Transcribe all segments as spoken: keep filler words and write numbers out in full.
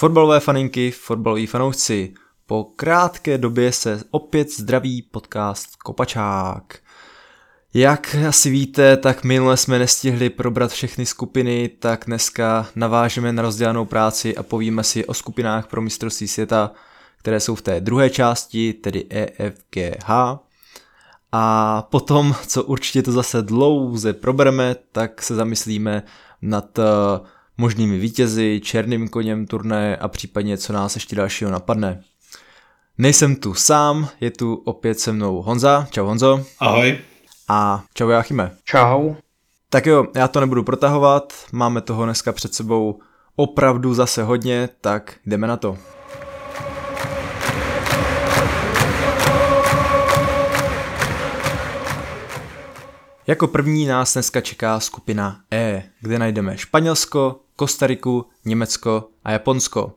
Fotbalové faninky, fotbaloví fanoušci, po krátké době se opět zdraví podcast Kopačák. Jak asi víte, tak minule jsme nestihli probrat všechny skupiny, tak dneska navážeme na rozdělanou práci a povíme si o skupinách pro mistrovství světa, které jsou v té druhé části, tedy E, F, G, H. A potom, co určitě to zase dlouze probereme, tak se zamyslíme nad možnými vítězi, černým koněm turnaje a případně co nás ještě dalšího napadne. Nejsem tu sám, je tu opět se mnou Honza. Čau Honzo. Ahoj. A čau Jáchyme. Čau. Tak jo, já to nebudu protahovat, máme toho dneska před sebou opravdu zase hodně, tak jdeme na to. Jako první nás dneska čeká skupina E, kde najdeme Španělsko, Kostariku, Německo a Japonsko.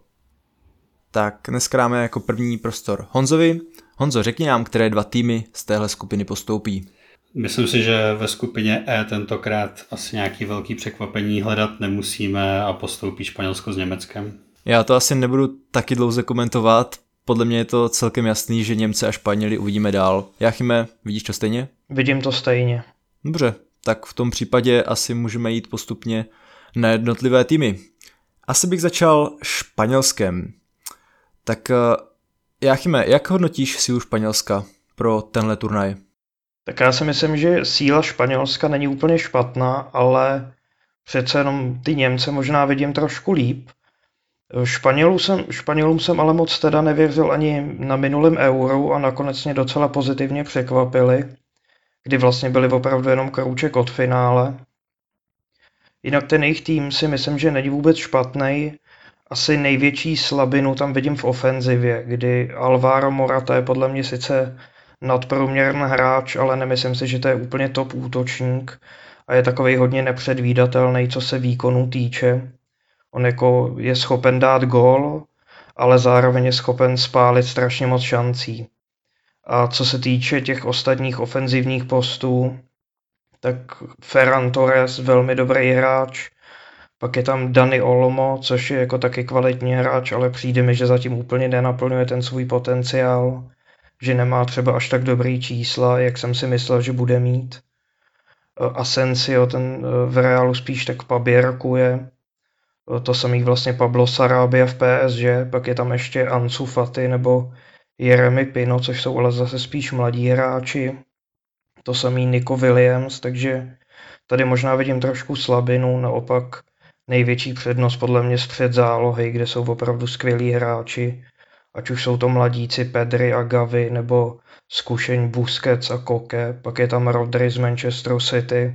Tak dneska dáme jako první prostor Honzovi. Honzo, řekni nám, které dva týmy z téhle skupiny postoupí. Myslím si, že ve skupině E tentokrát asi nějaký velký překvapení hledat nemusíme a postoupí Španělsko s Německem. Já to asi nebudu taky dlouze komentovat, podle mě je to celkem jasný, že Němce a Španěli uvidíme dál. Jáchyme, vidíš to stejně? Vidím to stejně. Dobře, tak v tom případě asi můžeme jít postupně na jednotlivé týmy. Asi bych začal Španělskem. Tak Jáchyme, jak hodnotíš sílu Španělska pro tenhle turnaj? Tak já si myslím, že síla Španělska není úplně špatná, ale přece jenom ty Němce možná vidím trošku líp. Španělům jsem, Španělům jsem ale moc teda nevěřil ani na minulém euru a nakonec mě docela pozitivně překvapili, kdy vlastně byli opravdu jenom krůček od finále. Jinak ten jejich tým si myslím, že není vůbec špatný. Asi největší slabinu tam vidím v ofenzivě, kdy Alvaro Morata je podle mě sice nadprůměrný hráč, ale nemyslím si, že to je úplně top útočník a je takovej hodně nepředvídatelný, co se výkonu týče. On jako je schopen dát gól, ale zároveň je schopen spálit strašně moc šancí. A co se týče těch ostatních ofenzivních postů, tak Ferran Torres, velmi dobrý hráč, pak je tam Dani Olmo, což je jako taky kvalitní hráč, ale přijde mi, že zatím úplně nenaplňuje ten svůj potenciál, že nemá třeba až tak dobrý čísla, jak jsem si myslel, že bude mít. Asensio, ten v Realu spíš tak paběrkuje. To samý vlastně Pablo Sarabia v P S G, pak je tam ještě Ansu Fati nebo Jeremy Pino, což jsou ale zase spíš mladí hráči. To samý Nico Williams, takže tady možná vidím trošku slabinu, naopak největší přednost podle mě střed zálohy, kde jsou opravdu skvělí hráči, ať už jsou to mladíci Pedri a Gavi, nebo zkušení Busquets a Koke, pak je tam Rodri z Manchesteru City,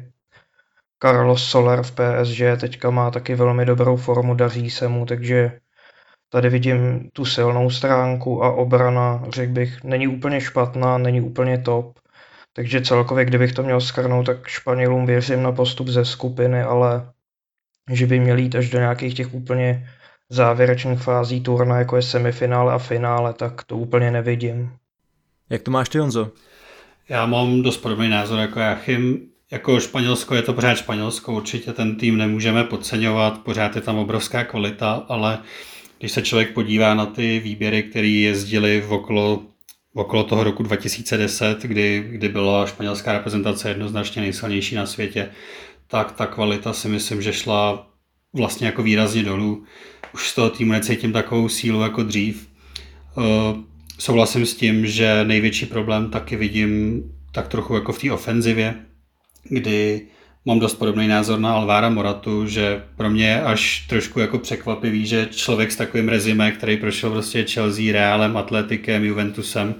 Carlos Soler v P S G teďka má taky velmi dobrou formu, daří se mu, takže tady vidím tu silnou stránku a obrana, řekl bych, není úplně špatná, není úplně top. Takže celkově, kdybych to měl shrnout, tak Španělům věřím na postup ze skupiny, ale že by měli jít až do nějakých těch úplně závěrečných fází turnaje, jako je semifinále a finále, tak to úplně nevidím. Jak to máš ty, Honzo? Já mám dost podobný názor jako Jáchym. Jako Španělsko je to pořád Španělsko, určitě ten tým nemůžeme podceňovat, pořád je tam obrovská kvalita, ale když se člověk podívá na ty výběry, které jezdili v okolo okolo toho roku dva tisíce deset, kdy, kdy byla španělská reprezentace jednoznačně nejsilnější na světě, tak ta kvalita si myslím, že šla vlastně jako výrazně dolů. Už z toho týmu necítím takovou sílu jako dřív. Uh, souhlasím s tím, že největší problém taky vidím tak trochu jako v té ofenzivě, kdy mám dost podobný názor na Alvára Moratu, že pro mě je až trošku jako překvapivý, že člověk s takovým rezimé, který prošel prostě Chelsea, Realem, Atletikem, Juventusem,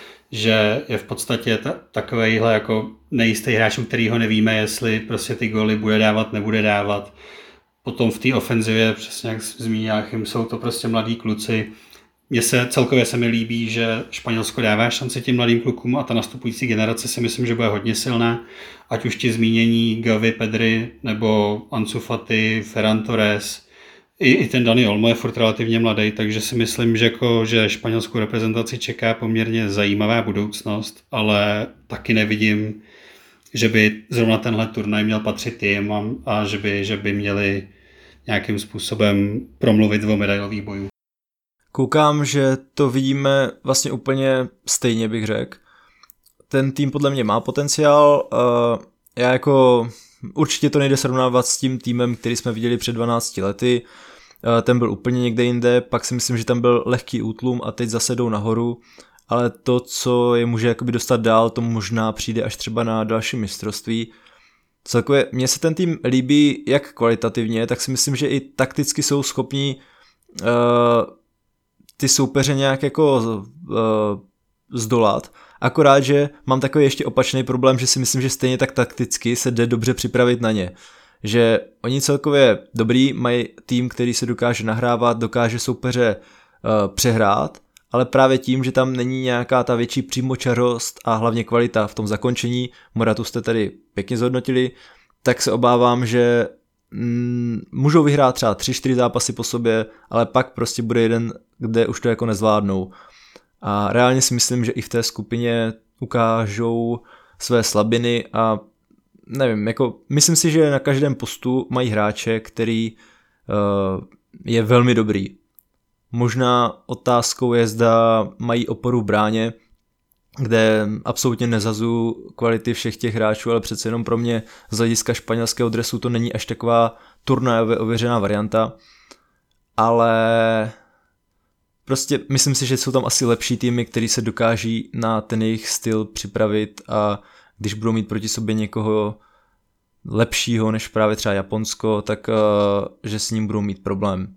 že je v podstatě ta, takovejhle jako nejistý hráč, u kterýho nevíme, jestli prostě ty góly bude dávat, nebude dávat. Potom v té ofenzivě, přesně jak zmínil Jáchym, jsou to prostě mladí kluci. Mně se celkově se mi líbí, že Španělsko dává šanci těm mladým klukům a ta nastupující generace si myslím, že bude hodně silná. Ať už ti zmínění Gavi, Pedri nebo Ansu Fati, Ferran Torres. I, i ten Dani Olmo je furt relativně mladý, takže si myslím, že, jako, že španělskou reprezentaci čeká poměrně zajímavá budoucnost, ale taky nevidím, že by zrovna tenhle turnaj měl patřit jim a, a že, by, že by měli nějakým způsobem promluvit o medailových bojů. Koukám, že to vidíme vlastně úplně stejně, bych řekl. Ten tým podle mě má potenciál. Já jako určitě to nejde srovnávat s tím týmem, který jsme viděli před dvanácti lety. Ten byl úplně někde jinde, pak si myslím, že tam byl lehký útlum a teď zase jdou nahoru. Ale to, co je může jakoby dostat dál, to možná přijde až třeba na další mistrovství. Celkově mně se ten tým líbí jak kvalitativně, tak si myslím, že i takticky jsou schopní uh, ty soupeře nějak jako uh, zdolat. Akorát, že mám takový ještě opačný problém, že si myslím, že stejně tak takticky se jde dobře připravit na ně. Že oni celkově dobrý, mají tým, který se dokáže nahrávat, dokáže soupeře uh, přehrát, ale právě tím, že tam není nějaká ta větší přímočarost a hlavně kvalita v tom zakončení, Moratu jste tady pěkně zhodnotili, tak se obávám, že mm, můžou vyhrát třeba tři čtyři zápasy po sobě, ale pak prostě bude jeden, kde už to jako nezvládnou. A reálně si myslím, že i v té skupině ukážou své slabiny a nevím, jako myslím si, že na každém postu mají hráče, který uh, je velmi dobrý. Možná otázkou je, zda mají oporu v bráně, kde absolutně nezazu kvality všech těch hráčů, ale přece jenom pro mě z hlediska španělského dresu to není až taková turnajově ověřená varianta, ale prostě myslím si, že jsou tam asi lepší týmy, který se dokáží na ten jejich styl připravit a když budou mít proti sobě někoho lepšího než právě třeba Japonsko, tak uh, že s ním budou mít problém.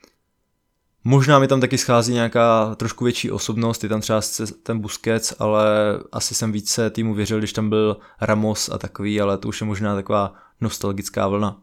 Možná mi tam taky schází nějaká trošku větší osobnost, je tam třeba ten Busquets, ale asi jsem více týmu věřil, když tam byl Ramos a takový, ale to už je možná taková nostalgická vlna.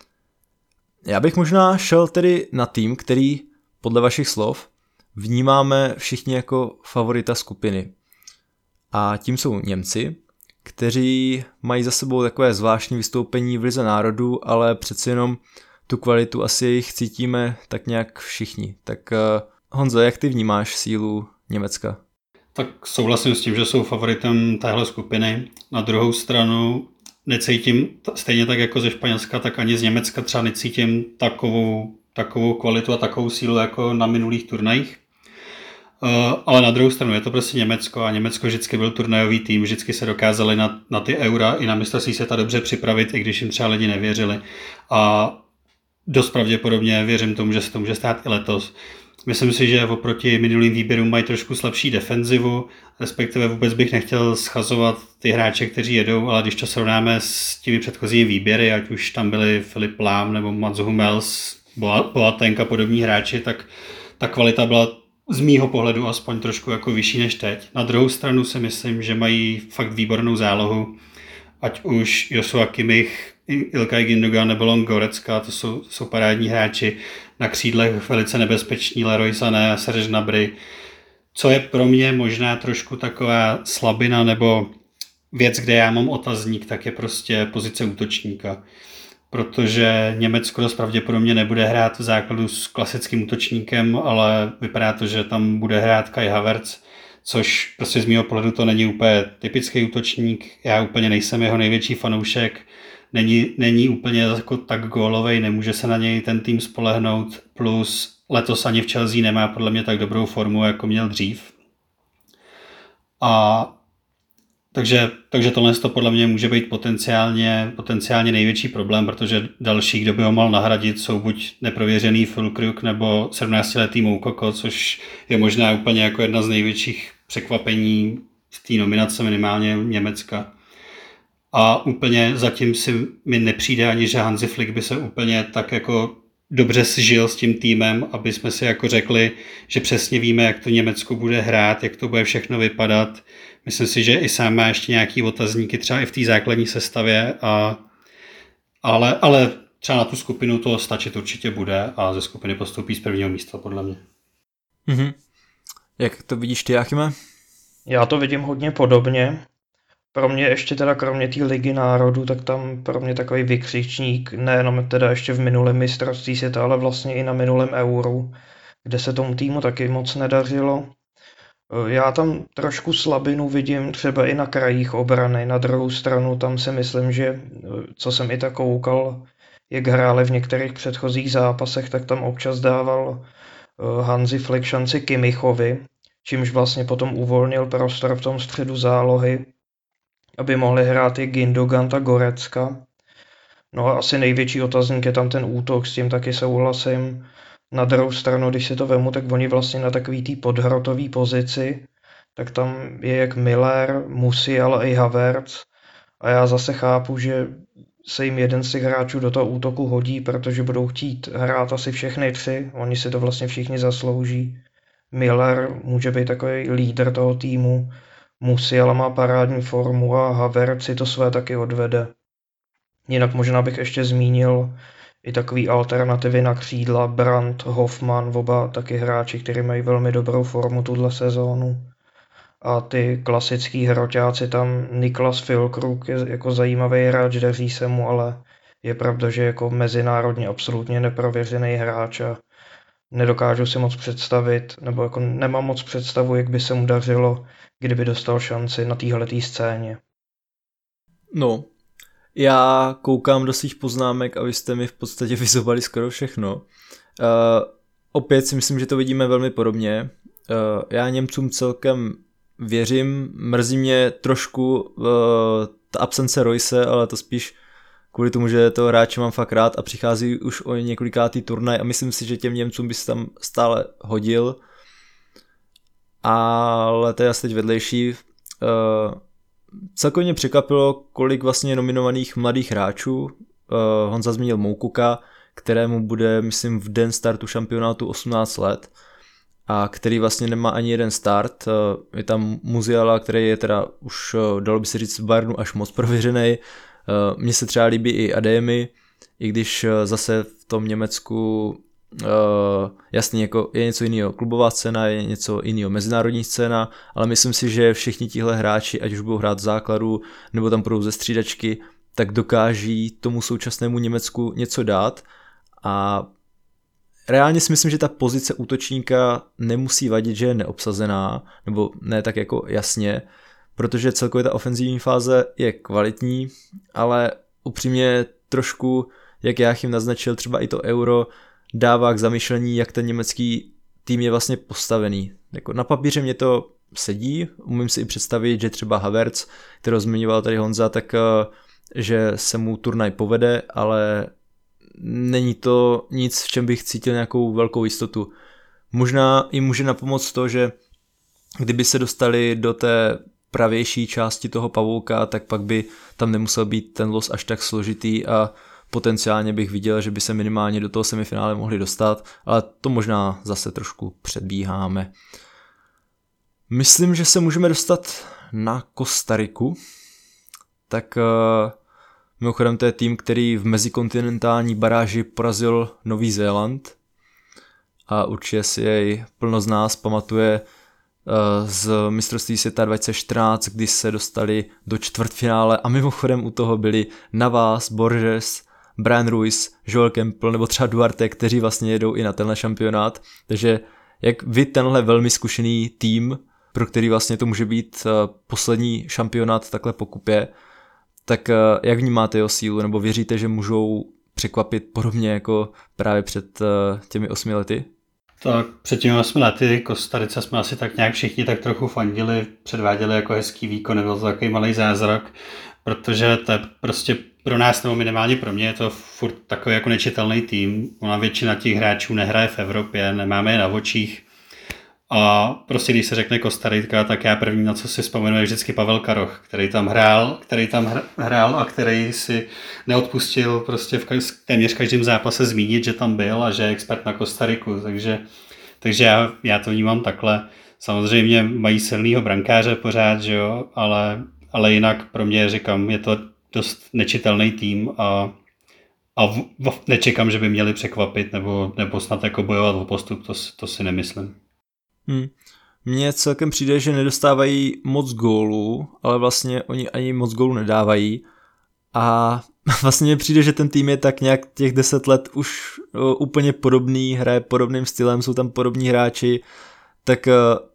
Já bych možná šel tedy na tým, který podle vašich slov vnímáme všichni jako favorita skupiny. A tím jsou Němci, kteří mají za sebou takové zvláštní vystoupení v Lize národů, ale přeci jenom tu kvalitu asi jich cítíme tak nějak všichni. Tak Honzo, jak ty vnímáš sílu Německa? Tak souhlasím s tím, že jsou favoritem téhle skupiny. Na druhou stranu necítím stejně tak jako ze Španělska, tak ani z Německa třeba necítím takovou, takovou kvalitu a takovou sílu jako na minulých turnajích. Uh, ale na druhou stranu je to prostě Německo a Německo vždycky byl turnajový tým, vždycky se dokázali na, na ty eura i na mistrovství světa dobře připravit, i když jim třeba lidi nevěřili. A dost pravděpodobně věřím tomu, že se to může stát i letos. Myslím si, že oproti minulým výběrům mají trošku slabší defenzivu, respektive vůbec bych nechtěl schazovat ty hráče, kteří jedou, ale když to srovnáme s těmi předchozími výběry, ať už tam byli Filip Lahm nebo Mats Hummels, Boateng a podobní hráči, tak ta kvalita byla z mýho pohledu aspoň trošku jako vyšší než teď. Na druhou stranu si myslím, že mají fakt výbornou zálohu, ať už Joshua Kimmich, Ilkay Gündogan nebo Leon Goretzka, to jsou, jsou parádní hráči. Na křídlech velice nebezpeční Leroy Sané a Serge Gnabry. Co je pro mě možná trošku taková slabina nebo věc, kde já mám otazník, tak je prostě pozice útočníka. Protože Německo dost pravděpodobně nebude hrát v základu s klasickým útočníkem, ale vypadá to, že tam bude hrát Kai Havertz, což prostě z mého pohledu to není úplně typický útočník. Já úplně nejsem jeho největší fanoušek. Není, není úplně jako tak gólovej, nemůže se na něj ten tým spolehnout, plus letos ani v Chelsea nemá podle mě tak dobrou formu, jako měl dřív. A takže, takže tohle to podle mě může být potenciálně, potenciálně největší problém, protože další, kdo by ho mal nahradit, jsou buď neprověřený Füllkrug nebo sedmnáctiletý Moukoko, což je možná úplně jako jedna z největších překvapení v té nominace minimálně Německa. A úplně zatím si mi nepřijde ani, že Hansi Flick by se úplně tak jako dobře sžil s tím týmem, aby jsme si jako řekli, že přesně víme, jak to Německo bude hrát, jak to bude všechno vypadat. Myslím si, že i sám má ještě nějaký otazníky třeba i v té základní sestavě, a, ale, ale třeba na tu skupinu to stačit určitě bude a ze skupiny postoupí z prvního místa, podle mě. Mm-hmm. Jak to vidíš ty, Jáchyme? Já to vidím hodně podobně. Pro mě ještě teda kromě té ligy národů, tak tam pro mě takový vykřičník, nejenom teda ještě v minulém mistrovství světa, ale vlastně i na minulém euru, kde se tomu týmu taky moc nedařilo. Já tam trošku slabinu vidím třeba i na krajích obrany, na druhou stranu tam si myslím, že co jsem i tak koukal, jak hráli v některých předchozích zápasech, tak tam občas dával Hanzi Flick šanci Kimmichovi, čímž vlastně potom uvolnil prostor v tom středu zálohy, aby mohli hrát i Gündogan a Goretzka. No a asi největší otazník je tam ten útok, s tím taky souhlasím. Na druhou stranu, když si to vemu, tak oni vlastně na takový té podhrotový pozici, tak tam je jak Miller, Musiala i Havertz. A já zase chápu, že se jim jeden z těch hráčů do toho útoku hodí, protože budou chtít hrát asi všechny tři. Oni si to vlastně všichni zaslouží. Miller může být takový lídr toho týmu. Musiala má parádní formu a Havertz si to své taky odvede. Jinak možná bych ještě zmínil i takový alternativy na křídla, Brandt, Hoffman, oba taky hráči, kteří mají velmi dobrou formu tuhle sezónu. A ty klasický hroťáci tam, Niklas Füllkrug je jako zajímavý hráč, daří se mu, ale je pravda, že jako mezinárodně absolutně neprověřený hráč a nedokážu si moc představit, nebo jako nemám moc představu, jak by se mu dařilo, kdyby dostal šanci na téhletý scéně. No, já koukám do svých poznámek a vy jste mi v podstatě vyzobali skoro všechno. Uh, opět si myslím, že to vidíme velmi podobně. Uh, já Němcům celkem věřím, mrzí mě trošku uh, ta absence Royce, ale to spíš kvůli tomu, že toho hráče mám fakt rád a přichází už o několikátý turnaj a myslím si, že těm Němcům by se tam stále hodil. Ale to je asi teď vedlejší. Uh, celkově mě překvapilo, kolik vlastně nominovaných mladých hráčů. Uh, Honza zmínil Moukuka, kterému bude, myslím, v den startu šampionátu osmnáct let a který vlastně nemá ani jeden start. Uh, je tam Musiala, který je teda už, uh, dalo by se říct, v Bayernu až moc prověřený. Uh, mně se třeba líbí i Adeyemi, i když uh, zase v tom Německu uh, jasně jako je něco jiného klubová scéna, je něco jiného mezinárodní scéna, ale myslím si, že všichni tihle hráči, ať už budou hrát v základu, nebo tam budou ze střídačky, tak dokáží tomu současnému Německu něco dát a reálně si myslím, že ta pozice útočníka nemusí vadit, že je neobsazená, nebo ne tak jako jasně, protože celkově ta ofenzivní fáze je kvalitní, ale upřímně trošku, jak Jáchym naznačil, třeba i to Euro dává k zamýšlení, jak ten německý tým je vlastně postavený. Jako na papíře mě to sedí, umím si i představit, že třeba Havertz, kterého zmiňoval tady Honza, tak že se mu turnaj povede, ale není to nic, v čem bych cítil nějakou velkou jistotu. Možná jim může napomoct to, že kdyby se dostali do té pravější části toho pavouka, tak pak by tam nemusel být ten los až tak složitý a potenciálně bych viděl, že by se minimálně do toho semifinále mohli dostat, ale to možná zase trošku předbíháme. Myslím, že se můžeme dostat na Kostariku. Tak uh, mimochodem to je tým, který v mezikontinentální baráži porazil Nový Zéland a určitě si jej plno z nás pamatuje z mistrovství světa dva tisíce čtrnáct, kdy se dostali do čtvrtfinále a mimochodem u toho byli Navas, Borges, Brian Ruiz, Joel Campbell nebo třeba Duarte, kteří vlastně jedou i na tenhle šampionát. Takže jak vy tenhle velmi zkušený tým, pro který vlastně to může být poslední šampionát takhle po kupě, tak jak vnímáte jeho sílu, nebo věříte, že můžou překvapit podobně jako právě před těmi osmi lety? Tak před těmi osmi lety Kostarice jsme asi tak nějak všichni tak trochu fandili, předváděli jako hezký výkon, nebyl to takový malý zázrak, protože to je prostě pro nás, nebo minimálně pro mě, je to furt takový jako nečitelný tým. Ona většina těch hráčů nehraje v Evropě, nemáme je na očích. A prostě když se řekne Kostarika, tak já první, na co si vzpomenu, je vždycky Pavel Karoch, který tam hrál, který tam hrál a který si neodpustil prostě v téměř každém zápase zmínit, že tam byl a že je expert na Kostariku. Takže, takže já, já to vnímám takhle. Samozřejmě mají silného brankáře pořád, že jo, ale, ale jinak pro mě, říkám, je to dost nečitelný tým a, a v, v, nečekám, že by měli překvapit nebo, nebo snad jako bojovat o postup, to, to si nemyslím. Hmm. Mně celkem přijde, že nedostávají moc gólů, ale vlastně oni ani moc gólů nedávají a vlastně mně přijde, že ten tým je tak nějak těch deset let už uh, úplně podobný, hraje podobným stylem, jsou tam podobní hráči, tak uh,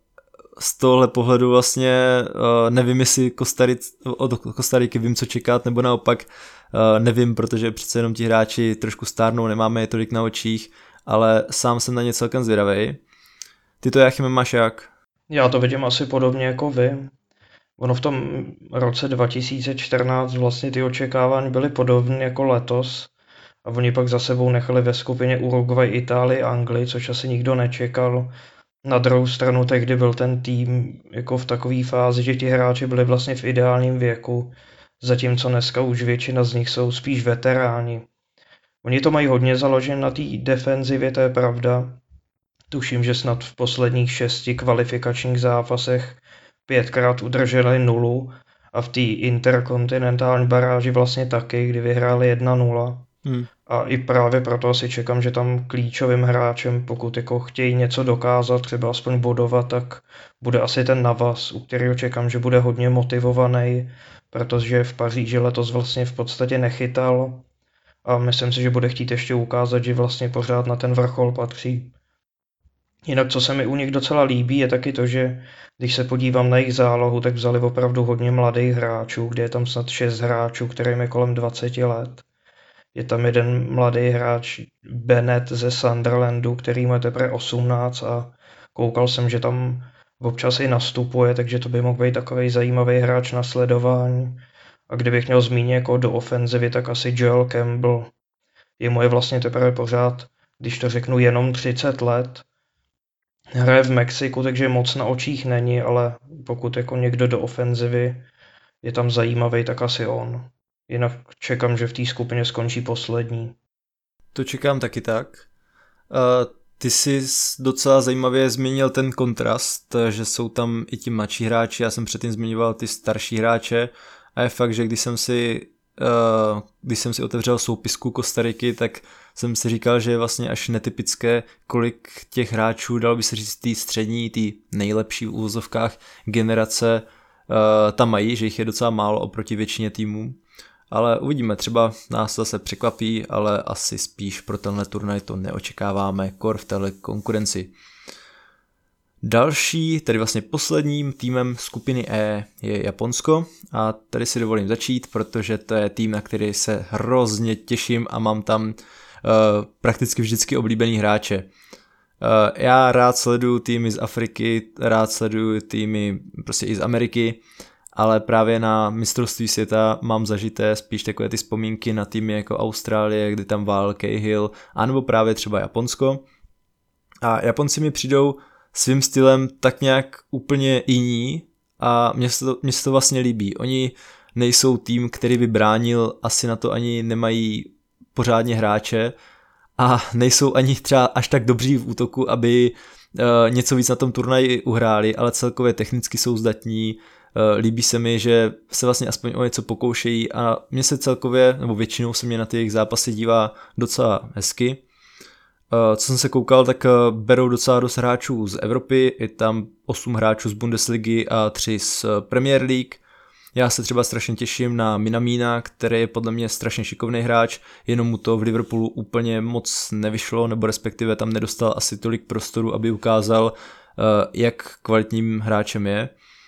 z tohle pohledu vlastně uh, nevím, jestli Kostaric, od Kostariky vím, co čekat, nebo naopak uh, nevím, protože přece jenom ti hráči trošku stárnou, nemáme je tolik na očích ale sám jsem na ně celkem zvědavej. Ty to, Jáchyme, máš jak? Já to vidím asi podobně jako vy. Ono v tom roce dva tisíce čtrnáct vlastně ty očekávání byly podobné jako letos a oni pak za sebou nechali ve skupině Uruguay, Itálii, Anglii, což asi nikdo nečekal. Na druhou stranu tehdy byl ten tým jako v takové fázi, že ti hráči byli vlastně v ideálním věku, zatímco dneska už většina z nich jsou spíš veteráni. Oni to mají hodně založen na té defenzivě, to je pravda. Tuším, že snad v posledních šesti kvalifikačních zápasech pětkrát udrželi nulu a v té interkontinentální baráži vlastně taky, kdy vyhráli jedna nula. Hmm. A i právě proto asi čekám, že tam klíčovým hráčem, pokud jako chtějí něco dokázat, třeba aspoň bodovat, tak bude asi ten Navas, u kterého čekám, že bude hodně motivovaný, protože v Paříži letos vlastně v podstatě nechytal a myslím si, že bude chtít ještě ukázat, že vlastně pořád na ten vrchol patří. Jinak, co se mi u nich docela líbí, je taky to, že když se podívám na jejich zálohu, tak vzali opravdu hodně mladých hráčů, kde je tam snad šest hráčů, kterým je kolem dvacet let. Je tam jeden mladý hráč Bennett ze Sunderlandu, který má teprve osmnáct a koukal jsem, že tam občas i nastupuje, takže to by mohl být takový zajímavý hráč na sledování. A kdybych měl zmínit jako do ofenzivy, tak asi Joel Campbell. Jemu je vlastně teprve pořád, když to řeknu, jenom třicet let. Hraje v Mexiku, takže moc na očích není, ale pokud jako někdo do ofenzivy je tam zajímavý, tak asi on. Jinak čekám, že v té skupině skončí poslední. To čekám taky tak. Uh, ty jsi docela zajímavě zmínil ten kontrast, že jsou tam i ti mladší hráči, já jsem předtím zmiňoval ty starší hráče a je fakt, že když jsem si, uh, když jsem si otevřel soupisku Kostariky, tak jsem si říkal, že je vlastně až netypické, kolik těch hráčů, dalo by se říct, ty střední, ty nejlepší v úvozovkách generace uh, tam mají, že jich je docela málo oproti většině týmů. Ale uvidíme, třeba nás zase překvapí, ale asi spíš pro tenhle turnaj to neočekáváme, kor v téhle konkurenci. Další, tedy vlastně posledním týmem skupiny E je Japonsko a tady si dovolím začít, protože to je tým, na který se hrozně těším a mám tam uh, prakticky vždycky oblíbený hráče. Uh, já rád sleduju týmy z Afriky, rád sleduju týmy prostě i z Ameriky, ale právě na mistrovství světa mám zažité spíš takové ty vzpomínky na týmy jako Austrálie, kdy tam vál Cahill, anebo právě třeba Japonsko. A Japonci mi přijdou svým stylem tak nějak úplně jiní a mně se to, mně se to vlastně líbí. Oni nejsou tým, který by bránil, asi na to ani nemají pořádně hráče a nejsou ani třeba až tak dobří v útoku, aby uh, něco víc na tom turnaji uhráli, ale celkově technicky jsou zdatní. Líbí se mi, že se vlastně aspoň o něco pokoušejí a mně se celkově, nebo většinou se mě na ty jejich zápasy dívá docela hezky. Co jsem se koukal, tak berou docela dost hráčů z Evropy, je tam osm hráčů z Bundesligy a tři z Premier League. Já se třeba strašně těším na Minamina, který je podle mě strašně šikovný hráč, jenom mu to v Liverpoolu úplně moc nevyšlo, nebo respektive tam nedostal asi tolik prostoru, aby ukázal, jak kvalitním hráčem je.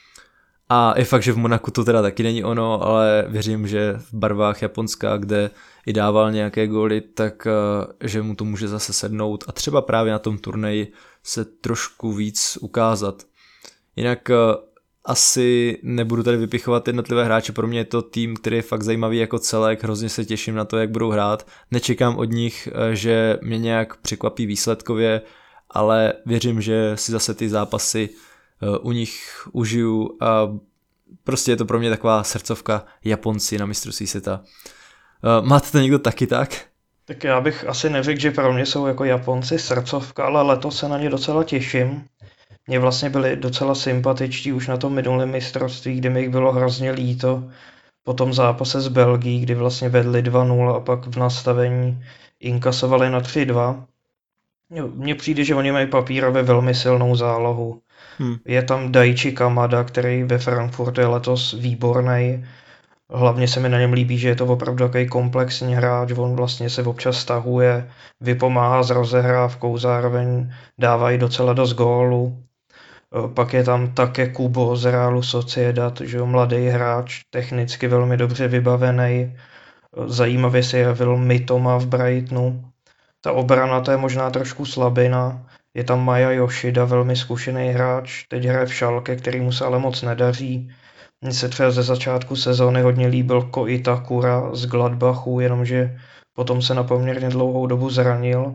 A je fakt, že v Monaku to teda taky není ono, ale věřím, že v barvách Japonska, kde i dával nějaké góly, tak že mu to může zase sednout a třeba právě na tom turnaji se trošku víc ukázat. Jinak asi nebudu tady vypichovat jednotlivé hráče, pro mě je to tým, který je fakt zajímavý jako celek, hrozně se těším na to, jak budou hrát. Nečekám od nich, že mě nějak překvapí výsledkově, ale věřím, že si zase ty zápasy u nich užiju a prostě je to pro mě taková srdcovka Japonci na mistrovství světa. Máte to někdo taky tak? Tak já bych asi neřekl, že pro mě jsou jako Japonci srdcovka, ale letos se na ně docela těším. Mně vlastně byli docela sympatičtí už na tom minulém mistrovství, kdy mi jich bylo hrozně líto po tom zápase s Belgií, kdy vlastně vedli dva nula a pak v nastavení inkasovali na tři dva. Mně přijde, že oni mají papírově velmi silnou zálohu. Hmm. Je tam Daichi Kamada, který ve Frankfurtu je letos výborný. Hlavně se mi na něm líbí, že je to opravdu takový komplexní hráč, on vlastně se občas stahuje, vypomáhá s rozehrávkou, zároveň dává i docela dost gólů. Pak je tam také Kubo z Realu Sociedad, že jo, mladý hráč, technicky velmi dobře vybavený. Zajímavě se jevil Mitoma v Brightonu. Ta obrana, to je možná trošku slabina. Je tam Maja Yoshida, velmi zkušený hráč, teď hraje v Schalke, který mu se ale moc nedaří. Mně se třeba ze začátku sezóny hodně líbil Ko Itakura z Gladbachu, jenomže potom se na poměrně dlouhou dobu zranil.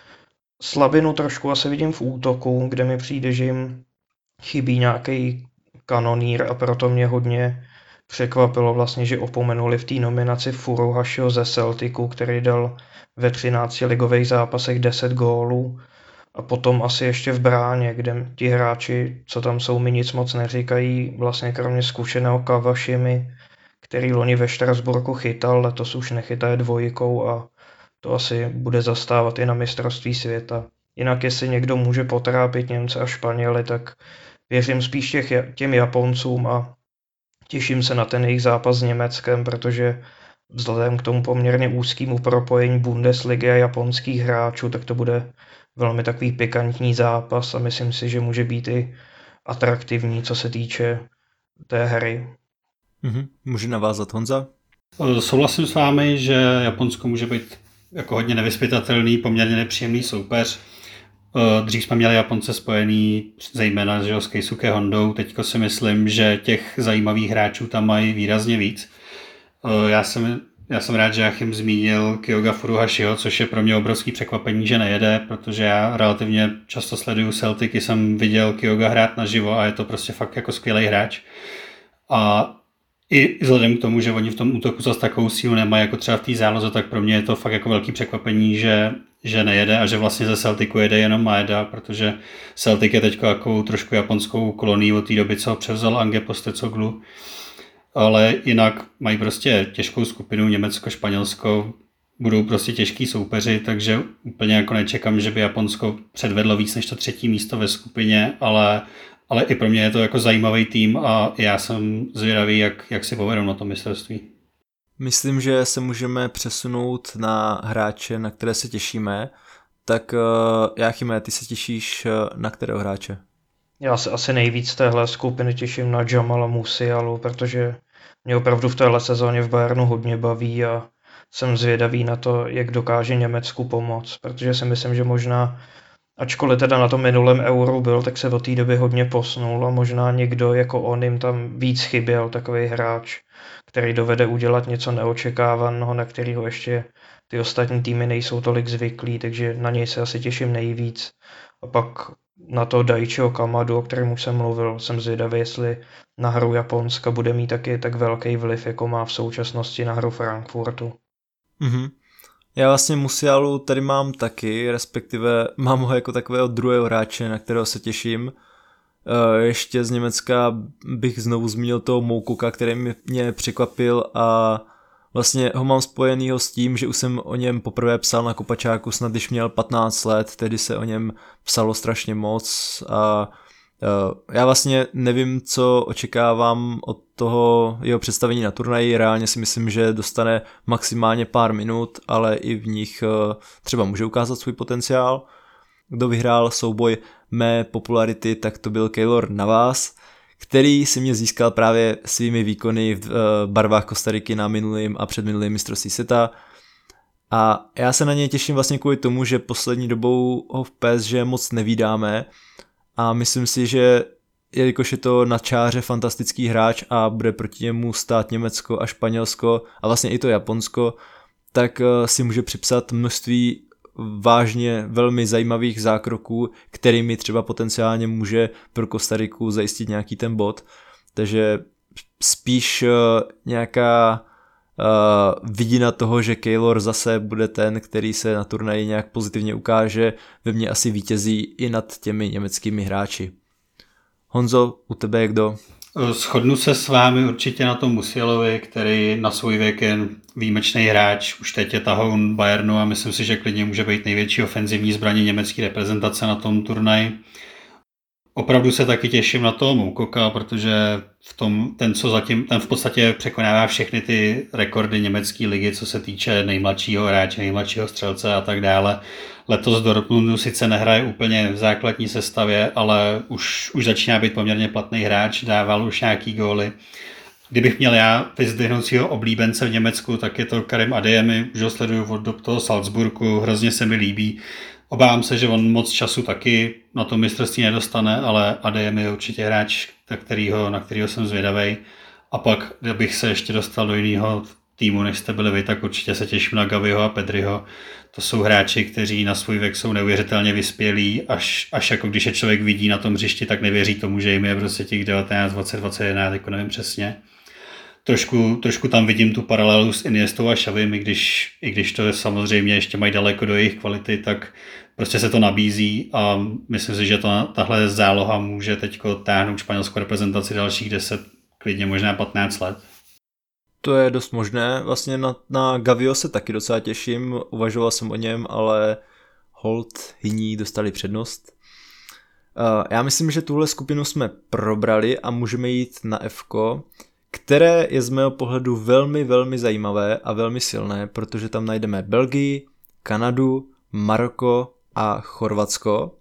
Slabinu trošku asi vidím v útoku, kde mi přijde, že jim chybí nějaký kanonýr a proto mě hodně překvapilo vlastně, že opomenuli v té nominaci Furuhashiho ze Celticu, který dal ve třinácti ligových zápasech deset gólů. A potom asi ještě v bráně, kde ti hráči, co tam jsou, mi nic moc neříkají, vlastně kromě zkušeného Kawashimi, který loni ve Štrasburku chytal, letos už nechytá dvojkou a to asi bude zastávat i na mistrovství světa. Jinak jestli někdo může potrápit Němce a Španěly, tak věřím spíš těch, těm Japoncům a těším se na ten jejich zápas s Německem, protože vzhledem k tomu poměrně úzkému propojení Bundesligy a japonských hráčů, tak to bude velmi takový pikantní zápas a myslím si, že může být i atraktivní, co se týče té hry. Mm-hmm. Může navázat Honza? Souhlasím s vámi, že Japonsko může být jako hodně nevyzpytatelný, poměrně nepříjemný soupeř. Dřív jsme měli Japonce spojený zejména s Keisuke Hondou, teďko si myslím, že těch zajímavých hráčů tam mají výrazně víc. Já jsem, já jsem rád, že Jachim zmínil Kyoga Furuhashiho, což je pro mě obrovský překvapení, že nejede, protože já relativně často sleduju Celtic, jsem viděl Kyoga hrát naživo a je to prostě fakt jako skvělý hráč. A i vzhledem k tomu, že oni v tom útoku zase takovou sílu nemají jako třeba v té záloze, tak pro mě je to fakt jako velký překvapení, že, že nejede a že vlastně ze Celticu jede jenom Maeda, protože Celtic je teď jako trošku japonskou kolonií od té doby, co ho převzal Ange Postecoglou. Ale jinak mají prostě těžkou skupinu, Německo, Španělsko, budou prostě těžký soupeři, takže úplně jako nečekám, že by Japonsko předvedlo víc než to třetí místo ve skupině, ale Ale i pro mě je to jako zajímavý tým a já jsem zvědavý, jak, jak si povedou na tom mistrovství. Myslím, že se můžeme přesunout na hráče, na které se těšíme. Tak Jáchyme, ty se těšíš na kterého hráče? Já se asi nejvíc téhle skupiny těším na Jamala Musialu, protože mě opravdu v téhle sezóně v Bayernu hodně baví a jsem zvědavý na to, jak dokáže Německu pomoct, protože si myslím, že možná ačkoliv teda na tom minulém euru byl, tak se od té doby hodně posunul a možná někdo jako on jim tam víc chyběl, takový hráč, který dovede udělat něco neočekávaného, na kterého ještě ty ostatní týmy nejsou tolik zvyklí, takže na něj se asi těším nejvíc. A pak na to Daichiho Kamadu, o kterém už jsem mluvil, jsem zvědavý, jestli na hru Japonska bude mít taky tak velký vliv, jako má v současnosti na hru Frankfurtu. Mhm. Já vlastně Musialu tady mám taky, respektive mám ho jako takového druhého hráče, na kterého se těším. Ještě z Německa bych znovu zmínil toho Moukuka, který mě překvapil a vlastně ho mám spojenýho s tím, že už jsem o něm poprvé psal na Kopačáku, snad když měl patnáct let, tehdy se o něm psalo strašně moc a já vlastně nevím, co očekávám od toho jeho představení na turnaji, reálně si myslím, že dostane maximálně pár minut, ale i v nich třeba může ukázat svůj potenciál. Kdo vyhrál souboj mé popularity, tak to byl Keylor Navas, který si mě získal právě svými výkony v barvách Kostariky na minulým a předminulým mistrovství světa. A já se na něj těším vlastně kvůli tomu, že poslední dobou ho v P S G moc nevídáme a myslím si, že jelikož je to na čáře fantastický hráč a bude proti němu stát Německo a Španělsko a vlastně i to Japonsko, tak si může připsat množství vážně velmi zajímavých zákroků, kterými třeba potenciálně může pro Kostariku zajistit nějaký ten bod. Takže spíš nějaká uh, vidina toho, že Keylor zase bude ten, který se na turnaji nějak pozitivně ukáže, ve mně asi vítězí i nad těmi německými hráči. Honzo, u tebe je kdo? Shodnu se s vámi určitě na tom Musialovi, který na svůj věk je výjimečný hráč, už teď je tahoun Bayernu a myslím si, že klidně může být největší ofenzivní zbraní německé reprezentace na tom turnaji. Opravdu se taky těším na toho Moukoka, protože v tom, ten, co zatím, ten v podstatě překonává všechny ty rekordy německé ligy, co se týče nejmladšího hráče, nejmladšího střelce a tak dále. Letos do Dortmundu sice nehraje úplně v základní sestavě, ale už, už začíná být poměrně platný hráč, dával už nějaký góly. kdybych měl já vyzdvihnout svého oblíbence v Německu, tak je to Karim Adeyemi, už ho sleduju od do toho Salzburgu, hrozně se mi líbí. Obávám se, že on moc času taky na to mistrovství nedostane, ale Adeyemi je určitě hráč, na kterýho, na kterýho jsem zvědavej. A pak, kdybych se ještě dostal do jiného týmu, než jste byli vy, tak určitě se těším na Gaviho a Pedriho. To jsou hráči, kteří na svůj věk jsou neuvěřitelně vyspělí, až, až jako když je člověk vidí na tom hřišti, tak nevěří tomu, že jim je prostě těch devatenáct, dvacet, dvacet jedna, jako nevím přesně. Trošku, trošku tam vidím tu paralelu s Iniestou a Xavim, i když, i když to je samozřejmě ještě mají daleko do jejich kvality, tak prostě se to nabízí a myslím si, že to, tahle záloha může teď táhnout španělskou reprezentaci dalších deset, klidně možná patnáct let. To je dost možné, vlastně na, na Gavio se taky docela těším, uvažoval jsem o něm, ale hold jiní dostali přednost. Uh, já myslím, že tuhle skupinu jsme probrali a můžeme jít na F-ko, které je z mého pohledu velmi, velmi zajímavé a velmi silné, protože tam najdeme Belgii, Kanadu, Maroko a Chorvatsko.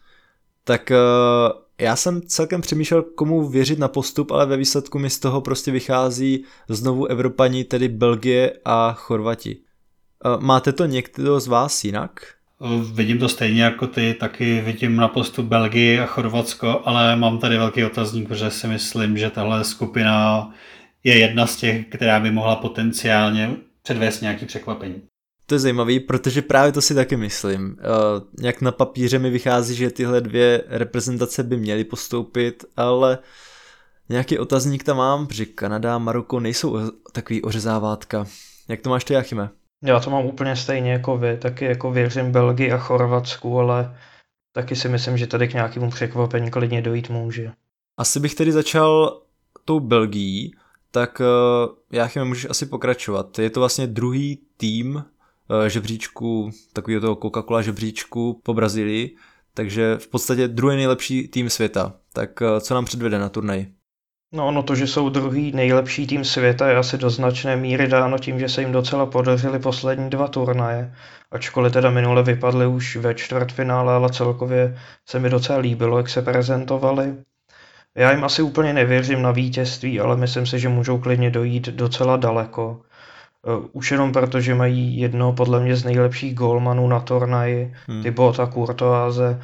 Tak uh, já jsem celkem přemýšlel, komu věřit na postup, ale ve výsledku mi z toho prostě vychází znovu Evropani, tedy Belgie a Chorvati. Uh, máte to někdo z vás jinak? Vidím to stejně jako ty, taky vidím na postup Belgii a Chorvatsko, ale mám tady velký otazník, protože si myslím, že tahle skupina je jedna z těch, která by mohla potenciálně předvést nějaký překvapení. To je zajímavý, protože právě to si taky myslím. Uh, jak na papíře mi vychází, že tyhle dvě reprezentace by měly postoupit, ale nějaký otazník tam mám, protože Kanada a Maroko nejsou takový ořezávátka. Jak to máš ty, Jachime? Já to mám úplně stejně jako vy, taky jako věřím Belgii a Chorvatsku, ale taky si myslím, že tady k nějakému překvapení klidně dojít může. Asi bych tedy začal tou Belgií, tak uh, Jáchyme, můžeš asi pokračovat. Je to vlastně druhý tým uh, žebříčku, takového toho Coca-Cola žebříčku po Brazílii, takže v podstatě druhý nejlepší tým světa. Tak uh, co nám předvede na turnaji? No ono to, že jsou druhý nejlepší tým světa, je asi do značné míry dáno tím, že se jim docela podařily poslední dva turnaje. Ačkoliv teda minule vypadly už ve čtvrtfinále, ale celkově se mi docela líbilo, jak se prezentovali. Já jim asi úplně nevěřím na vítězství, ale myslím si, že můžou klidně dojít docela daleko. Už jenom proto, že mají jedno podle mě z nejlepších gólmanů na turnaji, hmm. Thibauta Courtoise,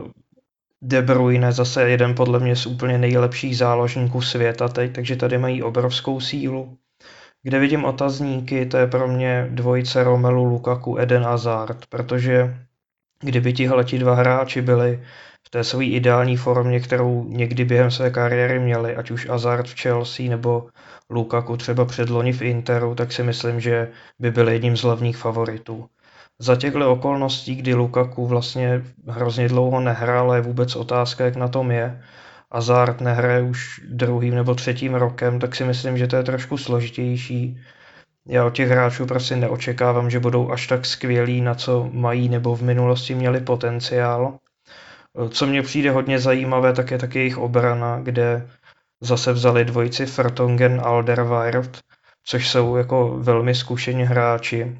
De Bruyne, zase jeden podle mě z úplně nejlepších záložníků světa teď, takže tady mají obrovskou sílu. Kde vidím otazníky, to je pro mě dvojice Romelu Lukaku, Eden Hazard, protože kdyby tihleti dva hráči byli v té své ideální formě, kterou někdy během své kariéry měli, ať už Hazard v Chelsea nebo Lukaku třeba předloni v Interu, tak si myslím, že by byl jedním z hlavních favoritů. Za těchto okolností, kdy Lukaku vlastně hrozně dlouho nehrál, je vůbec otázka, jak na tom je. Hazard nehraje už druhým nebo třetím rokem, tak si myslím, že to je trošku složitější. Já od těch hráčů prostě neočekávám, že budou až tak skvělí, na co mají nebo v minulosti měli potenciál. Co mně přijde hodně zajímavé, tak je taky jejich obrana, kde zase vzali dvojici Vertonghen, Alderweireld, což jsou jako velmi zkušení hráči.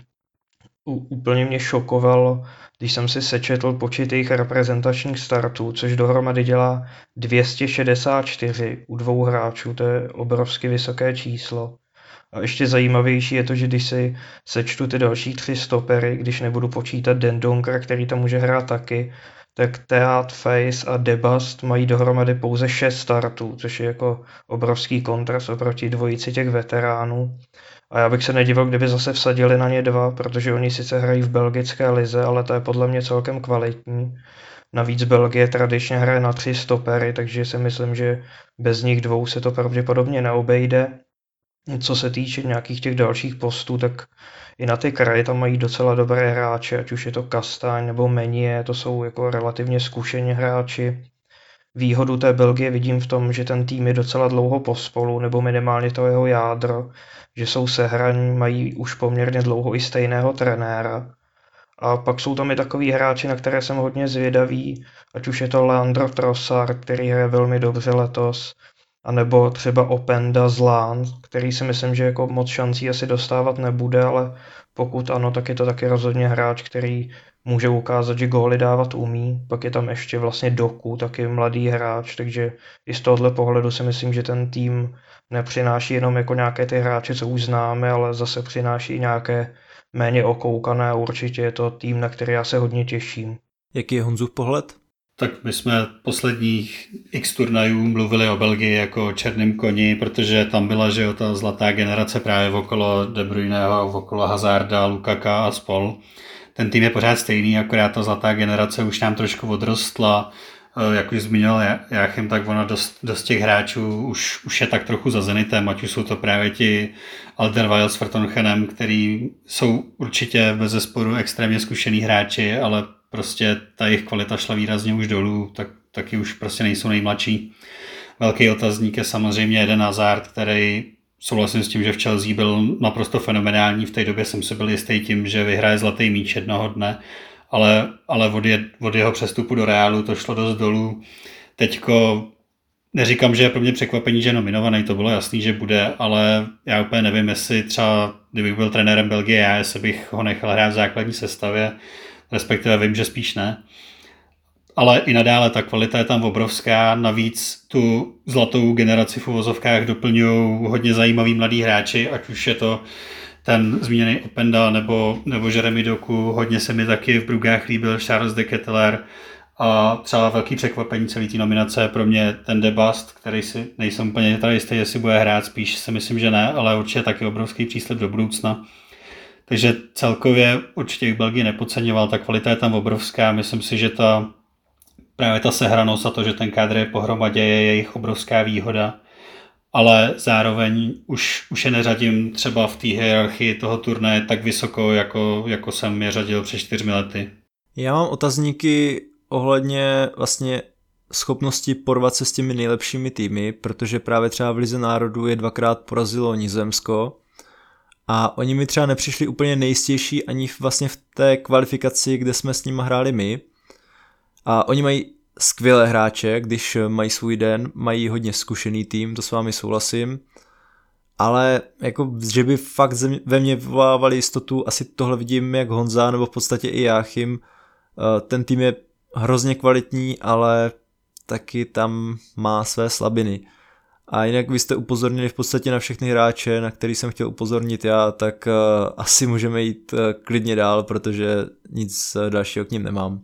Úplně mě šokovalo, když jsem si sečetl počet jejich reprezentačních startů, což dohromady dělá dvě stě šedesát čtyři u dvou hráčů, to je obrovsky vysoké číslo. A ještě zajímavější je to, že když si sečtu ty další tři stopery, když nebudu počítat Dendonkera, který tam může hrát taky, tak Teat, Face a Debast mají dohromady pouze šest startů, což je jako obrovský kontrast oproti dvojici těch veteránů. A já bych se nedivil, kdyby zase vsadili na ně dva, protože oni sice hrají v belgické lize, ale to je podle mě celkem kvalitní. Navíc Belgie tradičně hraje na tři stopery, takže si myslím, že bez nich dvou se to pravděpodobně neobejde. Co se týče nějakých těch dalších postů, tak i na ty kraje tam mají docela dobré hráče, ať už je to Kastaň nebo Menie, to jsou jako relativně zkušení hráči. Výhodu té Belgie vidím v tom, že ten tým je docela dlouho pospolu, nebo minimálně to jeho jádro, že jsou sehraní, mají už poměrně dlouho i stejného trenéra. A pak jsou tam i takový hráči, na které jsem hodně zvědavý, ať už je to Leandro Trossard, který hraje velmi dobře letos, anebo třeba Openda z Lán, který si myslím, že jako moc šancí asi dostávat nebude, ale pokud ano, tak je to taky rozhodně hráč, který může ukázat, že góly dávat umí. Pak je tam ještě vlastně Doku, taky mladý hráč, takže i z tohohle pohledu si myslím, že ten tým nepřináší jenom jako nějaké ty hráče, co už známe, ale zase přináší nějaké méně okoukané a určitě je to tým, na který já se hodně těším. Jaký je Honzův pohled? Tak my jsme posledních x turnajů mluvili o Belgii jako o černém koni, protože tam byla, že jo, ta zlatá generace právě okolo De Bruyneho, okolo Hazarda, Lukaka a spol. Ten tým je pořád stejný, akorát ta zlatá generace už nám trošku odrostla. Jak už zmiňoval Jáchym, tak ono dost, dost těch hráčů už, už je tak trochu za Zenitem, ať už jsou to právě ti Alderweireld s Vertonghenem, který jsou určitě bezesporu extrémně zkušený hráči, ale prostě ta jejich kvalita šla výrazně už dolů, tak taky už prostě nejsou nejmladší. Velký otazník je samozřejmě Eden Hazard, který souhlasím s tím, že v Chelsea byl naprosto fenomenální, v té době jsem si byl jistý tím, že vyhraje zlatý míč jednoho dne, ale, ale od, je, od jeho přestupu do Reálu to šlo dost dolů. Teďko neříkám, že je pro mě překvapení, že je nominovaný, to bylo jasný, že bude, ale já úplně nevím, jestli třeba, kdybych byl trenérem Belgie, já, jestli bych ho nechal hrát v základní sestavě, respektive vím, že spíš ne. Ale i nadále ta kvalita je tam obrovská, navíc tu zlatou generaci v uvozovkách doplňují hodně zajímaví mladí hráči, ať už je to ten zmíněný Openda nebo, nebo Jeremy Doku, hodně se mi taky v Brugách líbil Charles de Ketelaere a třeba velký překvapení celé té nominace je pro mě ten De Bast, který si nejsem úplně tady jistý, jestli bude hrát, spíš si myslím, že ne, ale určitě taky obrovský příslib do budoucna. Takže celkově určitě v Belgii nepodceňoval, ta kvalita je tam obrovská, myslím si, že ta právě ta sehranost a to, že ten kádr je pohromadě, je jejich obrovská výhoda, ale zároveň už, už je neřadím třeba v té hierarchii toho turnaje tak vysoko, jako, jako jsem je řadil před čtyřmi lety. Já mám otazníky ohledně vlastně schopnosti porvat se s těmi nejlepšími týmy, protože právě třeba v Lize národů je dvakrát porazilo Nizozemsko a oni mi třeba nepřišli úplně nejistější ani vlastně v té kvalifikaci, kde jsme s nimi hráli my. A oni mají skvělé hráče, když mají svůj den, mají hodně zkušený tým, to s vámi souhlasím, ale jako, že by fakt ve mně vyvolávali jistotu, asi tohle vidím jak Honza, nebo v podstatě i Jáchym, ten tým je hrozně kvalitní, ale taky tam má své slabiny. A jinak vy jste upozornili v podstatě na všechny hráče, na který jsem chtěl upozornit já, tak asi můžeme jít klidně dál, protože nic dalšího k ním nemám.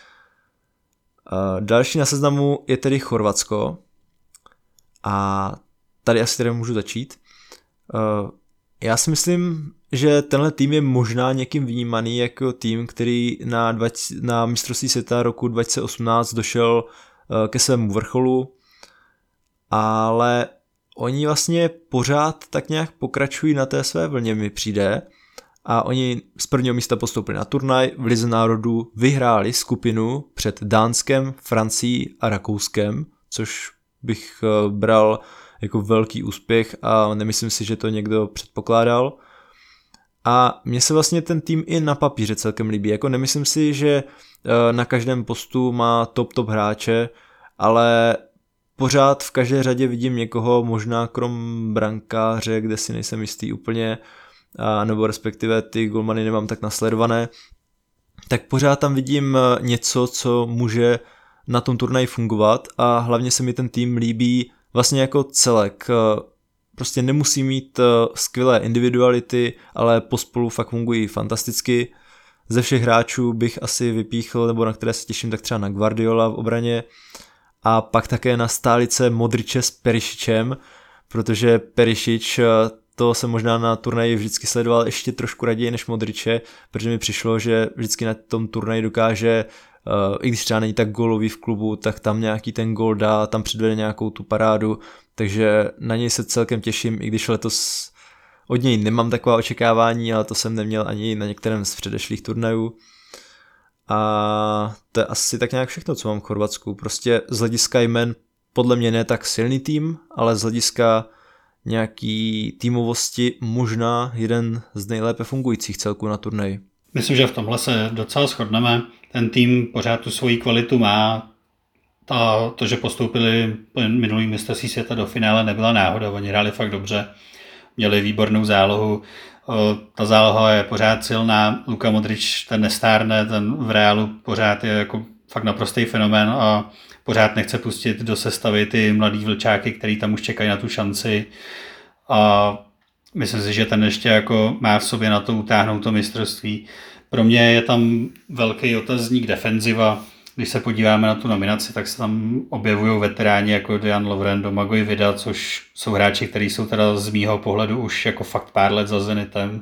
Další na seznamu je tedy Chorvatsko a tady asi tedy můžu začít. Já si myslím, že tenhle tým je možná někým vnímaný jako tým, který na, dvacet, na mistrovství světa roku dva tisíce osmnáct došel ke svému vrcholu, ale oni vlastně pořád tak nějak pokračují na té své vlně, mi přijde. A oni z prvního místa postoupili na turnaj, v Lize národů vyhráli skupinu před Dánskem, Francií a Rakouskem, což bych bral jako velký úspěch a nemyslím si, že to někdo předpokládal. A mně se vlastně ten tým i na papíře celkem líbí, jako nemyslím si, že na každém postu má top top hráče, ale pořád v každé řadě vidím někoho, možná krom brankáře, kde si nejsem jistý úplně, a nebo respektive ty golmany nemám tak nasledované, tak pořád tam vidím něco, co může na tom turnaji fungovat a hlavně se mi ten tým líbí vlastně jako celek. Prostě nemusí mít skvělé individuality, ale pospolu fakt fungují fantasticky. Ze všech hráčů bych asi vypíchl, nebo na které se těším, tak třeba na Guardiola v obraně a pak také na stálice Modriče s Perišičem, protože Perišič to jsem možná na turnaji vždycky sledoval ještě trošku raději než Modriče, protože mi přišlo, že vždycky na tom turnaji dokáže, uh, i když třeba není tak gólový v klubu, tak tam nějaký ten gól dá, tam předvede nějakou tu parádu, takže na něj se celkem těším, i když letos od něj nemám taková očekávání, ale to jsem neměl ani na některém z předešlých turnajů. A to je asi tak nějak všechno, co mám v Chorvatsku. Prostě z hlediska jmen podle mě ne tak silný tým, ale z hlediska nějaký týmovosti možná jeden z nejlépe fungujících celků na turnaji. Myslím, že v tomhle se docela shodneme. Ten tým pořád tu svoji kvalitu má. ta, to, že postoupili minulý mistrovství světa do finále, nebyla náhoda. Oni hráli fakt dobře, měli výbornou zálohu. Ta záloha je pořád silná. Luka Modrič, ten nestárne, ten v Reálu pořád je jako fakt naprostý fenomén a pořád nechce pustit do sestavy ty mladý vlčáky, který tam už čekají na tu šanci. A myslím si, že ten ještě jako má v sobě na to utáhnout to mistrovství. Pro mě je tam velký otazník defenziva. Když se podíváme na tu nominaci, tak se tam objevují veteráni jako Dejan Lovren, Domagoj Vida, což jsou hráči, kteří jsou teda z mýho pohledu už jako fakt pár let za Zenitem.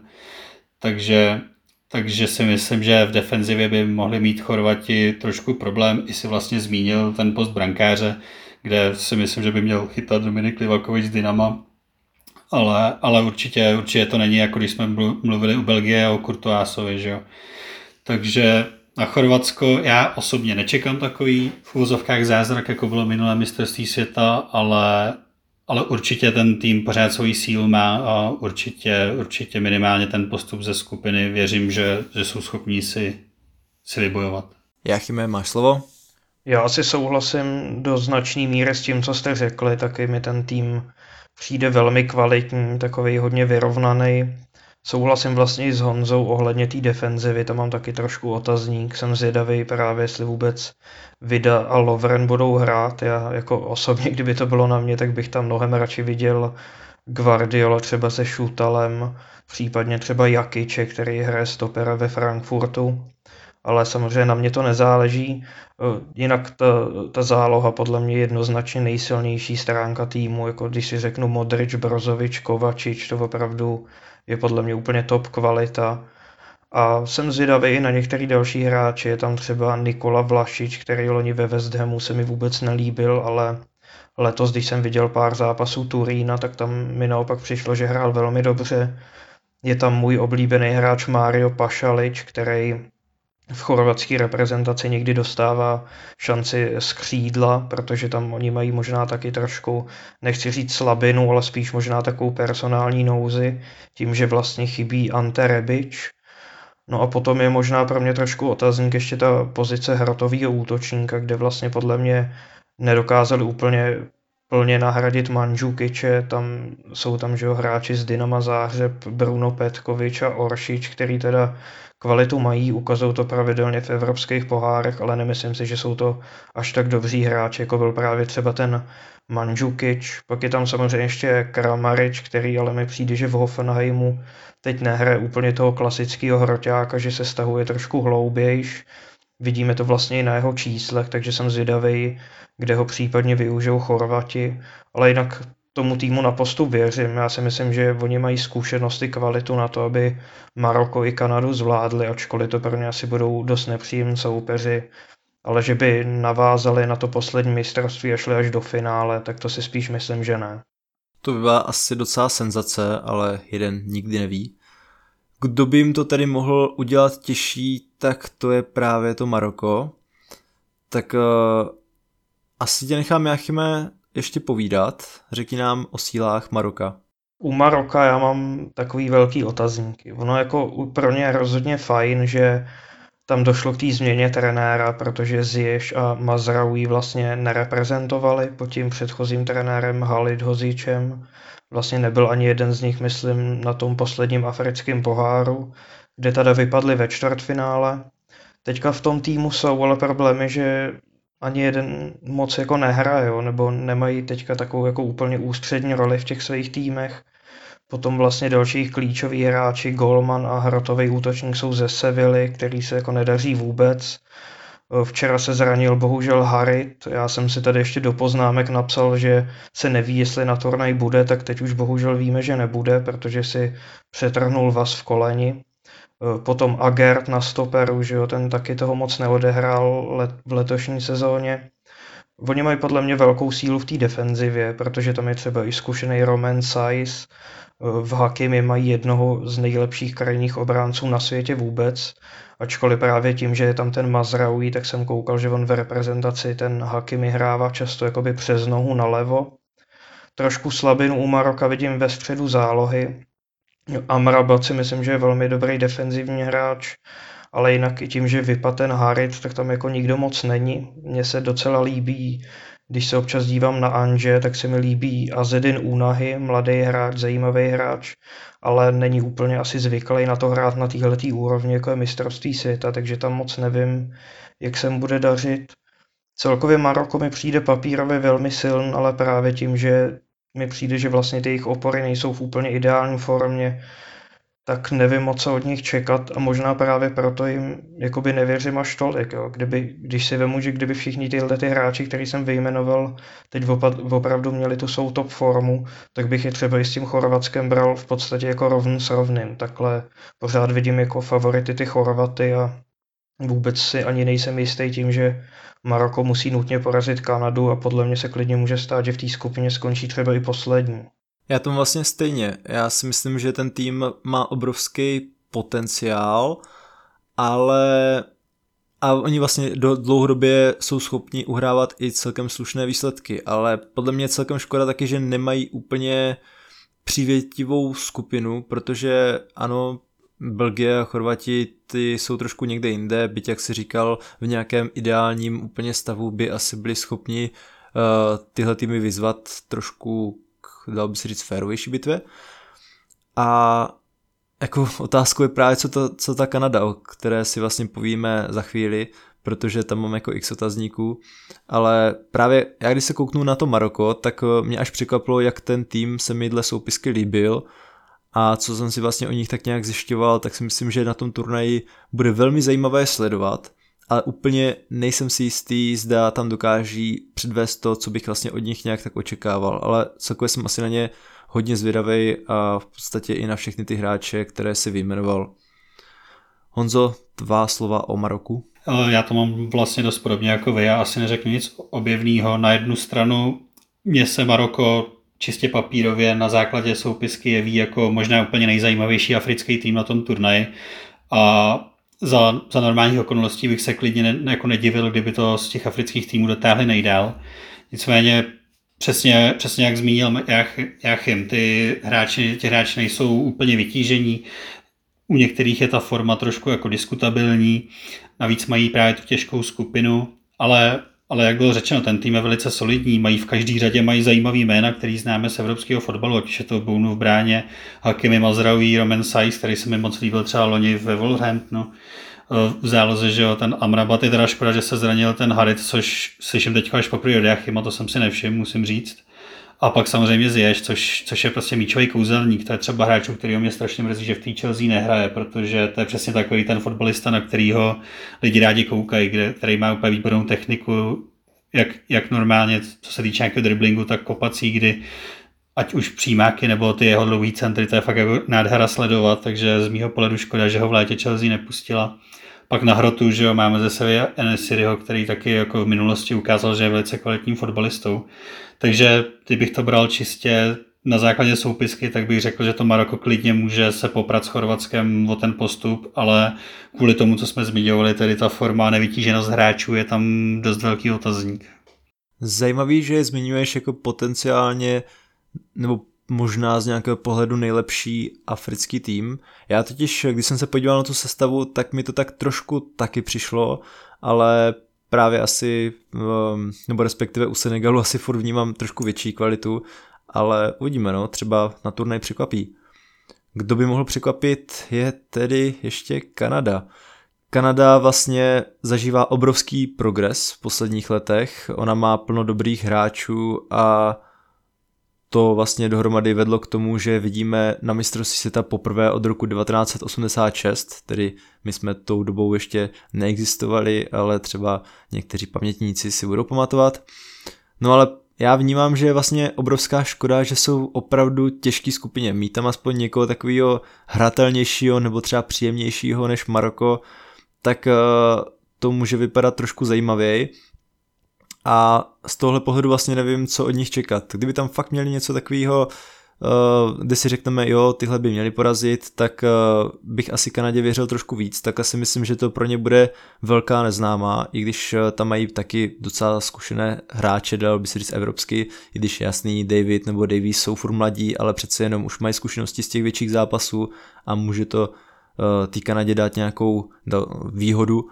Takže, takže si myslím, že v defenzivě by mohli mít Chorvati trošku problém. I si vlastně zmínil ten post brankáře, kde si myslím, že by měl chytat Dominik Livakovič z Dynama. Ale, ale určitě, určitě to není, jako když jsme mluvili u Belgie a o Courtoisovi, že jo. Takže na Chorvatsko já osobně nečekám takový v uvozovkách zázrak, jako bylo minulé mistrovství světa, ale, ale určitě ten tým pořád svou sílu má a určitě, určitě minimálně ten postup ze skupiny věřím, že, že jsou schopní si, si vybojovat. Jáchyme, máš slovo? Já asi souhlasím do značné míry s tím, co jste řekli, taky mi ten tým přijde velmi kvalitní, takový hodně vyrovnaný. Souhlasím vlastně i s Honzou ohledně té defenzivy, tam mám taky trošku otazník, jsem zvědavý právě, jestli vůbec Vida a Lovren budou hrát. Já jako osobně, kdyby to bylo na mě, tak bych tam mnohem radši viděl Guardiola třeba se Šutalem, případně třeba Jakiče, který hraje stopera ve Frankfurtu. Ale samozřejmě na mě to nezáleží. Jinak ta, ta záloha podle mě je jednoznačně nejsilnější stránka týmu, jako když si řeknu Modrič, Brozovič, Kovačič, to opravdu je podle mě úplně top kvalita. A jsem zvědavý i na některý další hráče, je tam třeba Nikola Vlašič, který loni ve West Hamu se mi vůbec nelíbil, ale letos, když jsem viděl pár zápasů Turína, tak tam mi naopak přišlo, že hrál velmi dobře. Je tam můj oblíbený hráč Mario Pašalič, který v chorvatské reprezentaci někdy dostává šanci z křídla, protože tam oni mají možná taky trošku, nechci říct slabinu, ale spíš možná takovou personální nouzi, tím, že vlastně chybí Ante Rebic. No a potom je možná pro mě trošku otazník ještě ta pozice hrotového útočníka, kde vlastně podle mě nedokázali úplně plně nahradit Mandžukiče, tam jsou tam že jo, hráči z Dynama Záhřeb, Bruno Petkovič a Oršič, který teda kvalitu mají, ukazují to pravidelně v evropských pohárech, ale nemyslím si, že jsou to až tak dobří hráči, jako byl právě třeba ten Mandžukič. Pak je tam samozřejmě ještě Kramarič, který ale mi přijde, že v Hoffenheimu teď nehraje úplně toho klasického hroťáka, že se stahuje trošku hloubějš. Vidíme to vlastně i na jeho číslech, takže jsem zvědavý, kde ho případně využijou Chorvati, ale jinak tomu týmu na postup věřím. Já si myslím, že oni mají zkušenosti, kvalitu na to, aby Maroko i Kanadu zvládli, ačkoliv to pro ně asi budou dost nepříjemní soupeři, ale že by navázali na to poslední mistrovství a šli až do finále, tak to si spíš myslím, že ne. To by byla asi docela senzace, ale jeden nikdy neví. Kdo by jim to tedy mohl udělat těžší, tak to je právě to Maroko. Tak uh, asi tě nechám, Jáchyme, ještě povídat. Řekni nám o sílách Maroka. U Maroka já mám takový velký otazníky. Ono jako pro ně je rozhodně fajn, že tam došlo k té změně trenéra, protože Ziyech a Mazraoui vlastně nereprezentovali pod tím předchozím trenérem Halid Hozičem. Vlastně nebyl ani jeden z nich, myslím, na tom posledním africkém poháru, kde teda vypadli ve čtvrtfinále. Teďka v tom týmu jsou ale problémy, že ani jeden moc jako nehraje, jo, nebo nemají teďka takovou jako úplně ústřední roli v těch svých týmech. Potom vlastně dalších klíčoví hráči, golman a hrotový útočník jsou ze Sevilly, který se jako nedaří vůbec. Včera se zranil bohužel Harit, já jsem si tady ještě do poznámek napsal, že se neví, jestli na turnaj bude, tak teď už bohužel víme, že nebude, protože si přetrhnul vaz v koleni. Potom Agert na stoperu, že jo, ten taky toho moc neodehrál let, v letošní sezóně. Oni mají podle mě velkou sílu v té defenzivě, protože tam je třeba i zkušený Romain Saiss. V Hakimi mají jednoho z nejlepších krajních obránců na světě vůbec, ačkoliv právě tím, že je tam ten Mazraoui, tak jsem koukal, že on v reprezentaci ten Hakimi hrává často jakoby přes nohu nalevo. Trošku slabinu u Maroka vidím ve středu zálohy. Amrabat si myslím, že je velmi dobrý defenzivní hráč ale jinak i tím, že vypadl ten Harit, tak tam jako nikdo moc není. Mně se docela líbí, když se občas dívám na Anže, tak se mi líbí Azedin Únahy, mladý hráč, zajímavý hráč, ale není úplně asi zvyklý na to hrát na téhletý úrovni, jako je mistrovství světa, takže tam moc nevím, jak se mu bude dařit. Celkově Maroko mi přijde papírově velmi silný, ale právě tím, že mi přijde, že vlastně ty jejich opory nejsou v úplně ideální formě, tak nevím moc, co od nich čekat a možná právě proto jim jakoby nevěřím až tolik. Jo. Kdyby, když si vemu, že kdyby všichni tyhle ty hráči, který jsem vyjmenoval, teď opad, opravdu měli tu svou top formu, tak bych je třeba i s tím Chorvatskem bral v podstatě jako rovný s rovným. Takhle pořád vidím jako favority ty Chorvaty a vůbec si ani nejsem jistý tím, že Maroko musí nutně porazit Kanadu a podle mě se klidně může stát, že v té skupině skončí třeba i poslední. Já tomu vlastně stejně. Já si myslím, že ten tým má obrovský potenciál, ale a oni vlastně do dlouhodobě jsou schopni uhrávat i celkem slušné výsledky, ale podle mě je celkem škoda taky, že nemají úplně přívětivou skupinu, protože ano, Belgie a Chorvati ty jsou trošku někde jinde, byť jak si říkal, v nějakém ideálním úplně stavu by asi byli schopni uh, tyhle týmy vyzvat trošku k, dalo by se říct, férovější bitvě. A jako otázkou je právě, co, to, co ta Kanada, o které si vlastně povíme za chvíli, protože tam mám jako x otazníků, ale právě já když se kouknu na to Maroko, tak mě až překvapilo, jak ten tým se mi dle soupisky líbil. A co jsem si vlastně o nich tak nějak zjišťoval, tak si myslím, že na tom turnaji bude velmi zajímavé sledovat, ale úplně nejsem si jistý, zda tam dokáží předvést to, co bych vlastně od nich nějak tak očekával, ale celkově jsem asi na ně hodně zvědavej a v podstatě i na všechny ty hráče, které si vyjmenoval. Honzo, tvá slova o Maroku? Já to mám vlastně dost podobně jako vy, já asi neřeknu nic objevného. Na jednu stranu mě se Maroko čistě papírově na základě soupisky jeví jako možná úplně nejzajímavější africký tým na tom turnaji a za, za normálních okolností bych se klidně ne, jako nedivil, kdyby to z těch afrických týmů dotáhli nejdál. Nicméně přesně, přesně jak zmínil Jachim, ty hráči, ty hráči nejsou úplně vytížení, u některých je ta forma trošku jako diskutabilní, navíc mají právě tu těžkou skupinu, ale Ale jak bylo řečeno, ten tým je velice solidní, mají v každé řadě mají zajímavý jména, který známe z evropského fotbalu, ať je to Bounu v bráně, Hakimi Mazraoui, Romain Saiss, který se mi moc líbil třeba loni ve Wolverhamptonu. V záloze, že jo, ten Amrabat, je teda škoda, že se zranil ten Harit, což slyším teďka až poprvé od Jachima, to jsem si nevšiml, musím říct. A pak samozřejmě Ziyech, což, což je prostě míčový kouzelník, to je třeba hráč, u kterého mě strašně mrzí, že v té Chelsea nehraje, protože to je přesně takový ten fotbalista, na kterýho lidi rádi koukají, kde, který má úplně výbornou techniku, jak, jak normálně, co se týče nějakého driblingu, tak kopací, kdy ať už přímáky nebo ty jeho dlouhý centry, to je fakt jako nádhera sledovat, takže z mýho pohledu škoda, že ho v létě Chelsea nepustila. Pak na hrotu, že jo, máme ze sebe Enesiriho, který taky jako v minulosti ukázal, že je velice kvalitním fotbalistou. Takže kdybych to bral čistě na základě soupisky, tak bych řekl, že to Maroko klidně může se poprat s Chorvatskem o ten postup, ale kvůli tomu, co jsme zmiňovali, tedy ta forma a nevytíženost hráčů, je tam dost velký otazník. Zajímavý, že je zmiňuješ jako potenciálně, nebo možná z nějakého pohledu nejlepší africký tým. Já totiž, když jsem se podíval na tu sestavu, tak mi to tak trošku taky přišlo, ale právě asi, nebo respektive u Senegalu asi furt vnímám trošku větší kvalitu, ale uvidíme, no, třeba na turnaj překvapí. Kdo by mohl překvapit, je tedy ještě Kanada. Kanada vlastně zažívá obrovský progres v posledních letech, ona má plno dobrých hráčů a to vlastně dohromady vedlo k tomu, že vidíme na mistrovství světa poprvé od roku devatenáct set osmdesát šest, tedy my jsme tou dobou ještě neexistovali, ale třeba někteří pamětníci si budou pamatovat. No ale já vnímám, že je vlastně obrovská škoda, že jsou opravdu těžké skupině. Mít tam aspoň někoho takového hratelnějšího nebo třeba příjemnějšího než Maroko, tak to může vypadat trošku zajímavěji. A z tohle pohledu vlastně nevím, co od nich čekat. Kdyby tam fakt měli něco takového, kde si řekneme, jo, tyhle by měli porazit, tak bych asi Kanadě věřil trošku víc, tak asi myslím, že to pro ně bude velká neznámá, i když tam mají taky docela zkušené hráče, dalo by se říct evropsky, i když jasný, David nebo Davies jsou furt mladí, ale přece jenom už mají zkušenosti z těch větších zápasů a může to té Kanadě dát nějakou výhodu.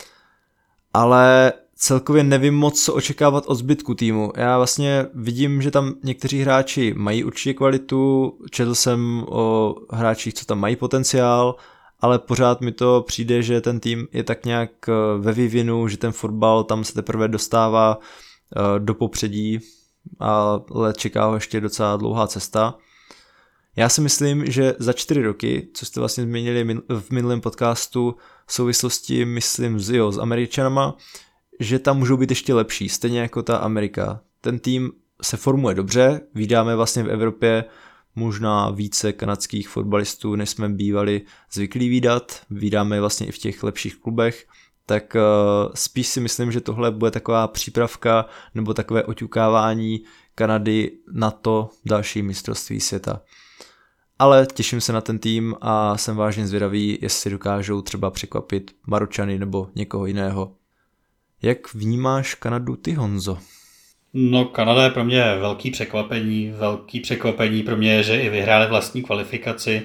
Ale celkově nevím moc, co očekávat od zbytku týmu. Já vlastně vidím, že tam někteří hráči mají určitě kvalitu, četl jsem o hráčích, co tam mají potenciál, ale pořád mi to přijde, že ten tým je tak nějak ve vývinu, že ten fotbal tam se teprve dostává do popředí, ale čeká ho ještě docela dlouhá cesta. Já si myslím, že za čtyři roky, co jste vlastně zmínili v minulém podcastu v souvislosti, myslím, s, jo, s Američanama, že tam můžou být ještě lepší, stejně jako ta Amerika. Ten tým se formuje dobře, vídáme vlastně v Evropě možná více kanadských fotbalistů, než jsme bývali zvyklí vídat, vídáme vlastně i v těch lepších klubech, tak uh, spíš si myslím, že tohle bude taková přípravka nebo takové oťukávání Kanady na to další mistrovství světa. Ale těším se na ten tým a jsem vážně zvědavý, jestli dokážou třeba překvapit Maročany nebo někoho jiného. Jak vnímáš Kanadu ty, Honzo? No, Kanada je pro mě velký překvapení. Velký překvapení pro mě je, že i vyhráli vlastní kvalifikaci.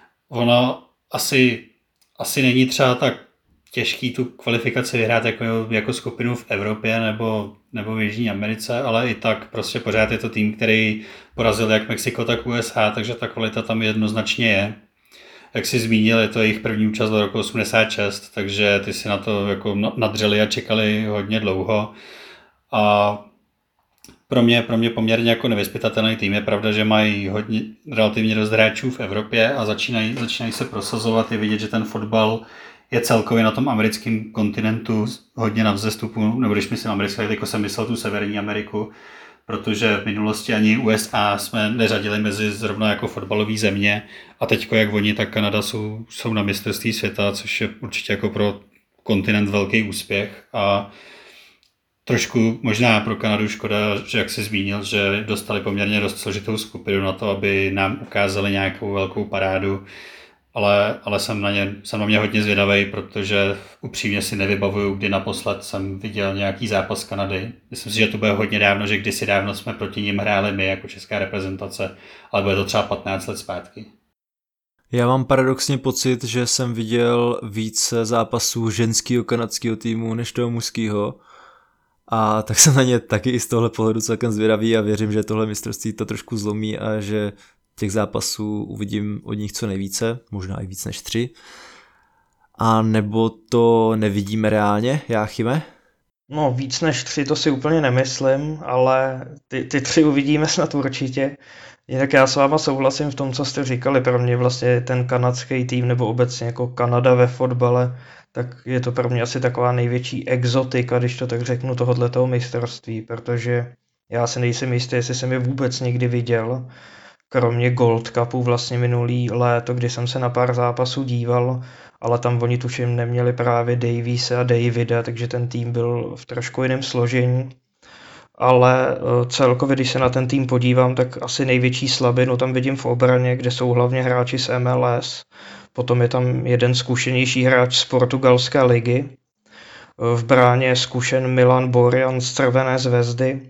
Ono asi, asi není třeba tak těžký tu kvalifikaci vyhrát jako, jako skupinu v Evropě nebo, nebo v Jižní Americe, ale i tak prostě pořád je to tým, který porazil jak Mexiko, tak U S A, takže ta kvalita tam jednoznačně je. Jak jsi zmínil, je to jejich první účast do roku osmdesát šest, takže ty si na to jako nadřeli a čekali hodně dlouho. A pro mě, pro mě poměrně jako nevyzpytatelný tým. Je pravda, že mají hodně, relativně dost hráčů v Evropě a začínají, začínají se prosazovat. Je vidět, že ten fotbal je celkově na tom americkém kontinentu hodně na vzestupu, nebo když myslím americké, tak jako jsem myslel tu Severní Ameriku, protože v minulosti ani U S A jsme neřadili mezi zrovna jako fotbalové země a teďko jak oni, tak Kanada jsou, jsou na mistrovství světa, což je určitě jako pro kontinent velký úspěch a trošku možná pro Kanadu škoda, že jak jsi zmínil, že dostali poměrně dost složitou skupinu na to, aby nám ukázali nějakou velkou parádu, ale, ale jsem, na ně, jsem na mě hodně zvědavý, protože upřímně si nevybavuju, kdy naposled jsem viděl nějaký zápas Kanady. Myslím si, že to bude hodně dávno, že kdysi dávno jsme proti nim hráli my jako česká reprezentace, ale bude to třeba patnáct let zpátky. Já mám paradoxně pocit, že jsem viděl více zápasů ženského kanadského týmu než toho mužského. A tak jsem na ně taky i z tohle pohledu celkem zvědavý a věřím, že tohle mistrovství to trošku zlomí a že těch zápasů uvidím od nich co nejvíce, možná i víc než tři. A nebo to nevidíme reálně, Jáchyme? No víc než tři to si úplně nemyslím, ale ty, ty tři uvidíme snad určitě. Jinak já s váma souhlasím v tom, co jste říkali. Pro mě vlastně ten kanadský tým nebo obecně jako Kanada ve fotbale, tak je to pro mě asi taková největší exotika, když to tak řeknu, tohoto mistrovství, protože já si nejsem jistý, jestli jsem je vůbec někdy viděl, kromě Gold Cupu vlastně minulý léto, kdy jsem se na pár zápasů díval, ale tam oni tuším neměli právě Daviese a Davida, takže ten tým byl v trošku jiném složení. Ale celkově, když se na ten tým podívám, tak asi největší slabinu tam vidím v obraně, kde jsou hlavně hráči z M L S. Potom je tam jeden zkušenější hráč z portugalské ligy. V bráně je zkušen Milan Borjan z Červené Zvezdy.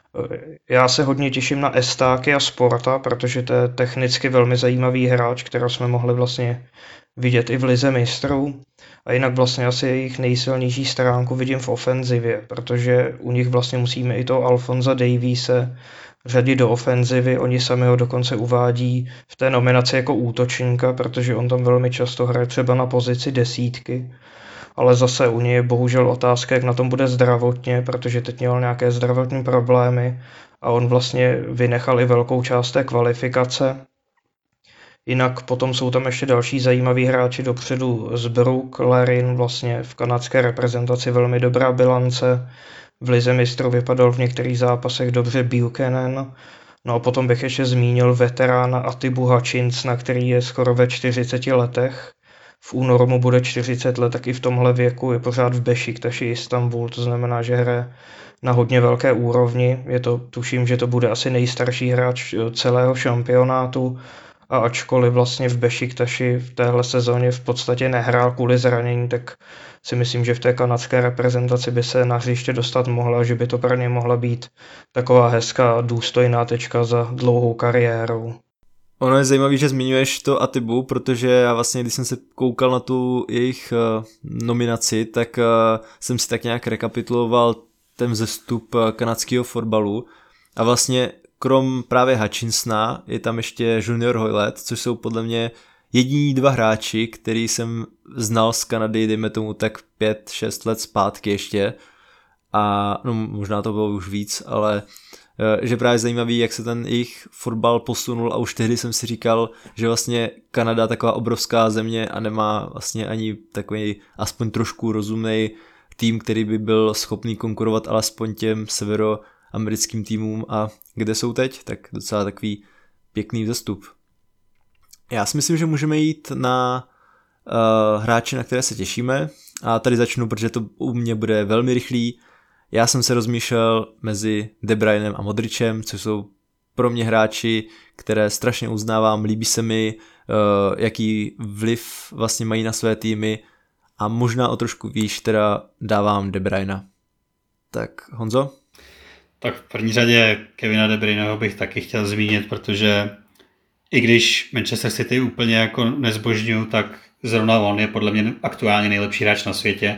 Já se hodně těším na Estáky a Sporta, protože to je technicky velmi zajímavý hráč, kterého jsme mohli vlastně vidět i v Lize mistrů. A jinak vlastně asi jejich nejsilnější stránku vidím v ofenzivě, protože u nich vlastně musíme i toho Alfonsa Daviese řadit do ofenzivy. Oni sami ho dokonce uvádí v té nominaci jako útočníka, protože on tam velmi často hraje třeba na pozici desítky. Ale zase u něj je bohužel otázka, jak na tom bude zdravotně, protože teď měl nějaké zdravotní problémy a on vlastně vynechal i velkou část té kvalifikace. Jinak potom jsou tam ještě další zajímaví hráči dopředu z Brook, Larin, vlastně v kanadské reprezentaci velmi dobrá bilance. V Lize mistrů vypadal v některých zápasech dobře Buchanan. No a potom bych ještě zmínil veterána Atibu Hutchinsona, který je skoro ve čtyřiceti letech. V únoru mu bude čtyřicet let, tak i v tomhle věku je pořád v Bešiktaši Istanbul, to znamená, že hraje na hodně velké úrovni. Je to, tuším, že to bude asi nejstarší hráč celého šampionátu. A ačkoliv vlastně v Bešiktaši v téhle sezóně v podstatě nehrál kvůli zranění, tak si myslím, že v té kanadské reprezentaci by se na hřiště dostat mohla, že by to pro ně mohla být taková hezká důstojná tečka za dlouhou kariérou. Ono je zajímavé, že zmiňuješ to Atibu, protože já vlastně, když jsem se koukal na tu jejich uh, nominaci, tak uh, jsem si tak nějak rekapituloval ten vzestup uh, kanadského fotbalu a vlastně krom právě Hutchinsona je tam ještě Junior Hoilett, což jsou podle mě jediní dva hráči, který jsem znal z Kanady, dejme tomu tak pět šest let zpátky ještě a no možná to bylo už víc, ale že právě zajímavý, jak se ten jejich fotbal posunul a už tehdy jsem si říkal, že vlastně Kanada taková obrovská země a nemá vlastně ani takový aspoň trošku rozumný tým, který by byl schopný konkurovat alespoň těm severoamerickým týmům a kde jsou teď, tak docela takový pěkný vzestup. Já si myslím, že můžeme jít na uh, hráče, na které se těšíme a tady začnu, protože to u mě bude velmi rychlý. Já jsem se rozmýšlel mezi De Bruynem a Modricem, což jsou pro mě hráči, které strašně uznávám, líbí se mi, uh, jaký vliv vlastně mají na své týmy a možná o trošku výš teda dávám De Bruyna. Tak Honzo? Tak v první řadě Kevina De Bruyneho bych taky chtěl zmínit, protože i když Manchester City úplně jako nezbožňuju, tak zrovna on je podle mě aktuálně nejlepší hráč na světě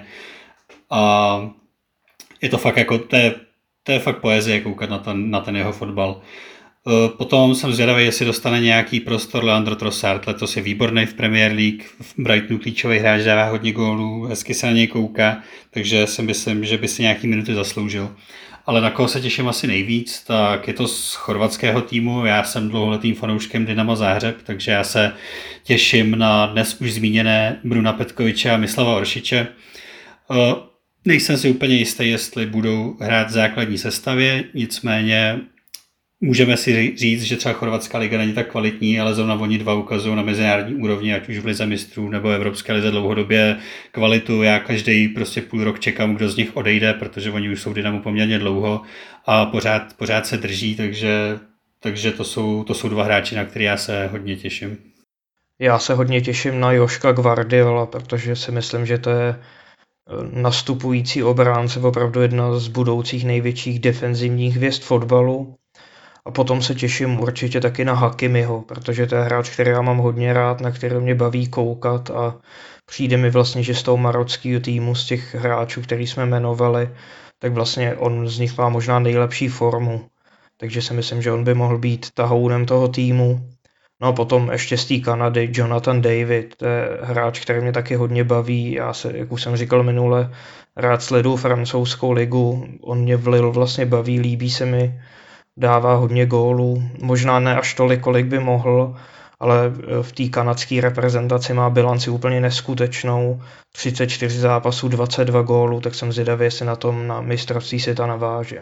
a je to fakt jako, to je, to je fakt poezie koukat na ten, na ten jeho fotbal. Potom jsem zvědavý, jestli dostane nějaký prostor Leandro Trossard. Letos je výborný v Premier League, v Brightonu klíčový hráč, dává hodně gólů, hezky se na něj kouká, takže si myslím, že by si nějaký minuty zasloužil. Ale na koho se těším asi nejvíc, tak je to z chorvatského týmu. Já jsem dlouholetým fanouškem Dynama Záhřeb, takže já se těším na dnes už zmíněné Bruna Petkoviče a Mislava Oršiče. Nejsem si úplně jistý, jestli budou hrát v základní sestavě, nicméně můžeme si říct, že třeba chorvatská liga není tak kvalitní, ale zrovna oni dva ukazují na mezinárodní úrovni, ať už v lize mistrů nebo Evropské lize dlouhodobě kvalitu. Já každý prostě půl rok čekám, kdo z nich odejde, protože oni už jsou v Dynamu poměrně dlouho a pořád, pořád se drží, takže, takže to, jsou, to jsou dva hráči, na který já se hodně těším. Já se hodně těším na Joška Gvardiola, protože si myslím, že to je nastupující obránce, opravdu jedna z budoucích největších defenzivních hvězd fotbalu. A potom se těším určitě taky na Hakimiho, protože to je hráč, který já mám hodně rád, na který mě baví koukat a přijde mi vlastně, že z toho marockého týmu, z těch hráčů, který jsme jmenovali, tak vlastně on z nich má možná nejlepší formu. Takže si myslím, že on by mohl být tahounem toho týmu. No a potom ještě z té Kanady Jonathan David, to je hráč, který mě taky hodně baví. Já se, jak už jsem říkal minule, rád sleduju francouzskou ligu. On mě vlil vlastně baví, líbí se mi, dává hodně gólů. Možná ne až tolik, kolik by mohl, ale v té kanadské reprezentaci má bilanci úplně neskutečnou. třicet čtyři zápasů, dvacet dva gólů, tak jsem zvědavý, jestli na tom na mistrovství světa naváže.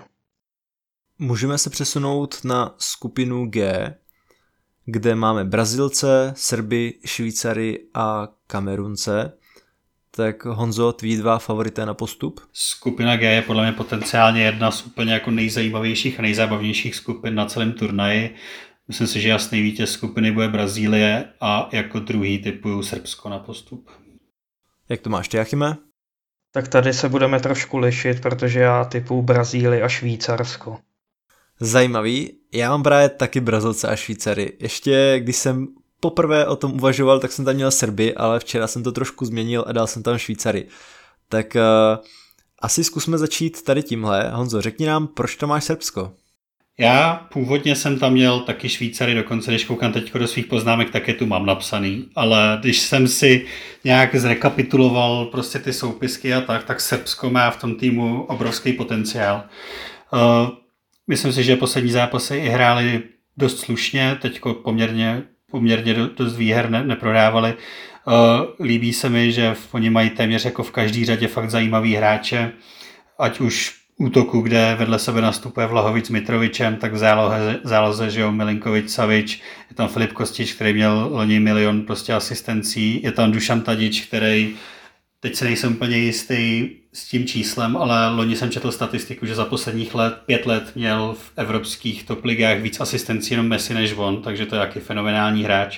Můžeme se přesunout na skupinu G, kde máme Brazilce, Srby, Švýcary a Kamerunce. Tak Honzo, tvý dva favorité na postup? Skupina G je podle mě potenciálně jedna z úplně jako nejzajímavějších a nejzábavnějších skupin na celém turnaji. Myslím si, že jasný vítěz skupiny bude Brazílie a jako druhý typuju Srbsko na postup. Jak to máš ty, Jachime? Tak tady se budeme trošku lišit, protože já typuju Brazílii a Švýcarsko. Zajímavý. Já mám právě taky Brazilce a Švýcary. Ještě když jsem poprvé o tom uvažoval, tak jsem tam měl Srby, ale včera jsem to trošku změnil a dal jsem tam Švýcary. Tak uh, asi zkusme začít tady tímhle. Honzo, řekni nám, proč tam máš Srbsko? Já původně jsem tam měl taky Švýcary, dokonce když koukám teď do svých poznámek, tak je tu mám napsaný, ale když jsem si nějak zrekapituloval prostě ty soupisky a tak, tak Srbsko má v tom týmu obrovský potenciál. Uh, myslím si, že poslední zápasy i hráli dost slušně, teďko poměrně poměrně dost výher ne, neprohrávali. Uh, líbí se mi, že oni mají téměř jako v každý řadě fakt zajímavý hráče, ať už útoku, kde vedle sebe nastupuje Vlahovič s Mitrovičem, tak v záloze, záloze že jo, Milinkovič, Savič, je tam Filip Kostič, který měl loni milion prostě asistencí, je tam Dušan Tadič, který teď se nejsem úplně jistý s tím číslem, ale loni jsem četl statistiku, že za posledních let, pět let měl v evropských top ligách víc asistencí jenom Messi než on, takže to je taky fenomenální hráč.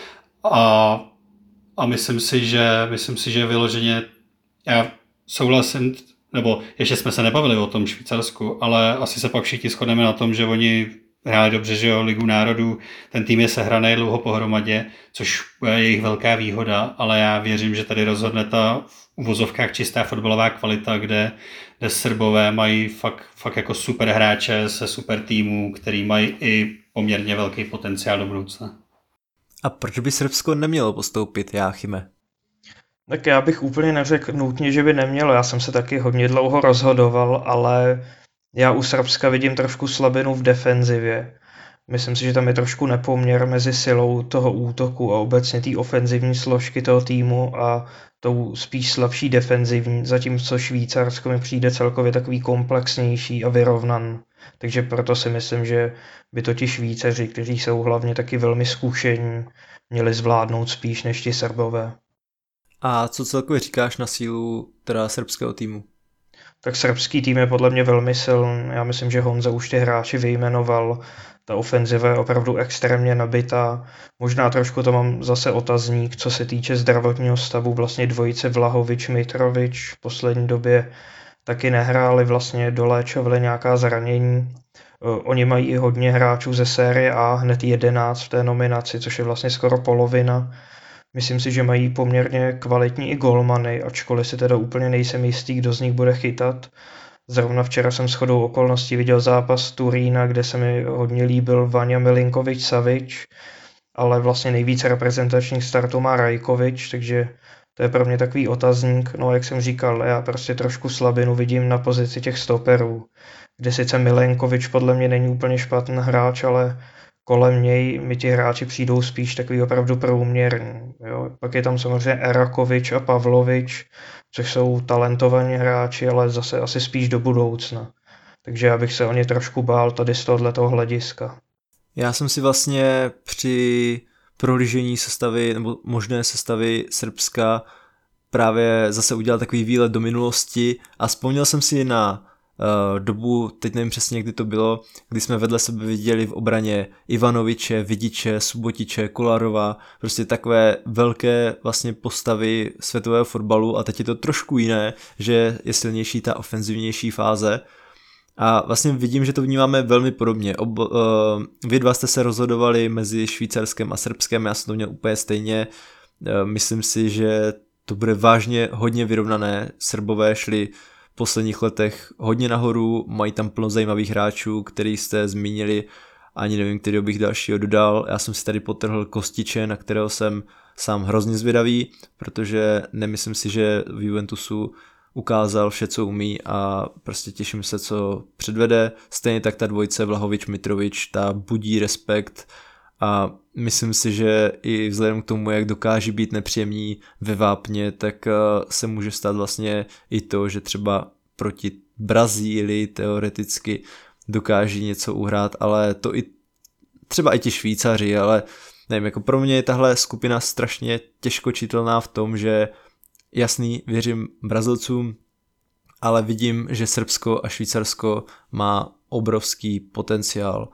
A, a myslím si, že myslím si, že vyloženě já souhlasím, nebo ještě jsme se nebavili o tom Švýcarsku, ale asi se pak všichni shodneme na tom, že oni hráli dobře, že jo, Ligu národů, ten tým je sehraný dlouho pohromadě, což je jejich velká výhoda, ale já věřím, že tady rozhodne ta v uvozovkách čistá fotbalová kvalita, kde, kde Srbové mají fakt, fakt jako super hráče se super týmů, který mají i poměrně velký potenciál do budoucna. A proč by Srbsko nemělo postoupit, Jáchyme? Tak já bych úplně neřekl nutně, že by nemělo. Já jsem se taky hodně dlouho rozhodoval, ale já u Srbska vidím trošku slabinu v defenzivě. Myslím si, že tam je trošku nepoměr mezi silou toho útoku a obecně té ofenzivní složky toho týmu a tou spíš slabší defenzivní, zatímco Švýcarsko mi přijde celkově takový komplexnější a vyrovnaný. Takže proto si myslím, že by to ti Švýcaři, kteří jsou hlavně taky velmi zkušení, měli zvládnout spíš než ti Srbové. A co celkově říkáš na sílu teda srbského týmu? Tak srbský tým je podle mě velmi silný. Já myslím, že Honza už ty hráči vyjmenoval. Ta ofenziva je opravdu extrémně nabitá. Možná trošku to mám zase otazník, co se týče zdravotního stavu. Vlastně dvojice Vlahovič-Mitrovič v poslední době taky nehráli, vlastně doléčovali nějaká zranění. Oni mají i hodně hráčů ze série A, hned jedenáct v té nominaci, což je vlastně skoro polovina. Myslím si, že mají poměrně kvalitní i golmany, ačkoliv si teda úplně nejsem jistý, kdo z nich bude chytat. Zrovna včera jsem shodou okolností viděl zápas Turína, kde se mi hodně líbil Vanja Milinkovič-Savič, ale vlastně nejvíce reprezentačních startů má Rajkovič, takže to je pro mě takový otazník. No jak jsem říkal, já prostě trošku slabinu vidím na pozici těch stoperů, kde sice Milenkovič podle mě není úplně špatný hráč, ale kolem něj mi ti hráči přijdou spíš takový opravdu průměrní. Jo. Pak je tam samozřejmě Erakovič a Pavlovič, což jsou talentovaní hráči, ale zase asi spíš do budoucna. Takže já bych se o ně trošku bál tady z tohoto hlediska. Já jsem si vlastně při prohlížení sestavy nebo možné sestavy Srbska právě zase udělal takový výlet do minulosti a vzpomněl jsem si na Uh, dobu, teď nevím přesně, kdy to bylo, kdy jsme vedle sebe viděli v obraně Ivanoviče, Vidiče, Subotiče, Kolarova, prostě takové velké vlastně postavy světového fotbalu a teď je to trošku jiné, že je silnější ta ofenzivnější fáze a vlastně vidím, že to vnímáme velmi podobně. Ob, uh, vy dva jste se rozhodovali mezi Švýcarskem a Srbskem, já jsem to měl úplně stejně, uh, myslím si, že to bude vážně hodně vyrovnané, Srbové šli v posledních letech hodně nahoru, mají tam plno zajímavých hráčů, který jste zmínili, ani nevím, kterého bych dalšího dodal. Já jsem si tady potrhl Kostiče, na kterého jsem sám hrozně zvědavý, protože nemyslím si, že v Juventusu ukázal vše, co umí a prostě těším se, co předvede. Stejně tak ta dvojice Vlahovič-Mitrovič, ta budí respekt a myslím si, že i vzhledem k tomu, jak dokáží být nepříjemní ve vápně, tak se může stát vlastně i to, že třeba proti Brazílii teoreticky dokáží něco uhrát, ale to i třeba i ti Švýcaři, ale nevím, jako pro mě je tahle skupina strašně těžko čitelná v tom, že jasný, věřím Brazilcům, ale vidím, že Srbsko a Švýcarsko má obrovský potenciál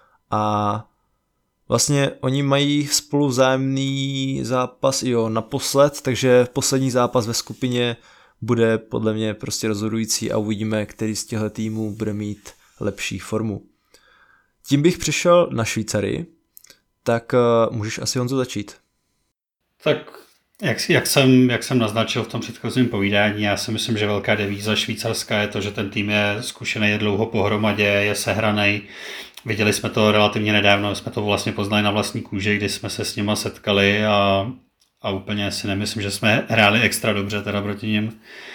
a vlastně oni mají spolu vzájemný zápas jo, naposled, takže poslední zápas ve skupině bude podle mě prostě rozhodující a uvidíme, který z těchto týmů bude mít lepší formu. Tím bych přišel na Švýcary, tak uh, můžeš asi, Honzo, začít. Tak jak, jak, jsem, jak jsem naznačil v tom předchozím povídání, já si myslím, že velká devíza Švýcarska je to, že ten tým je zkušený, je dlouho pohromadě, je sehraný. Viděli jsme to relativně nedávno, jsme to vlastně poznali na vlastní kůži, kdy jsme se s nima setkali a, a úplně si nemyslím, že jsme hráli extra dobře teda proti nim.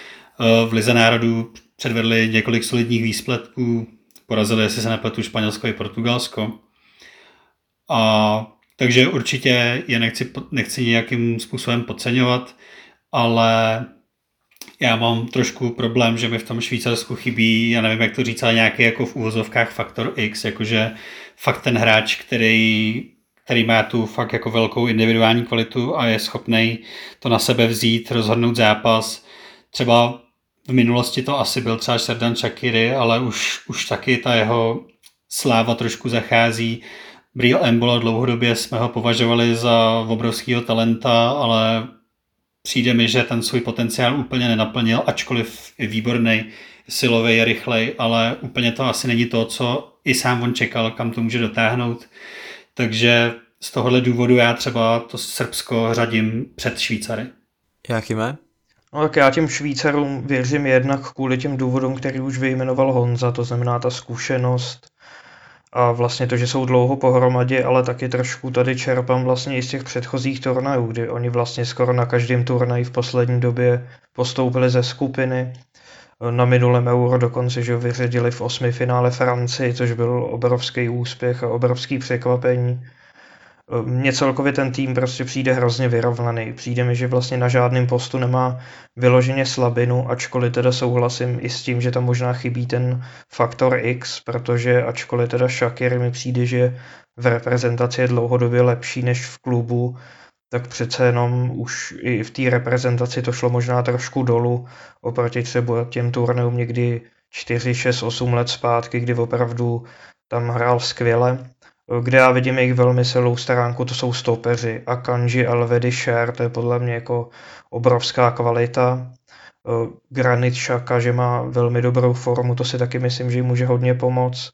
V Lize národů předvedli několik solidních výsledků, porazili, jestli se nepletu, Španělsko i Portugalsko. A, takže určitě je nechci, nechci nějakým způsobem podceňovat, ale já mám trošku problém, že mi v tom Švýcarsku chybí, já nevím, jak to říct, ale nějaký jako v úvozovkách faktor X, jakože fakt ten hráč, který, který má tu fakt jako velkou individuální kvalitu a je schopný to na sebe vzít, rozhodnout zápas. Třeba v minulosti to asi byl třeba Xherdan Shaqiri, ale už, už taky ta jeho sláva trošku zachází. Breel Embolo dlouhodobě jsme ho považovali za obrovského talenta, ale přijde mi, že ten svůj potenciál úplně nenaplnil, ačkoliv je výborný, silový, je rychlej, ale úplně to asi není to, co i sám on čekal, kam to může dotáhnout. Takže z tohohle důvodu já třeba to Srbsko řadím před Švýcary. Jáchyme? No tak já těm Švýcarům věřím jednak kvůli těm důvodům, který už vyjmenoval Honza, to znamená ta zkušenost a vlastně to, že jsou dlouho pohromadě, ale taky trošku tady čerpám vlastně i z těch předchozích turnajů, kdy oni vlastně skoro na každém turnaji v poslední době postoupili ze skupiny. Na minulém Euro dokonce, že vyřadili v osmi finále Francii, což byl obrovský úspěch a obrovský překvapení. Mně celkově ten tým prostě přijde hrozně vyrovnaný. Přijde mi, že vlastně na žádném postu nemá vyloženě slabinu, ačkoliv teda souhlasím i s tím, že tam možná chybí ten faktor X, protože ačkoliv teda Shaqiri mi přijde, že v reprezentaci je dlouhodobě lepší než v klubu, tak přece jenom už i v té reprezentaci to šlo možná trošku dolů oproti třeba těm turnajům někdy čtyři, šest, osm let zpátky, kdy opravdu tam hrál skvěle. Kde já vidím jejich velmi silnou stránku, to jsou stopeři. Akanji, Elvedi, Šer, to je podle mě jako obrovská kvalita. Granit Xhaka, že má velmi dobrou formu, to si taky myslím, že jim může hodně pomoct.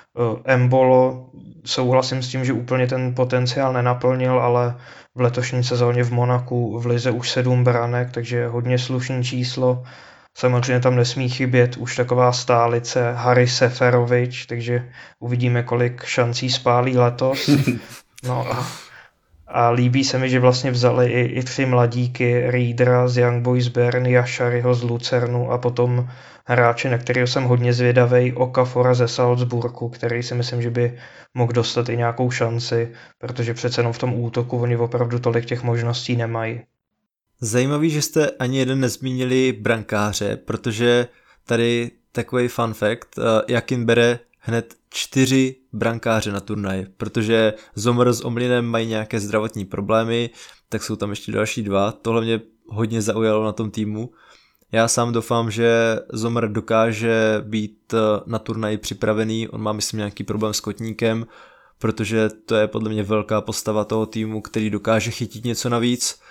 Embolo, souhlasím s tím, že úplně ten potenciál nenaplnil, ale v letošní sezóně v Monaku v lize už sedm branek, takže hodně slušný číslo. Samozřejmě tam nesmí chybět už taková stálice Haris Seferovič, takže uvidíme, kolik šancí spálí letos. No a, a líbí se mi, že vlastně vzali i, i tři mladíky, Riedera z Young Boys Bern, Yashariho z Lucernu a potom hráče, na kterého jsem hodně zvědavej, Okafora ze Salzburgu, který si myslím, že by mohl dostat i nějakou šanci, protože přece jenom v tom útoku oni opravdu tolik těch možností nemají. Zajímavý, že jste ani jeden nezmínili brankáře, protože tady takový fun fact, Jakin bere hned čtyři brankáře na turnaj, protože Zomr s Omlinem mají nějaké zdravotní problémy, tak jsou tam ještě další dva. Tohle mě hodně zaujalo na tom týmu. Já sám doufám, že Zomr dokáže být na turnaj připravený, on má myslím nějaký problém s kotníkem, protože to je podle mě velká postava toho týmu, který dokáže chytit něco navíc.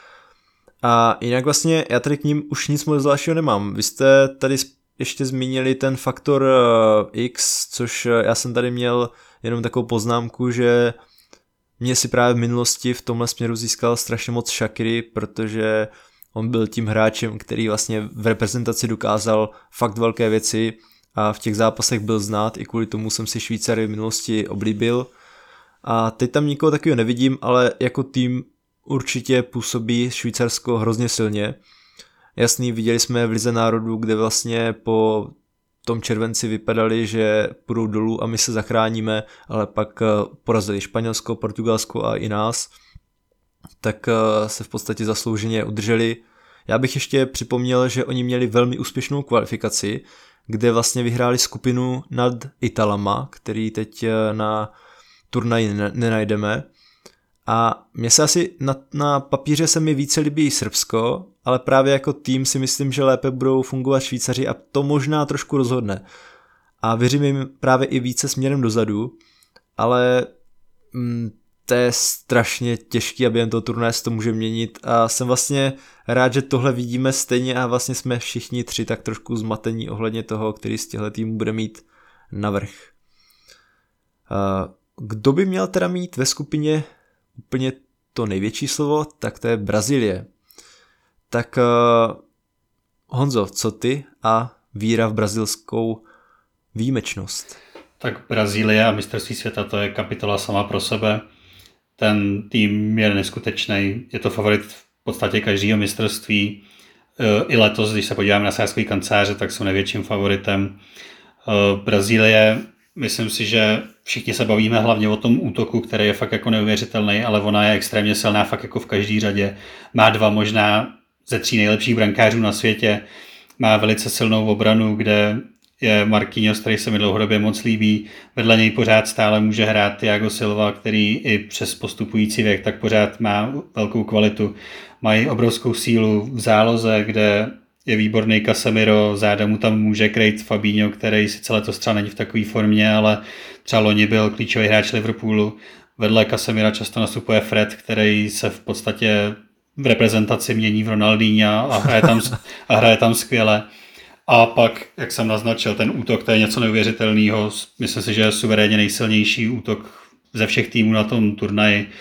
A jinak vlastně já tady k ním už nic moc zvláštního nemám. Vy jste tady ještě zmínili ten faktor X, což já jsem tady měl jenom takovou poznámku, že mě si právě v minulosti v tomhle směru získal strašně moc Shaqiri, protože on byl tím hráčem, který vlastně v reprezentaci dokázal fakt velké věci a v těch zápasech byl znát, i kvůli tomu jsem si Švýcary v minulosti oblíbil. A teď tam nikoho takového nevidím, ale jako tým určitě působí Švýcarsko hrozně silně. Jasný, viděli jsme v Lize národů, kde vlastně po tom červenci vypadali, že půjdou dolů a my se zachráníme, ale pak porazili Španělsko, Portugalsko a i nás. Tak se v podstatě zaslouženě udrželi. Já bych ještě připomněl, že oni měli velmi úspěšnou kvalifikaci, kde vlastně vyhráli skupinu nad Italama, který teď na turnaji nenajdeme. A mně se asi na, na papíře se mi více líbí Srbsko, ale právě jako tým si myslím, že lépe budou fungovat Švýcaři a to možná trošku rozhodne. A věřím jim právě i více směrem dozadu, ale mm, to je strašně těžký a během toho turnaje se to může měnit a jsem vlastně rád, že tohle vidíme stejně a vlastně jsme všichni tři tak trošku zmatení ohledně toho, který z těchto týmů bude mít navrch. Kdo by měl teda mít ve skupině úplně to největší slovo, tak to je Brazílie. Tak uh, Honzo, co ty a víra v brazilskou výjimečnost? Tak Brazílie a mistrovství světa, to je kapitola sama pro sebe. Ten tým je neskutečný, je to favorit v podstatě každého mistrovství. I letos, když se podíváme na sázkový kanceláře, tak jsou největším favoritem. Brazílie, myslím si, že všichni se bavíme hlavně o tom útoku, který je fakt jako neuvěřitelný, ale ona je extrémně silná fakt jako v každé řadě. Má dva možná ze tří nejlepších brankářů na světě, má velice silnou obranu, kde je Marquinhos, který se mi dlouhodobě moc líbí. Vedle něj pořád stále může hrát Thiago Silva, který i přes postupující věk tak pořád má velkou kvalitu. Mají obrovskou sílu v záloze, kde je výborný Casemiro, záda mu tam může krejt Fabinho, který sice letos třeba není v takové formě, ale třeba loni byl klíčový hráč Liverpoolu. Vedle Casemira často nastupuje Fred, který se v podstatě v reprezentaci mění v Ronaldinha a hraje tam, a hraje tam skvěle. A pak, jak jsem naznačil, ten útok, to je něco neuvěřitelného. Myslím si, že je suverénně nejsilnější útok ze všech týmů na tom turnaji.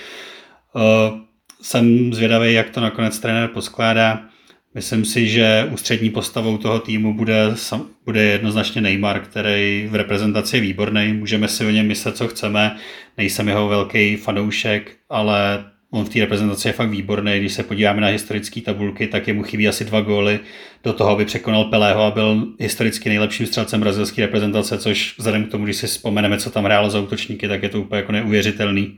Jsem zvědavý, jak to nakonec trenér poskládá. Myslím si, že ústřední postavou toho týmu bude, bude jednoznačně Neymar, který v reprezentaci je výborný. Můžeme si o něm myslet, co chceme. Nejsem jeho velký fanoušek, ale on v té reprezentaci je fakt výborný. Když se podíváme na historické tabulky, tak jemu chybí asi dva góly do toho, aby překonal Pelého a byl historicky nejlepším střelcem brazilské reprezentace, což vzhledem k tomu, když si vzpomeneme, co tam hrálo za útočníky, tak je to úplně jako neuvěřitelný.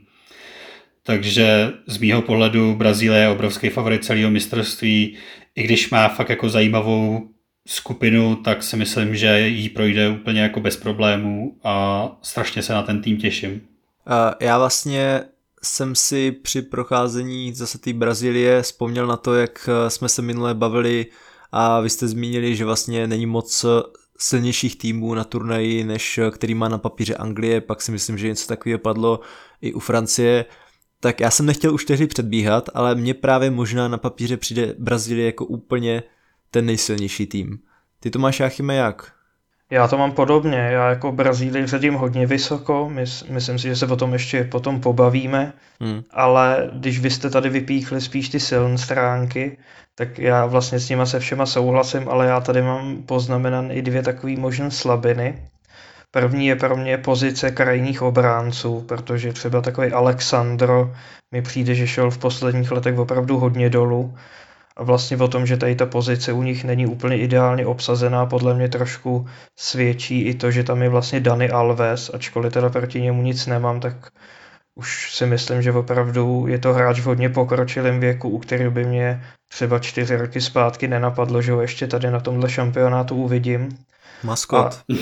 Takže z mýho pohledu Brazílie je obrovský favorit celého mistrovství. I když má fakt jako zajímavou skupinu, tak si myslím, že jí projde úplně jako bez problémů a strašně se na ten tým těším. Já vlastně jsem si při procházení zase té Brazílie vzpomněl na to, jak jsme se minule bavili a vy jste zmínili, že vlastně není moc silnějších týmů na turnaji, než který má na papíře Anglie, pak si myslím, že něco takového padlo i u Francie. Tak já jsem nechtěl už tehdy předbíhat, ale mně právě možná na papíře přijde Brazílie jako úplně ten nejsilnější tým. Ty to máš, Jáchyme, jak? Já to mám podobně, já jako Brazílii řadím hodně vysoko, Mys, myslím si, že se o tom ještě potom pobavíme, hmm. ale když vy jste tady vypíchli spíš ty silné stránky, tak já vlastně s nima se všema souhlasím, ale já tady mám poznamenané i dvě takové možné slabiny. První je pro mě pozice krajních obránců, protože třeba takový Alexandro mi přijde, že šel v posledních letech opravdu hodně dolů. A vlastně o tom, že tady ta pozice u nich není úplně ideálně obsazená, podle mě trošku svědčí i to, že tam je vlastně Dani Alves, ačkoliv teda proti němu nic nemám, tak už si myslím, že opravdu je to hráč v hodně pokročilém věku, u kterého by mě třeba čtyři roky zpátky nenapadlo, že ho ještě tady na tomhle šampionátu uvidím. Maskot. A,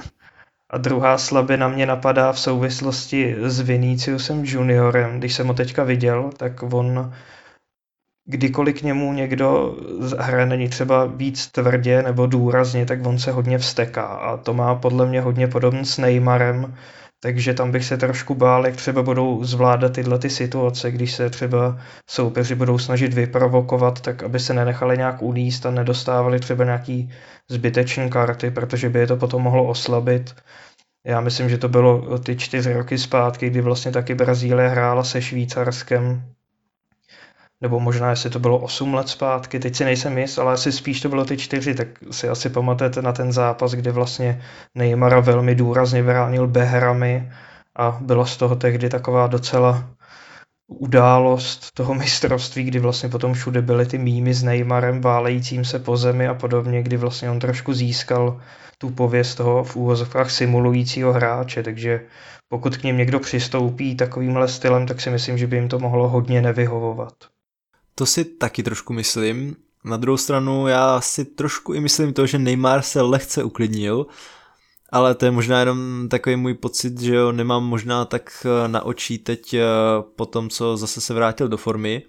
a druhá slabina mě napadá v souvislosti s Viniciusem juniorem. Když jsem ho teďka viděl, tak on kdykoliv k němu někdo hraje není třeba víc tvrdě nebo důrazně, tak on se hodně vzteká a to má podle mě hodně podobně s Neymarem, takže tam bych se trošku bál, jak třeba budou zvládat tyhle ty situace, když se třeba soupeři budou snažit vyprovokovat, tak aby se nenechali nějak uníst a nedostávali třeba nějaký zbytečné karty, protože by je to potom mohlo oslabit. Já myslím, že to bylo ty čtyři roky zpátky, kdy vlastně taky Brazílie hrála se Švýcarskem, nebo možná, jestli to bylo osm let zpátky, teď si nejsem jist, ale asi spíš to bylo ty čtyři, tak si asi pamatujete na ten zápas, kdy vlastně Neymara velmi důrazně vránil Behrami a byla z toho tehdy taková docela událost toho mistrovství, kdy vlastně potom všude byly ty mýmy s Neymarem válejícím se po zemi a podobně, kdy vlastně on trošku získal tu pověst toho v úvozovkách simulujícího hráče, takže pokud k ním někdo přistoupí takovýmhle stylem, tak si myslím, že by jim to mohlo hodně nevyhovovat. To si taky trošku myslím. Na druhou stranu já si trošku i myslím to, že Neymar se lehce uklidnil, ale to je možná jenom takový můj pocit, že ho nemám možná tak na očí teď po tom, co zase se vrátil do formy.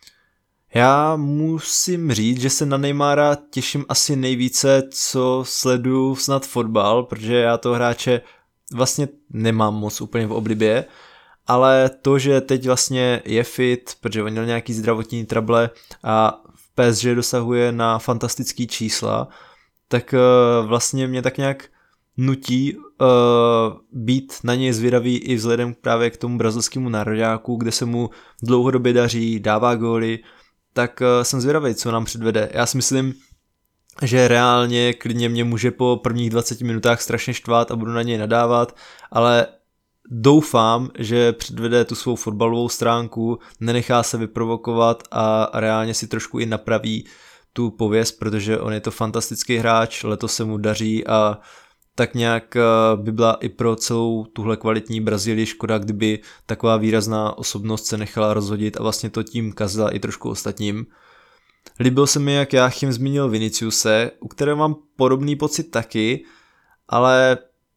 Já musím říct, že se na Neymara těším asi nejvíce, co sleduju snad fotbal, protože já toho hráče vlastně nemám moc úplně v oblibě, ale to, že teď vlastně je fit, protože on měl nějaký zdravotní trable a v P S G dosahuje na fantastický čísla, tak vlastně mě tak nějak nutí uh, být na něj zvědavý i vzhledem právě k tomu brazilskému nároďáku, kde se mu dlouhodobě daří, dává góly, tak uh, jsem zvědavý, co nám předvede. Já si myslím, že reálně klidně mě může po prvních dvaceti minutách strašně štvát a budu na něj nadávat, ale doufám, že předvede tu svou fotbalovou stránku, nenechá se vyprovokovat a reálně si trošku i napraví tu pověst, protože on je to fantastický hráč, letos se mu daří a tak nějak by byla i pro celou tuhle kvalitní Brazílii škoda, kdyby taková výrazná osobnost se nechala rozhodit a vlastně to tím kazila i trošku ostatním. Líbil se mi, jak Jáchym zmínil Viniciuse, u kterého mám podobný pocit taky, ale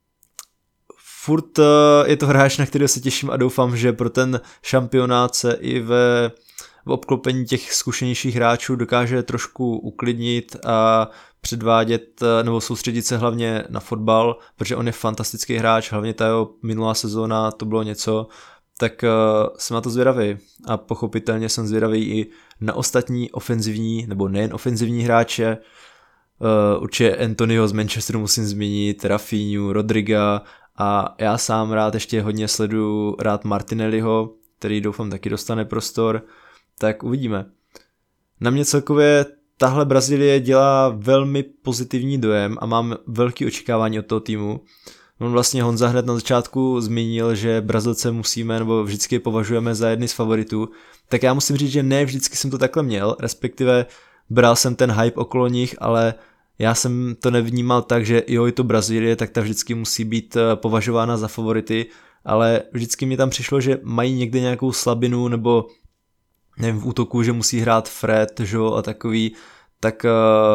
furt je to hráč, na kterého se těším a doufám, že pro ten šampionát se i ve v obklopení těch zkušenějších hráčů dokáže trošku uklidnit a předvádět nebo soustředit se hlavně na fotbal, protože on je fantastický hráč, hlavně ta jeho minulá sezóna to bylo něco, tak jsem na to zvědavý a pochopitelně jsem zvědavý i na ostatní ofenzivní, nebo nejen ofenzivní hráče. Uh, určitě Anthonyho z Manchesteru musím zmínit, Rafinhu, Rodriga a já sám rád ještě hodně sleduju rád Martinelliho, který doufám taky dostane prostor, tak uvidíme. Na mě celkově tahle Brazílie dělá velmi pozitivní dojem a mám velké očekávání od toho týmu. On vlastně Honza hned na začátku zmínil, že Brazilce musíme nebo vždycky považujeme za jedny z favoritů, tak já musím říct, že ne vždycky jsem to takhle měl, respektive bral jsem ten hype okolo nich, ale já jsem to nevnímal tak, že jo, je to Brazílie, tak ta vždycky musí být považována za favority, ale vždycky mi tam přišlo, že mají někde nějakou slabinu nebo nevím, v útoku, že musí hrát Fred, že a takový, tak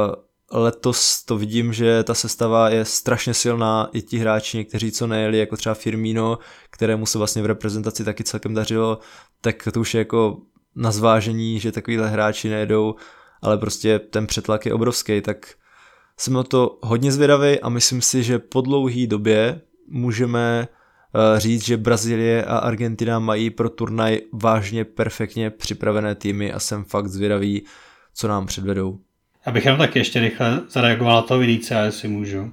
letos to vidím, že ta sestava je strašně silná, i ti hráči někteří, co nejeli, jako třeba Firmino, kterému se vlastně v reprezentaci taky celkem dařilo, tak to už je jako na zvážení, že takovýhle hráči nejedou, ale prostě ten přetlak je obrovský, tak jsem na to hodně zvědavý a myslím si, že po dlouhé době můžeme říct, že Brazílie a Argentina mají pro turnaj vážně perfektně připravené týmy a jsem fakt zvědavý, co nám předvedou. Já bych jenom taky ještě rychle zareagoval na toho Vinícia, jestli můžu.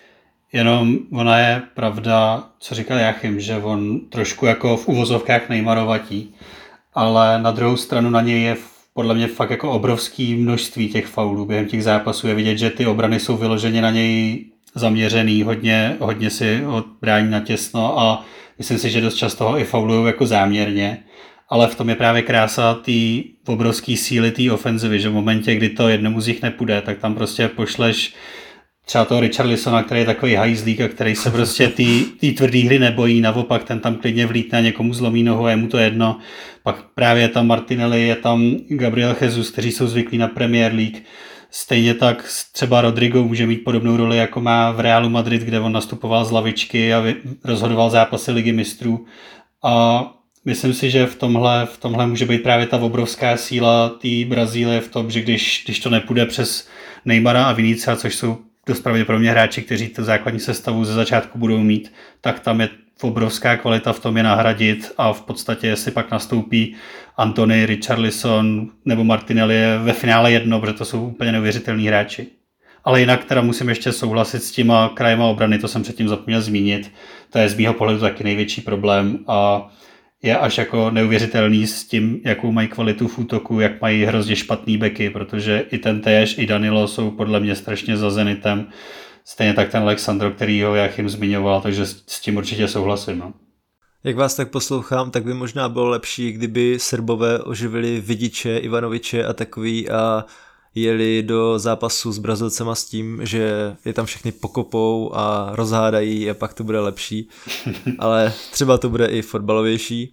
Jenom ona je pravda, co říkal Jachim, že on trošku jako v uvozovkách Neymarovatí, ale na druhou stranu na něj je podle mě fakt jako obrovský množství těch faulů během těch zápasů. Je vidět, že ty obrany jsou vyloženě na něj zaměřený, hodně, hodně si ho brání na těsno a myslím si, že dost často ho i faulujou jako záměrně, ale v tom je právě krása té obrovské síly té ofenzivy, že v momentě, kdy to jednomu z nich nepůjde, tak tam prostě pošleš třeba toho Richarlisona, který je takový hajzlík a který se prostě té tvrdý hry nebojí, naopak ten tam klidně vlítne, někomu zlomí nohu a je mu to jedno. Pak právě je tam Martinelli, je tam Gabriel Jesus, kteří jsou zvyklí na Premier League. Stejně tak třeba Rodrigo může mít podobnou roli, jako má v Realu Madrid, kde on nastupoval z lavičky a rozhodoval zápasy Ligy mistrů. A myslím si, že v tomhle, v tomhle může být právě ta obrovská síla té Brazílie v tom, že když, když to nepůjde přes Neymara a Vinícia, což jsou dost pravděpodobně hráči, kteří tu základní sestavu ze začátku budou mít, tak tam je obrovská kvalita v tom je nahradit a v podstatě, jestli pak nastoupí Antony, Richarlison nebo Martinelli, je ve finále jedno, protože to jsou úplně neuvěřitelní hráči. Ale jinak teda musím ještě souhlasit s těma krajema obrany, to jsem předtím zapomněl zmínit. To je z mýho pohledu taky největší problém a je až jako neuvěřitelný s tím, jakou mají kvalitu v útoku, jak mají hrozně špatný beky, protože i ten Též, i Danilo jsou podle mě strašně za Zenitem. Stejně tak ten Alexandro, který ho Jachim zmiňoval, takže s tím určitě souhlasím. No. Jak vás tak poslouchám, tak by možná bylo lepší, kdyby Srbové oživili Vidiče, Ivanoviče a takový a jeli do zápasu s Brazilcema s tím, že je tam všechny pokopou a rozhádají a pak to bude lepší, ale třeba to bude i fotbalovější.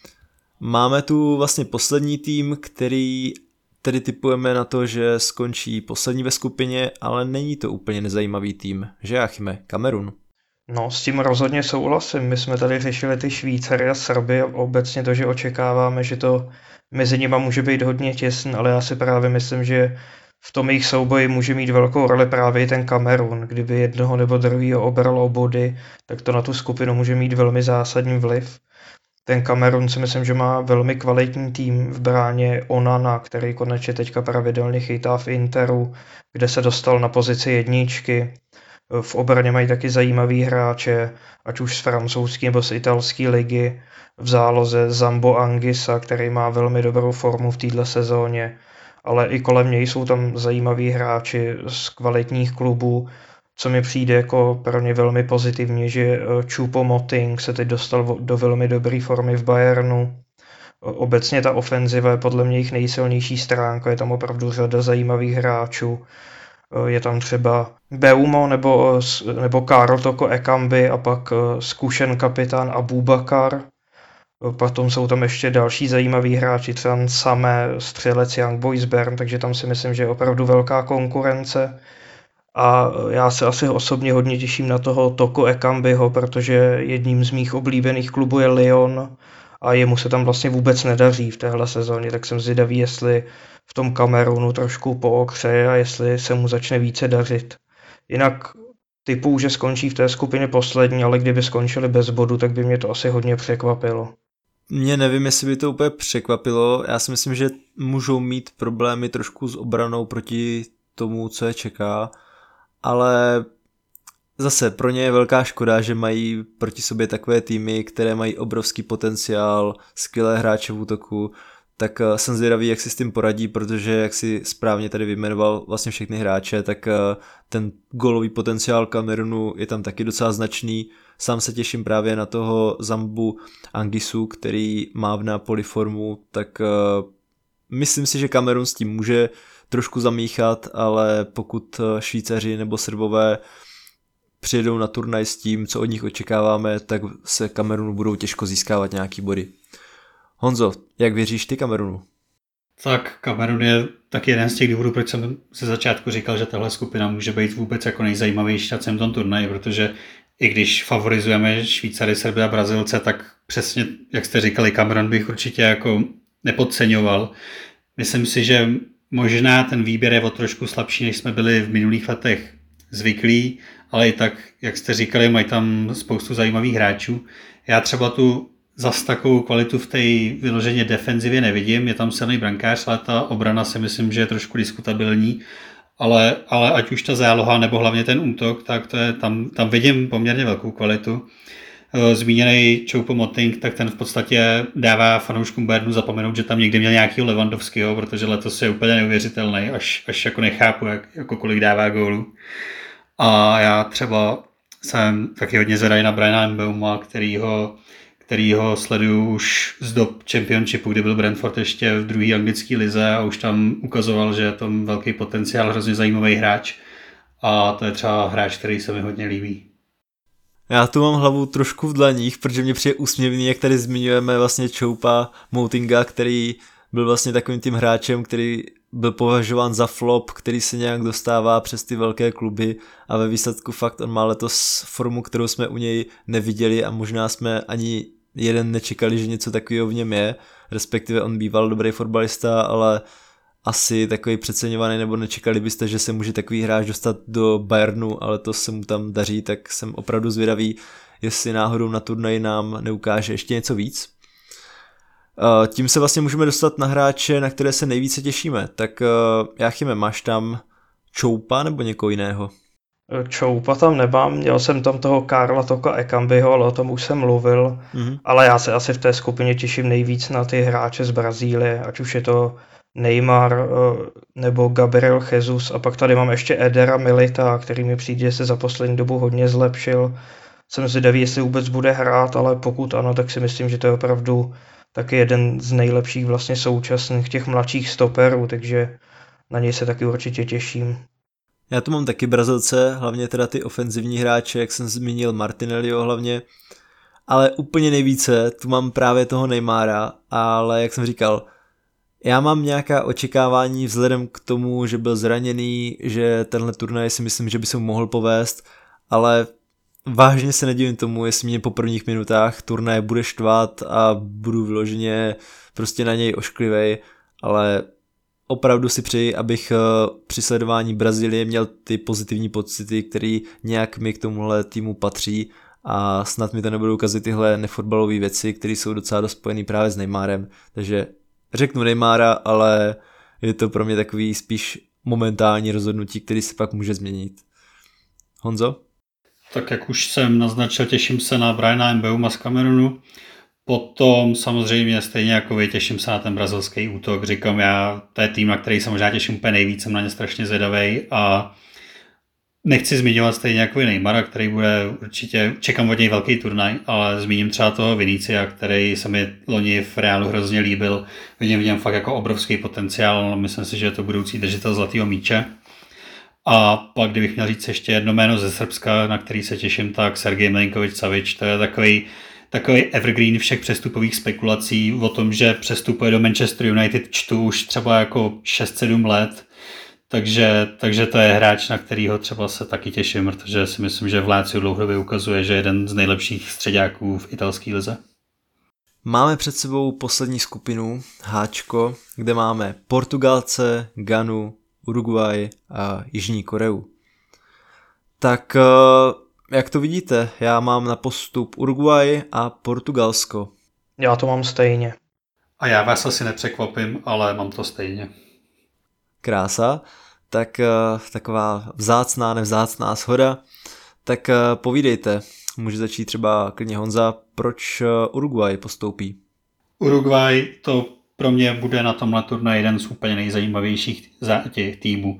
Máme tu vlastně poslední tým, který tedy tipujeme na to, že skončí poslední ve skupině, ale není to úplně nezajímavý tým, že Jachime, Kamerun. No, s tím rozhodně souhlasím. My jsme tady řešili ty Švýcary a Srby a obecně to, že očekáváme, že to mezi nimi může být hodně těsný, ale já si právě myslím, že v tom jejich souboji může mít velkou roli právě i ten Kamerun. Kdyby jednoho nebo druhého obral o body, tak to na tu skupinu může mít velmi zásadní vliv. Ten Kamerun si myslím, že má velmi kvalitní tým v bráně Onana, který konečně teďka pravidelně chytá v Interu, kde se dostal na pozici jedničky. V obraně mají taky zajímavý hráče, ať už z francouzské nebo z italské ligy. V záloze Zambo Anguissa, který má velmi dobrou formu v této sezóně, ale i kolem něj jsou tam zajímaví hráči z kvalitních klubů, co mi přijde jako pro ně velmi pozitivně, že Choupo-Moting se teď dostal do velmi dobré formy v Bayernu. Obecně ta ofenziva je podle mě jejich nejsilnější stránka, je tam opravdu řada zajímavých hráčů. Je tam třeba Beumo nebo, nebo Karl Toko Ekambi a pak zkušen kapitán Abubakar. Potom jsou tam ještě další zajímaví hráči, třeba samé střelec Young Boys Bern, takže tam si myslím, že je opravdu velká konkurence. A já se asi osobně hodně těším na toho Toko Ekambiho, protože jedním z mých oblíbených klubů je Lyon a jemu se tam vlastně vůbec nedaří v téhle sezóně, tak jsem zvědavý, jestli v tom Kamerunu trošku pookřeje a jestli se mu začne více dařit. Jinak typu, že skončí v té skupině poslední, ale kdyby skončili bez bodu, tak by mě to asi hodně překvapilo. Mě nevím, jestli by to úplně překvapilo, já si myslím, že můžou mít problémy trošku s obranou proti tomu, co je čeká, ale zase pro ně je velká škoda, že mají proti sobě takové týmy, které mají obrovský potenciál, skvělé hráče v útoku, tak jsem zvědavý, jak si s tím poradí, protože jak si správně tady vyjmenoval vlastně všechny hráče, tak ten gólový potenciál Kamerunu je tam taky docela značný. Sám se těším právě na toho Zambu Anguissu, který má v Napoli formu, tak myslím si, že Kamerun s tím může trošku zamíchat, ale pokud Švýcaři nebo Srbové přijedou na turnaj s tím, co od nich očekáváme, tak se Kamerunu budou těžko získávat nějaký body. Honzo, jak věříš ty Kamerunu? Tak Kamerun je taky jeden z těch důvodů, proč jsem ze začátku říkal, že tahle skupina může být vůbec jako nejzajímavější na celém tom turnaji, protože i když favorizujeme Švýcary, Srby a Brazilce, tak přesně, jak jste říkali, Kamerun bych určitě jako nepodceňoval. Myslím si, že možná ten výběr je o trošku slabší, než jsme byli v minulých letech zvyklí, ale i tak, jak jste říkali, mají tam spoustu zajímavých hráčů. Já třeba tu zas takovou kvalitu v té vyloženě defenzivě nevidím, je tam silný brankář, ale ta obrana si myslím, že je trošku diskutabilní, ale, ale ať už ta záloha nebo hlavně ten útok, tak to je, tam, tam vidím poměrně velkou kvalitu. Zmíněný Choupo-Moting, tak ten v podstatě dává fanouškům Bayernu zapomenout, že tam někdy měl nějakýho Lewandowského, protože letos je úplně neuvěřitelný, až, až jako nechápu, jak, jako kolik dává gólů. A já třeba jsem taky hodně zvedavý na Briana Mbeuma, kterýho, kterýho sleduju už z dob Championshipu, kdy byl Brentford ještě v druhé anglické lize a už tam ukazoval, že je tam velký potenciál, hrozně zajímavý hráč. A to je třeba hráč, který se mi hodně líbí. Já tu mám hlavu trošku v dlaních, protože mě přijde úsměvný, jak tady zmiňujeme vlastně Choupa Motinga, který byl vlastně takovým tím hráčem, který byl považován za flop, který se nějak dostává přes ty velké kluby a ve výsledku fakt on má letos formu, kterou jsme u něj neviděli a možná jsme ani jeden nečekali, že něco takového v něm je, respektive on býval dobrý fotbalista, ale asi takový přeceňovaný, nebo nečekali byste, že se může takový hráč dostat do Bayernu, ale to se mu tam daří, tak jsem opravdu zvědavý, jestli náhodou na turnaji nám neukáže ještě něco víc. Tím se vlastně můžeme dostat na hráče, na které se nejvíce těšíme. Tak Jáchyme, máš tam Choupa nebo někoho jiného? Choupa tam nemám, měl jsem tam toho Karla Toka Ekambiho, ale o tom už jsem mluvil, mm-hmm. ale já se asi v té skupině těším nejvíc na ty hráče z Brazílie, ať už je to Neymar nebo Gabriel Jesus a pak tady mám ještě Edera Milita, který mi přijde, že se za poslední dobu hodně zlepšil. Jsem zvědavý, jestli vůbec bude hrát, ale pokud ano, tak si myslím, že to je opravdu taky jeden z nejlepších vlastně současných těch mladších stoperů, takže na něj se taky určitě těším. Já tu mám taky Brazilce, hlavně teda ty ofenzivní hráče, jak jsem zmínil Martinelliho hlavně, ale úplně nejvíce tu mám právě toho Neymara, ale jak jsem říkal, já mám nějaká očekávání vzhledem k tomu, že byl zraněný, že tenhle turnaj si myslím, že by se mu mohl povést, ale vážně se nedivím tomu, jestli mě po prvních minutách turnaje bude štvat a budu vyloženě prostě na něj ošklivej, ale opravdu si přeji, abych při sledování Brazílie měl ty pozitivní pocity, které nějak mi k tomuhle týmu patří a snad mi to nebudou ukazit tyhle nefotbalové věci, které jsou docela dost spojený právě s Neymarem, takže řeknu Neymara, ale je to pro mě takový spíš momentální rozhodnutí, který se pak může změnit. Honzo? Tak jak už jsem naznačil, těším se na Briana Mbeuma z Kamerunu. Potom samozřejmě stejně jako vy, těším se na ten brazilský útok. Říkám, já, to je tým, na který se možná těším úplně nejvíc, jsem na ně strašně zvědavej a nechci zmiňovat stejně jako i Neymara, který bude určitě, čekám od něj velký turnaj, ale zmíním třeba toho Vinicia, který se mi loni v Reálu hrozně líbil. Vidím v něm fakt jako obrovský potenciál, myslím si, že je to budoucí držitel zlatého míče. A pak, kdybych měl říct ještě jedno jméno ze Srbska, na který se těším, tak Sergej Milinković-Savić, to je takový, takový evergreen všech přestupových spekulací o tom, že přestupuje do Manchester United, čtu už třeba jako šest sedm let, takže, takže to je hráč, na kterýho třeba se taky těším, protože si myslím, že v Láciu dlouhodobě ukazuje, že je jeden z nejlepších středáků v italské lize. Máme před sebou poslední skupinu, háčko, kde máme Portugalce, Ganu, Uruguay a Jižní Koreu. Tak jak to vidíte? Já mám na postup Uruguay a Portugalsko. Já to mám stejně. A já vás asi nepřekvapím, ale mám to stejně. Krása. tak taková vzácná, nevzácná shoda. Tak povídejte, může začít třeba klidně Honza, proč Uruguay postoupí? Uruguay to pro mě bude na tomhle turnaji jeden z úplně nejzajímavějších těch týmů.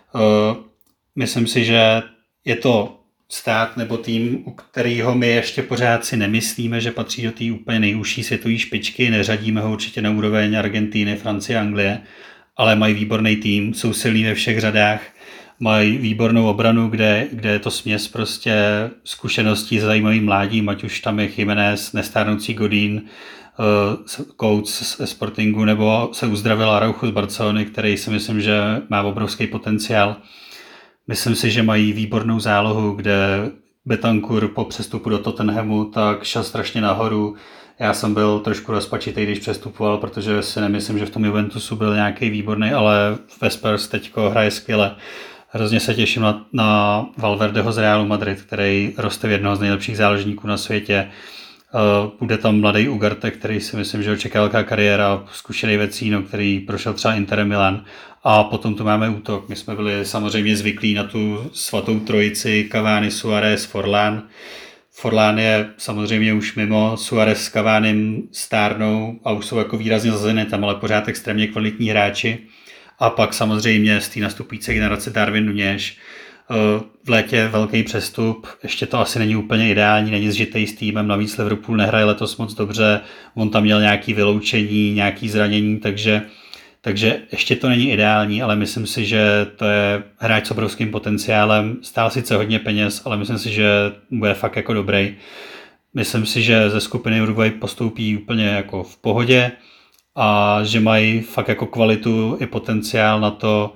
Myslím si, že je to stát nebo tým, u kterého my ještě pořád si nemyslíme, že patří do té úplně nejužší světové špičky, neřadíme ho určitě na úroveň Argentíny, Francie, Anglie, ale mají výborný tým, jsou silní ve všech řadách, mají výbornou obranu, kde, kde je to směs prostě zkušeností s zajímavým mládím, ať už tam je Jiménez, nestárnoucí Godín, coach z Sportingu, nebo se uzdravil Araujo z Barcelony, který si myslím, že má obrovský potenciál. Myslím si, že mají výbornou zálohu, kde Betancourt po přestupu do Tottenhamu tak šel strašně nahoru. Já jsem byl trošku rozpačitý, když přestupoval, protože si nemyslím, že v tom Juventusu byl nějaký výborný, ale ve Spurs teďko hraje skvěle. Hrozně se těším na, na Valverdeho z Realu Madrid, který roste v jednoho z nejlepších záložníků na světě. Bude tam mladý Ugarte, který si myslím, že očeká velká kariéra, zkušený Vecino, který prošel třeba Inter Milan. A potom tu máme útok. My jsme byli samozřejmě zvyklí na tu svatou trojici Cavani, Suarez, Forlán. Forlán je samozřejmě už mimo, Suarez s Cavanim stárnou a už jsou jako výrazně zazené tam, ale pořád extrémně kvalitní hráči. A pak samozřejmě z té nastupující generace Darwin Nuněž. V létě velký přestup, ještě to asi není úplně ideální, není zžitej s týmem, navíc Liverpool nehraje letos moc dobře, on tam měl nějaké vyloučení, nějaké zranění, takže, takže ještě to není ideální, ale myslím si, že to je hráč s obrovským potenciálem, stál sice hodně peněz, ale myslím si, že bude fakt jako dobrý. Myslím si, že ze skupiny Uruguay postoupí úplně jako v pohodě a že mají fakt jako kvalitu i potenciál na to,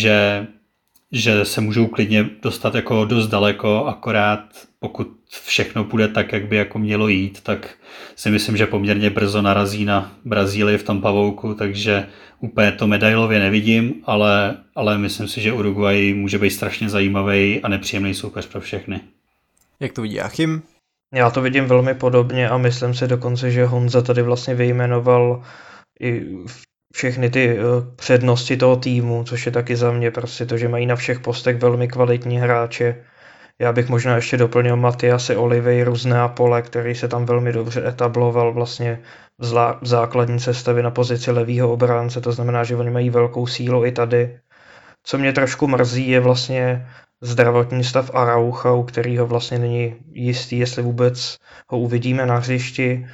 že že se můžou klidně dostat jako dost daleko, akorát pokud všechno půjde tak, jak by jako mělo jít, tak si myslím, že poměrně brzo narazí na Brazílii v tom pavouku, takže úplně to medailově nevidím, ale, ale myslím si, že Uruguay může být strašně zajímavý a nepříjemný soupeř pro všechny. Jak to vidí Joachim? Já to vidím velmi podobně a myslím si dokonce, že Honza tady vlastně vyjmenoval i všechny ty přednosti toho týmu, což je taky za mě prostě to, že mají na všech postech velmi kvalitní hráče. Já bych možná ještě doplnil Matiase Oliveiru z Neapole, který se tam velmi dobře etabloval vlastně v, zlá, v základní sestavě na pozici levýho obránce, to znamená, že oni mají velkou sílu i tady. Co mě trošku mrzí, je vlastně zdravotní stav Araucha, u kterého vlastně není jistý, jestli vůbec ho uvidíme na hřišti.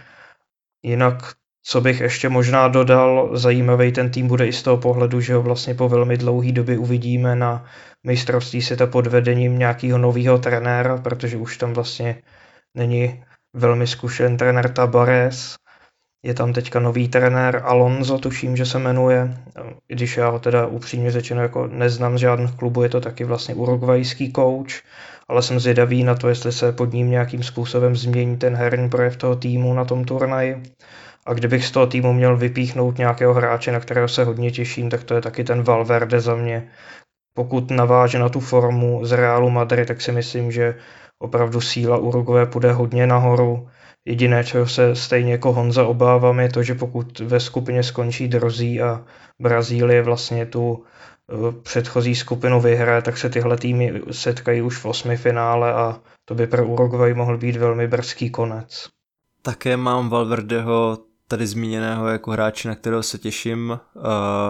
Jinak co bych ještě možná dodal, zajímavý ten tým bude i z toho pohledu, že ho vlastně po velmi dlouhé době uvidíme na mistrovství světa pod vedením nějakého nového trenéra, protože už tam vlastně není velmi zkušený trenér Tabares. Je tam teďka nový trenér Alonso, tuším, že se jmenuje, i když já ho teda upřímně řečeno jako neznám z žádných klubů, je to taky vlastně urugvajský coach, ale jsem zvědavý na to, jestli se pod ním nějakým způsobem změní ten herní projev toho týmu na tom turnaji. A kdybych z toho týmu měl vypíchnout nějakého hráče, na kterého se hodně těším, tak to je taky ten Valverde za mě. Pokud naváže na tu formu z Realu Madrid, tak si myslím, že opravdu síla Uruguaye půjde hodně nahoru. Jediné, čeho se stejně jako Honza obávám, je to, že pokud ve skupině skončí drozí a Brazílie vlastně tu předchozí skupinu vyhraje, tak se tyhle týmy setkají už v osmi finále a to by pro Uruguay mohl být velmi brzký konec. Také mám Valverdeho tady zmíněného jako hráče, na kterého se těším. Uh,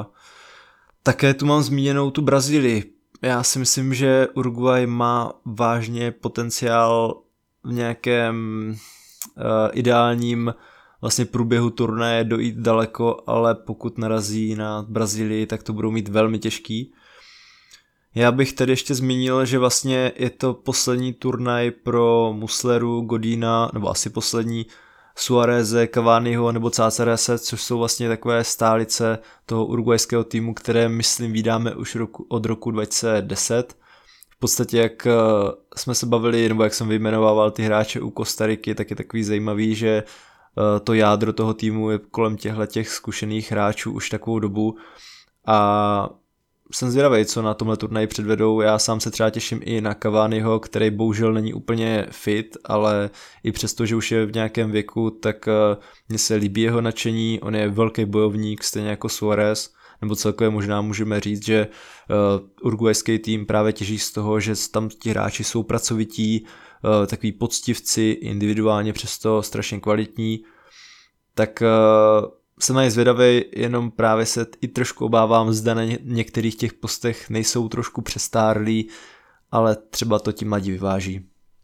také tu mám zmíněnou tu Brazílii. Já si myslím, že Uruguay má vážně potenciál v nějakém uh, ideálním vlastně průběhu turnaje dojít daleko, ale pokud narazí na Brazílii, tak to budou mít velmi těžký. Já bych tady ještě zmínil, že vlastně je to poslední turnaj pro Musleru, Godína, nebo asi poslední, Suareze, Cavaniho nebo Cácerese, což jsou vlastně takové stálice toho uruguayského týmu, které myslím vídáme už roku, od roku dva tisíce deset. V podstatě jak jsme se bavili, nebo jak jsem vyjmenovával ty hráče u Kostariky, tak je takový zajímavý, že to jádro toho týmu je kolem těchto těch zkušených hráčů už takovou dobu a jsem zvědavý, co na tomhle turnaji předvedou. Já sám se třeba těším i na Cavaniho, který bohužel není úplně fit, ale i přesto, že už je v nějakém věku, tak mně se líbí jeho nadšení. On je velký bojovník, stejně jako Suarez. nebo celkově možná můžeme říct, že uh, uruguayský tým právě těží z toho, že tam ti hráči jsou pracovití, uh, takový poctivci, individuálně přesto strašně kvalitní, tak uh, jsem na ně zvědavej, jenom právě se i trošku obávám, zda na některých těch postech nejsou trošku přestárlí, ale třeba to ti mladí vyváží.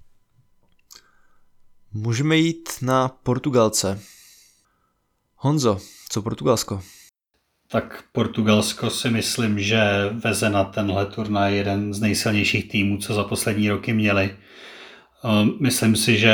Můžeme jít na Portugalce. Honzo, co Portugalsko? Tak Portugalsko si myslím, že veze na tenhle turnaj jeden z nejsilnějších týmů, co za poslední roky měli. Myslím si, že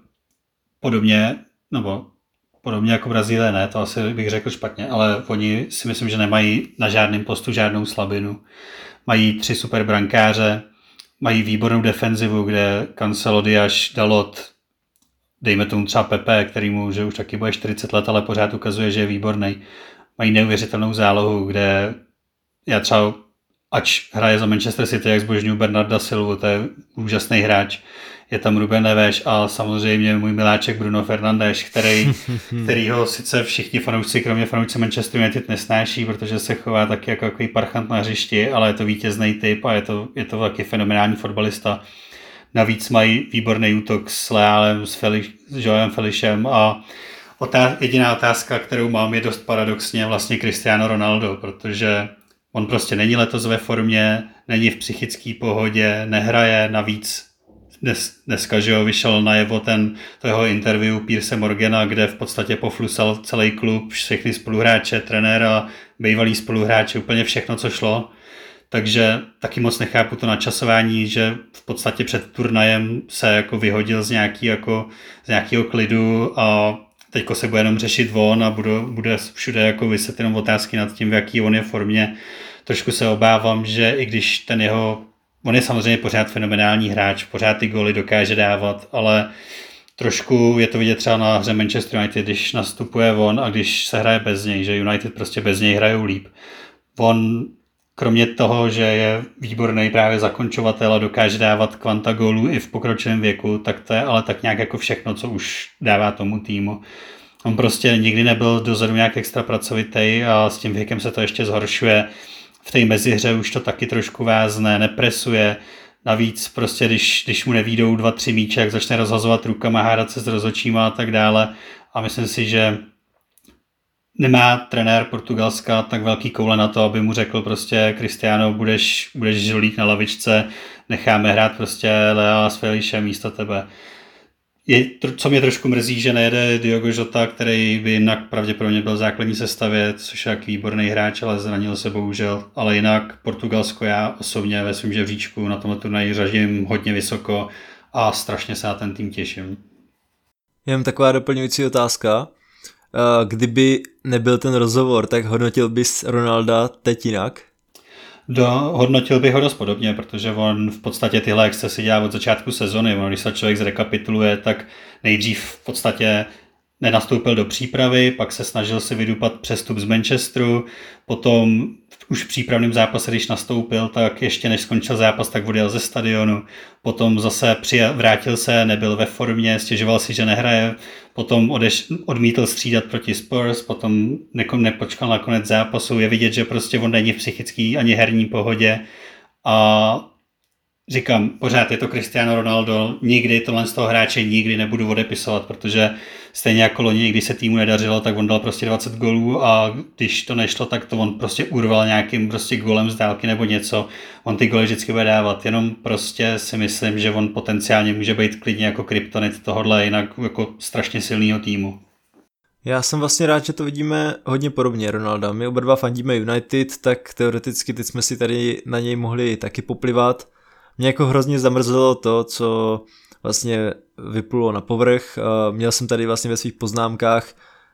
podobně, nebo podobně jako Brazílie ne, to asi bych řekl špatně, ale oni si myslím, že nemají na žádném postu žádnou slabinu. Mají tři super brankáře, mají výbornou defenzivu, kde Cancelo, Dias, Dalot, dejme tomu třeba Pepe, který mu že už taky bude čtyřicet let, ale pořád ukazuje, že je výborný. Mají neuvěřitelnou zálohu, kde já třeba, ač hraje za Manchester City, jak zbožňuji Bernarda Silvu, to je úžasný hráč. Je tam Ruben Neves a samozřejmě můj miláček Bruno Fernandes, který, kterýho sice všichni fanoušci, kromě fanoušci Manchester United, nesnáší, protože se chová taky jako takový parchant na hřišti, ale je to vítězný typ a je to, je to taky fenomenální fotbalista. Navíc mají výborný útok s Leálem, s, Feli, s Joem Felixem a otá- jediná otázka, kterou mám, je dost paradoxně vlastně Cristiano Ronaldo, protože on prostě není letos ve formě, není v psychické pohodě, nehraje, navíc dnes, dneska, že jo, vyšel najevo ten, to jeho interview Pierce Morgana, kde v podstatě poflusal celý klub, všechny spoluhráče, trenéra, bývalý spoluhráče, úplně všechno, co šlo. Takže taky moc nechápu to načasování, že v podstatě před turnajem se jako vyhodil z, nějaký, jako, z nějakého klidu a teďko se bude jenom řešit on a bude, bude všude jako vyset jenom otázky nad tím, v jaký on je formě. Trošku se obávám, že i když ten jeho, on je samozřejmě pořád fenomenální hráč, pořád ty góly dokáže dávat, ale trošku je to vidět třeba na hře Manchester United, když nastupuje on a když se hraje bez něj, že United prostě bez něj hrajou líp. On kromě toho, že je výborný právě zakončovatel a dokáže dávat kvanta gólů i v pokročilém věku, tak to je ale tak nějak jako všechno, co už dává tomu týmu. On prostě nikdy nebyl dozadu nějak extra pracovitý a s tím věkem se to ještě zhoršuje. V té mezihře už to taky trošku vázne, nepresuje. Navíc prostě, když, když mu nevídou dva, tři míče, jak začne rozhazovat rukama, hádat se s rozhodčíma a tak dále. A myslím si, že nemá trenér Portugalska tak velký koule na to, aby mu řekl prostě Cristiano, budeš, budeš žolík na lavičce, necháme hrát prostě Lea s Felixem místo tebe. Je, co mě trošku mrzí, že nejede Diogo Jota, který by jinak pravděpodobně byl v základní sestavě, což je jak výborný hráč, ale zranil se bohužel. Ale jinak Portugalsko já osobně ve svém žebříčku na tomhle turnaji řadím hodně vysoko a strašně se na ten tým těším. Jen taková doplňující otázka. Kdyby nebyl ten rozhovor, tak hodnotil bys Ronalda teď jinak? Do, hodnotil bych ho dost podobně, protože on v podstatě tyhle excesy dělá od začátku sezony. On, když se člověk zrekapituluje, tak nejdřív v podstatě nenastoupil do přípravy, pak se snažil si vydupat přestup z Manchesteru, potom už v přípravném zápase, když nastoupil, tak ještě než skončil zápas, tak odjel ze stadionu, potom zase přijel, vrátil se, nebyl ve formě, stěžoval si, že nehraje, potom odeš, odmítl střídat proti Spurs, potom nekom nepočkal na konec zápasu, je vidět, že prostě on není v psychický ani herní pohodě a říkám, pořád je to Cristiano Ronaldo, nikdy tohle z toho hráče nikdy nebudu odepisovat, protože stejně jako loni, když se týmu nedařilo, tak on dal prostě dvacet gólů a když to nešlo, tak to on prostě urval nějakým prostě gólem z dálky nebo něco. On ty góly vždycky bude dávat, jenom prostě si myslím, že on potenciálně může být klidně jako kryptonit tohodle jinak jako strašně silného týmu. Já jsem vlastně rád, že to vidíme hodně podobně Ronalda. My oba dva fandíme United, tak teoreticky teď jsme si tady na něj mohli taky poplivat. Mě jako hrozně zamrzelo to, co vlastně vyplulo na povrch. Měl jsem tady vlastně ve svých poznámkách,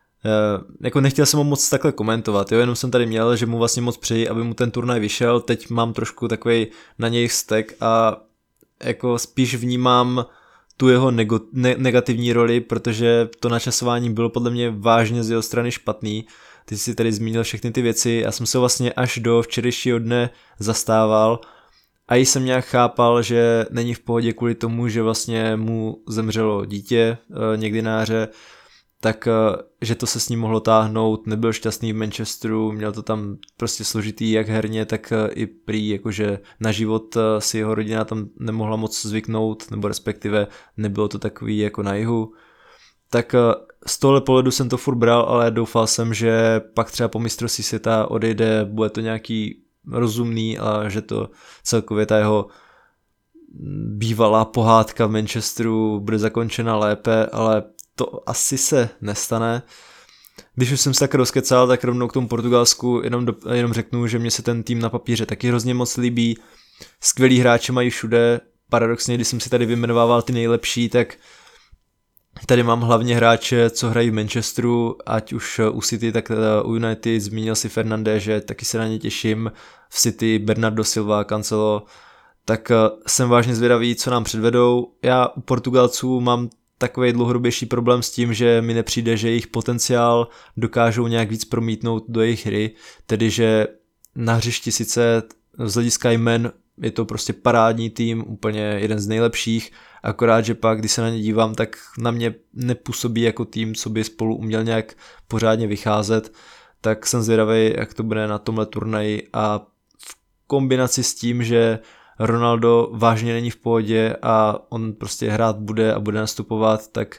jako nechtěl jsem ho moc takhle komentovat, jo? Jenom jsem tady měl, že mu vlastně moc přeji, aby mu ten turnaj vyšel. Teď mám trošku takovej na něj vztek a jako spíš vnímám tu jeho nego- ne- negativní roli, protože to načasování bylo podle mě vážně z jeho strany špatný. Ty jsi tady zmínil všechny ty věci, já jsem se vlastně až do včerejšího dne zastával a i jsem nějak chápal, že není v pohodě kvůli tomu, že vlastně mu zemřelo dítě někdy na jaře tak že to se s ním mohlo táhnout, nebyl šťastný v Manchesteru, měl to tam prostě složitý jak herně, tak i prý, jakože na život si jeho rodina tam nemohla moc zvyknout, nebo respektive nebylo to takový jako na jihu. Tak z tohle pohledu jsem to furt bral, ale doufal jsem, že pak třeba po mistrovství světa odejde, bude to nějaký rozumný a že to celkově ta jeho bývalá pohádka v Manchesteru bude zakončena lépe, ale to asi se nestane. Když už jsem se tak rozkecal, tak rovnou k tomu Portugalsku jenom, do, jenom řeknu, že mě se ten tým na papíře taky hrozně moc líbí. Skvělý hráče mají všude. Paradoxně, když jsem si tady vyjmenovával ty nejlepší, tak tady mám hlavně hráče, co hrají v Manchesteru, ať už u City, tak u United. Zmínil si Fernandéše, taky se na ně těším. V City Bernardo Silva, Cancelo. Tak jsem vážně zvědavý, co nám předvedou. Já u Portugalců mám takový dlouhodobější problém s tím, že mi nepřijde, že jejich potenciál dokážou nějak víc promítnout do jejich hry, tedy že na hřišti sice z hlediska jmen je to prostě parádní tým, úplně jeden z nejlepších, akorát, že pak, když se na ně dívám, tak na mě nepůsobí jako tým, co by spolu uměl nějak pořádně vycházet, tak jsem zvědavý, jak to bude na tomhle turnaji a v kombinaci s tím, že Ronaldo vážně není v pohodě a on prostě hrát bude a bude nastupovat, tak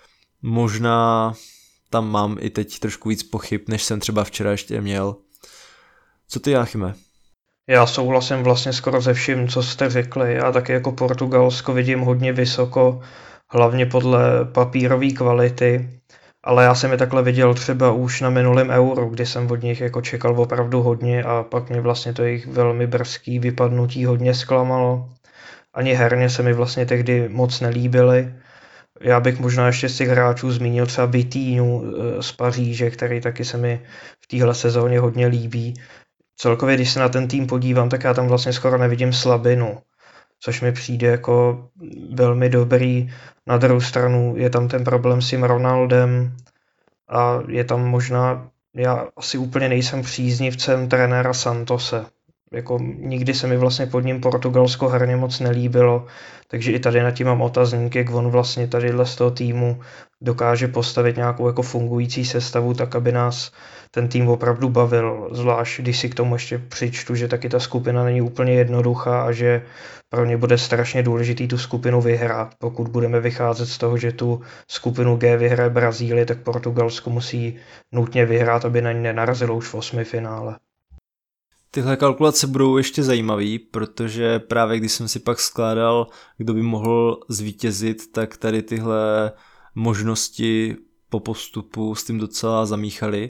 možná tam mám i teď trošku víc pochyb, než jsem třeba včera ještě měl. Co ty, Jáchyme? Já souhlasím vlastně skoro se vším, co jste řekli. Já taky jako Portugalsko vidím hodně vysoko, hlavně podle papírové kvality, ale já jsem je takhle viděl třeba už na minulém Euro, kdy jsem od nich jako čekal opravdu hodně a pak mě vlastně to jejich velmi brzký vypadnutí hodně zklamalo. Ani herně se mi vlastně tehdy moc nelíbily. Já bych možná ještě z těch hráčů zmínil třeba Bitínu z Paříže, který taky se mi v téhle sezóně hodně líbí. Celkově, když se na ten tým podívám, tak já tam vlastně skoro nevidím slabinu, což mi přijde jako velmi dobrý. Na druhou stranu je tam ten problém s tím Ronaldem a je tam možná, já asi úplně nejsem příznivcem trenéra Santose. Jako nikdy se mi vlastně pod ním Portugalsko herně moc nelíbilo, takže i tady nad tím mám otazník, jak on vlastně tadyhle z toho týmu dokáže postavit nějakou jako fungující sestavu, tak aby nás ten tým opravdu bavil, zvlášť když si k tomu ještě přičtu, že taky ta skupina není úplně jednoduchá a že pro ně bude strašně důležitý tu skupinu vyhrát. Pokud budeme vycházet z toho, že tu skupinu G vyhraje Brazílie, tak Portugalsko musí nutně vyhrát, aby na ní nenarazilo už v osmi finále. Tyhle kalkulace budou ještě zajímavý, protože právě když jsem si pak skládal, kdo by mohl zvítězit, tak tady tyhle možnosti po postupu s tím docela zamíchaly.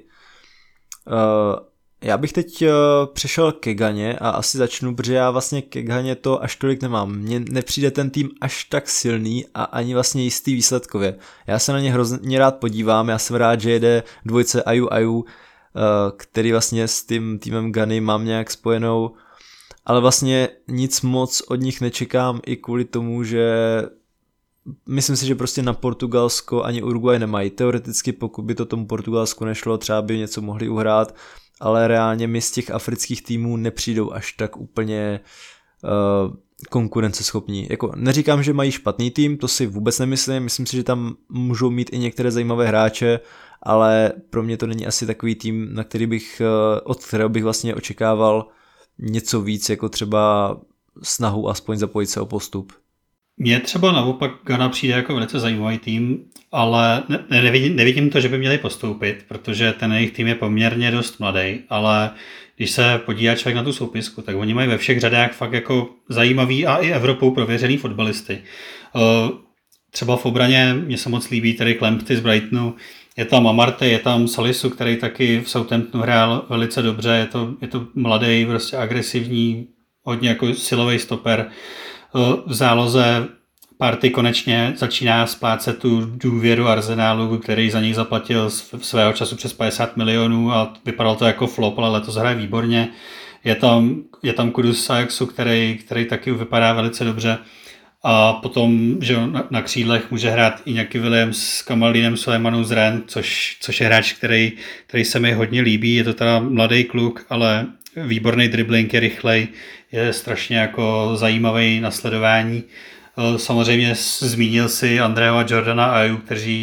Já bych teď přešel ke Ghaně a asi začnu, protože já vlastně ke Ghaně to až tolik nemám. Mně nepřijde ten tým až tak silný a ani vlastně jistý výsledkově. Já se na ně hrozně rád podívám, já jsem rád, že jede dvojce Aju Aju, který vlastně s tím týmem Ghany mám nějak spojenou, ale vlastně nic moc od nich nečekám i kvůli tomu, že myslím si, že prostě na Portugalsko ani Uruguay nemají. Teoreticky, pokud by to tomu Portugalsku nešlo, třeba by něco mohli uhrát, ale reálně mi z těch afrických týmů nepřijdou až tak úplně uh, konkurenceschopní. Jako, neříkám, že mají špatný tým, to si vůbec nemyslím, myslím si, že tam můžou mít i některé zajímavé hráče, ale pro mě to není asi takový tým, na který bych, od kterého bych vlastně očekával něco víc, jako třeba snahu aspoň zapojit se o postup. Mně třeba naopak Ghana přijde jako velice zajímavý tým, ale ne, nevidím, nevidím to, že by měli postoupit, protože ten jejich tým je poměrně dost mladý, ale když se podívá člověk na tu soupisku, tak oni mají ve všech řadách fakt jako zajímavý a i Evropou prověřený fotbalisty. Třeba v obraně mě se moc líbí tady Lamptey z Brightonu, je tam Amartey, je tam Salisu, který taky v Southamptonu hrál velice dobře, je to, je to mladý, prostě agresivní, hodně jako silový stoper. V záloze Partey konečně začíná splácet tu důvěru Arsenálu, který za něj zaplatil svého času přes padesát milionů a vypadalo to jako flop, ale letos hraje výborně. Je tam, je tam Kudus z Ajaxu, který, který taky vypadá velice dobře. A potom, že na, na křídlech může hrát i nějaký Williams s Kamaldinem Sulejmanou z Rennes, což, což je hráč, který, který se mi hodně líbí. Je to teda mladý kluk, ale výborný dribbling, je rychlej, je strašně jako zajímavý na sledování. Samozřejmě zmínil si Andreho a Jordana Ayew, kteří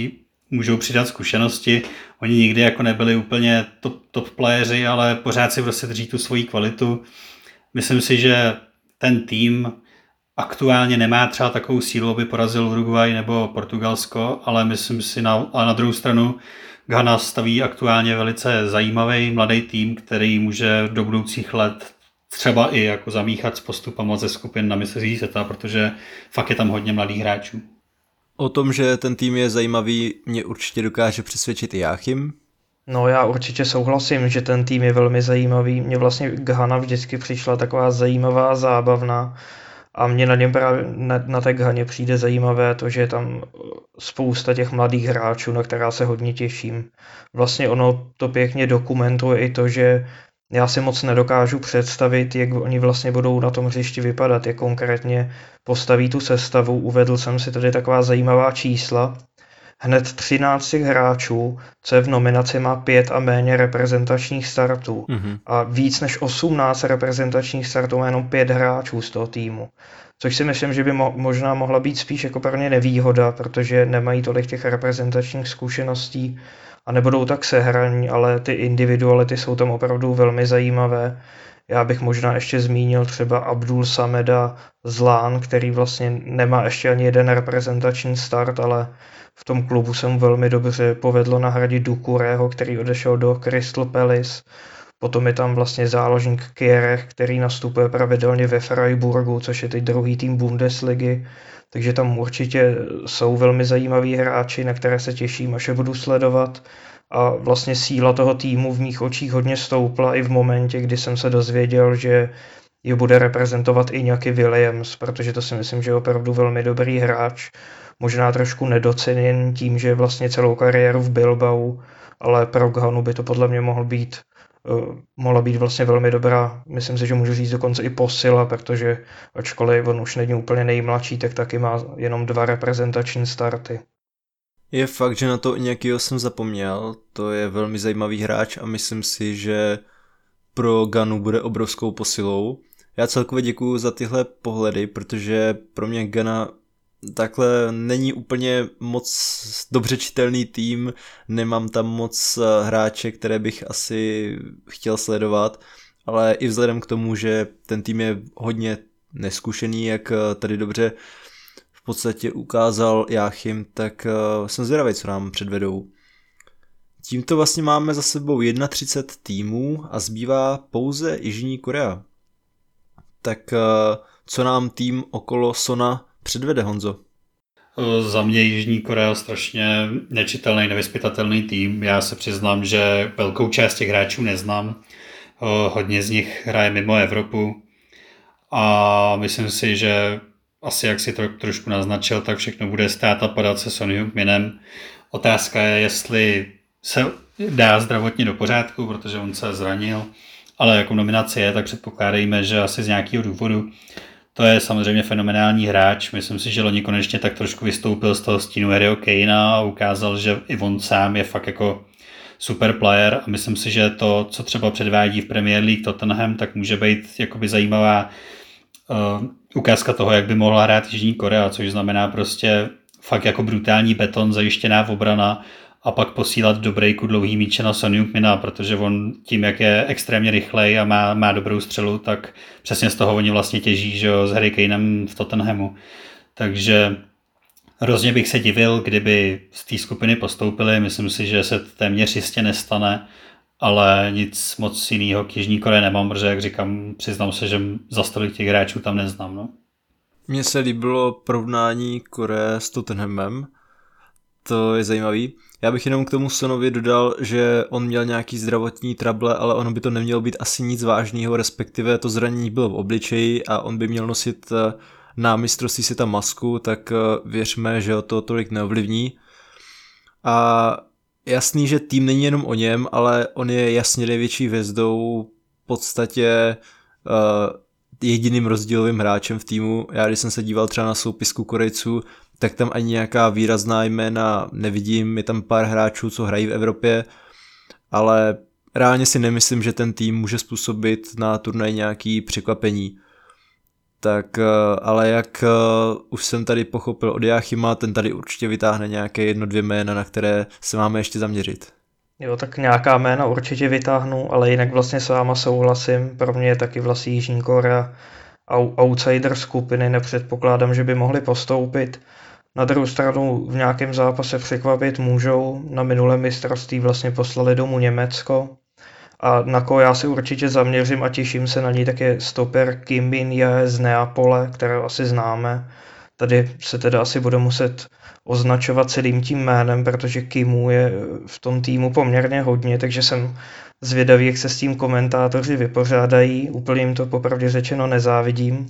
můžou přidat zkušenosti. Oni nikdy jako nebyli úplně top, top playeři, ale pořád si prostě drží tu svoji kvalitu. Myslím si, že ten tým aktuálně nemá třeba takovou sílu, aby porazil Uruguay nebo Portugalsko, ale myslím si, na, ale na druhou stranu Ghana staví aktuálně velice zajímavý mladý tým, který může do budoucích let třeba i jako zamíchat s postupama ze skupin na mistrovství světa, protože fakt je tam hodně mladých hráčů. O tom, že ten tým je zajímavý, mě určitě dokáže přesvědčit i Jáchym. No já určitě souhlasím, že ten tým je velmi zajímavý. Mně vlastně Ghana vždycky přišla taková zajímavá, zábavná a mně na něm právě na, na té Ghaně přijde zajímavé to, že je tam spousta těch mladých hráčů, na která se hodně těším. Vlastně ono to pěkně dokumentuje i to, že já si moc nedokážu představit, jak oni vlastně budou na tom hřišti vypadat, jak konkrétně postaví tu sestavu. Uvedl jsem si tady taková zajímavá čísla. Hned třináct těch hráčů, co je v nominaci, má pět a méně reprezentačních startů. Mm-hmm. A víc než osmnáct reprezentačních startů má jenom pět hráčů z toho týmu. Což si myslím, že by mo- možná mohla být spíš jako pro ně nevýhoda, protože nemají tolik těch reprezentačních zkušeností a nebudou tak sehraní, ale ty individuality jsou tam opravdu velmi zajímavé. Já bych možná ještě zmínil třeba Abdul Sameda Zlán, který vlastně nemá ještě ani jeden reprezentační start, ale v tom klubu se mu velmi dobře povedlo nahradit Doucourého, který odešel do Crystal Palace. Potom je tam vlastně záložník Kierech, který nastupuje pravidelně ve Freiburgu, což je teď druhý tým Bundesligy. Takže tam určitě jsou velmi zajímaví hráči, na které se těším, až je budu sledovat. A vlastně síla toho týmu v mých očích hodně stoupla i v momentě, kdy jsem se dozvěděl, že je bude reprezentovat i nějaký Williams, protože to si myslím, že je opravdu velmi dobrý hráč. Možná trošku nedoceněn tím, že je vlastně celou kariéru v Bilbao, ale pro Ghanu by to podle mě mohl být, uh, mohla být vlastně velmi dobrá. Myslím si, že můžu říct dokonce i posila, protože ačkoliv on už není úplně nejmladší, tak taky má jenom dva reprezentační starty. Je fakt, že na to nějakýho jsem zapomněl, to je velmi zajímavý hráč a myslím si, že pro Ghanu bude obrovskou posilou. Já celkově děkuju za tyhle pohledy, protože pro mě Ghana takhle není úplně moc dobře čitelný tým, nemám tam moc hráče, které bych asi chtěl sledovat, ale i vzhledem k tomu, že ten tým je hodně neskušený, jak tady dobře v podstatě ukázal Jáchym, tak jsem zvědavý, co nám předvedou. Tímto vlastně máme za sebou třicet jedna týmů a zbývá pouze Jižní Korea. Tak co nám tým okolo Sona předvede, Honzo? Za mě Jižní Korea strašně nečitelný, nevyzpytatelný tým. Já se přiznám, že velkou část těch hráčů neznám. Hodně z nich hraje mimo Evropu a myslím si, že asi jak si to trošku naznačil, tak všechno bude stát a padat se Son Heung-minem. Otázka je, jestli se dá zdravotně do pořádku, protože on se zranil, ale jako nominace je, tak předpokládejme, že asi z nějakého důvodu. To je samozřejmě fenomenální hráč. Myslím si, že loni konečně tak trošku vystoupil z toho stínu Harryho Kanea a ukázal, že i on sám je fakt jako super player a myslím si, že to, co třeba předvádí v Premier League Tottenham, tak může být jakoby zajímavá uh, ukázka toho, jak by mohla hrát Jižní Korea, což znamená prostě fakt jako brutální beton, zajištěná obrana a pak posílat do breaku dlouhý míče na Son Heung-mina, protože on tím, jak je extrémně rychlej a má, má dobrou střelu, tak přesně z toho oni vlastně těží, že jo, s Harry Kanem v Tottenhamu. Takže hrozně bych se divil, kdyby z té skupiny postoupili, myslím si, že se téměř jistě nestane, ale nic moc jiného k Jižní Koreji nemám, protože jak říkám, přiznám se, že za stolik těch hráčů tam neznám. No. Mně se líbilo porovnání Koreje s Tottenhamem, to je zajímavý. Já bych jenom k tomu Sonovi dodal, že on měl nějaký zdravotní trable, ale ono by to nemělo být asi nic vážného, respektive to zranění bylo v obličeji a on by měl nosit na mistrovství světa masku, tak věřme, že ho to tolik neovlivní. A jasný, že tým není jenom o něm, ale on je jasně největší hvězdou, v podstatě uh, jediným rozdílovým hráčem v týmu. Já když jsem se díval třeba na soupisku Korejců, tak tam ani nějaká výrazná jména nevidím, je tam pár hráčů, co hrají v Evropě, ale reálně si nemyslím, že ten tým může způsobit na turnaj nějaký překvapení. Tak ale jak už jsem tady pochopil od Jáchyma, ten tady určitě vytáhne nějaké jedno, dvě jména, na které se máme ještě zaměřit. Jo, tak nějaká jména určitě vytáhnu, ale jinak vlastně s váma souhlasím. Pro mě je taky vlastně Jižní Korea outsider skupiny, nepředpokládám, že by mohli postoupit. Na druhou stranu v nějakém zápase překvapit můžou. Na minulém mistrovství vlastně poslali domů Německo. A na koho já si určitě zaměřím a těším se na ní, tak je stoper Kim Min-jae z Neapole, kterého asi známe. Tady se teda asi bude muset označovat celým tím jménem, protože Kimů je v tom týmu poměrně hodně, takže jsem zvědavý, jak se s tím komentátoři vypořádají. Úplně jim to popravdě řečeno nezávidím.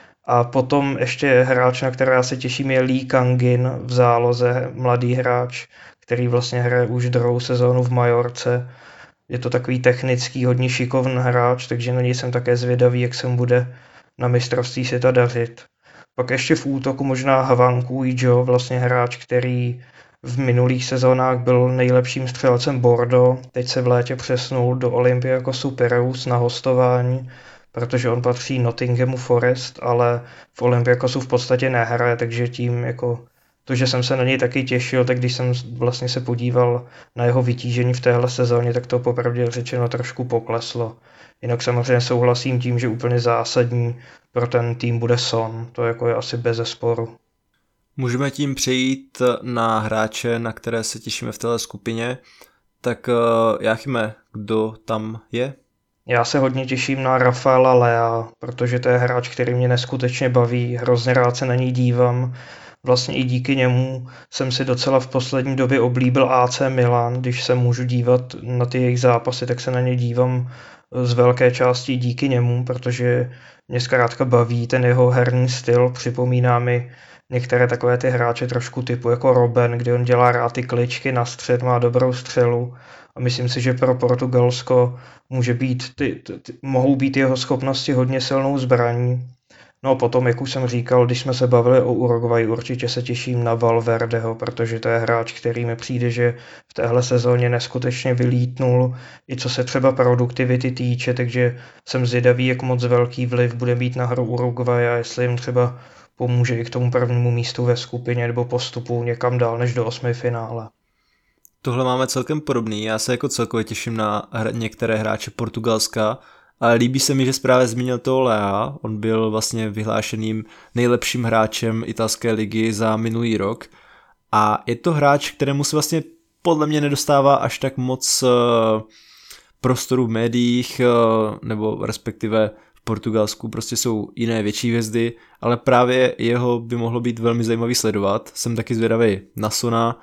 A potom ještě hráč, na kterého já se těším, je Lee Kangin v záloze, mladý hráč, který vlastně hraje už druhou sezónu v Majorce. Je to takový technický, hodně šikovný hráč, takže na něj jsem také zvědavý, jak se mu bude na mistrovství světa dařit. Pak ještě v útoku možná Hwang Ui-jo, vlastně hráč, který v minulých sezónách byl nejlepším střelcem Bordeaux, teď se v létě přesnul do Olympiakosu Pireus na hostování, protože on patří Nottinghamu Forest, ale v Olympiakosu v podstatě nehraje, takže tím jako to, že jsem se na něj taky těšil, tak když jsem vlastně se podíval na jeho vytížení v téhle sezóně, tak to popravdě řečeno trošku pokleslo. Jinak samozřejmě souhlasím tím, že úplně zásadní pro ten tým bude Son, to jako je asi bezesporu. Můžeme tím přejít na hráče, na které se těšíme v téhle skupině. Tak Jáchyme, kdo tam je? Já se hodně těším na Rafaela Lea, protože to je hráč, který mě neskutečně baví, hrozně rád se na něj dívám. Vlastně i díky němu jsem si docela v poslední době oblíbil A C Milan, když se můžu dívat na ty jejich zápasy, tak se na ně dívám z velké části díky němu, protože mě zkrátka baví ten jeho herní styl, připomíná mi některé takové ty hráče trošku typu jako Robben, kdy on dělá rád ty kličky na střed, má dobrou střelu a myslím si, že pro Portugalsko může být ty, ty, ty, mohou být jeho schopnosti hodně silnou zbraní. No a potom, jak už jsem říkal, když jsme se bavili o Uruguay, určitě se těším na Valverdeho, protože to je hráč, který mi přijde, že v téhle sezóně neskutečně vylítnul, i co se třeba produktivity týče, takže jsem zvědavý, jak moc velký vliv bude mít na hru Uruguay a jestli jim třeba pomůže i k tomu prvnímu místu ve skupině nebo postupu někam dál než do osmi finále. Tohle máme celkem podobný, já se jako celkově těším na hra- některé hráče Portugalska, ale líbí se mi, že právě zmínil toho Lea, on byl vlastně vyhlášeným nejlepším hráčem italské ligy za minulý rok a je to hráč, kterému se vlastně podle mě nedostává až tak moc uh, prostoru v médiích, uh, nebo respektive v Portugalsku prostě jsou jiné větší hvězdy, ale právě jeho by mohlo být velmi zajímavý sledovat, jsem taky zvědavý na Sona,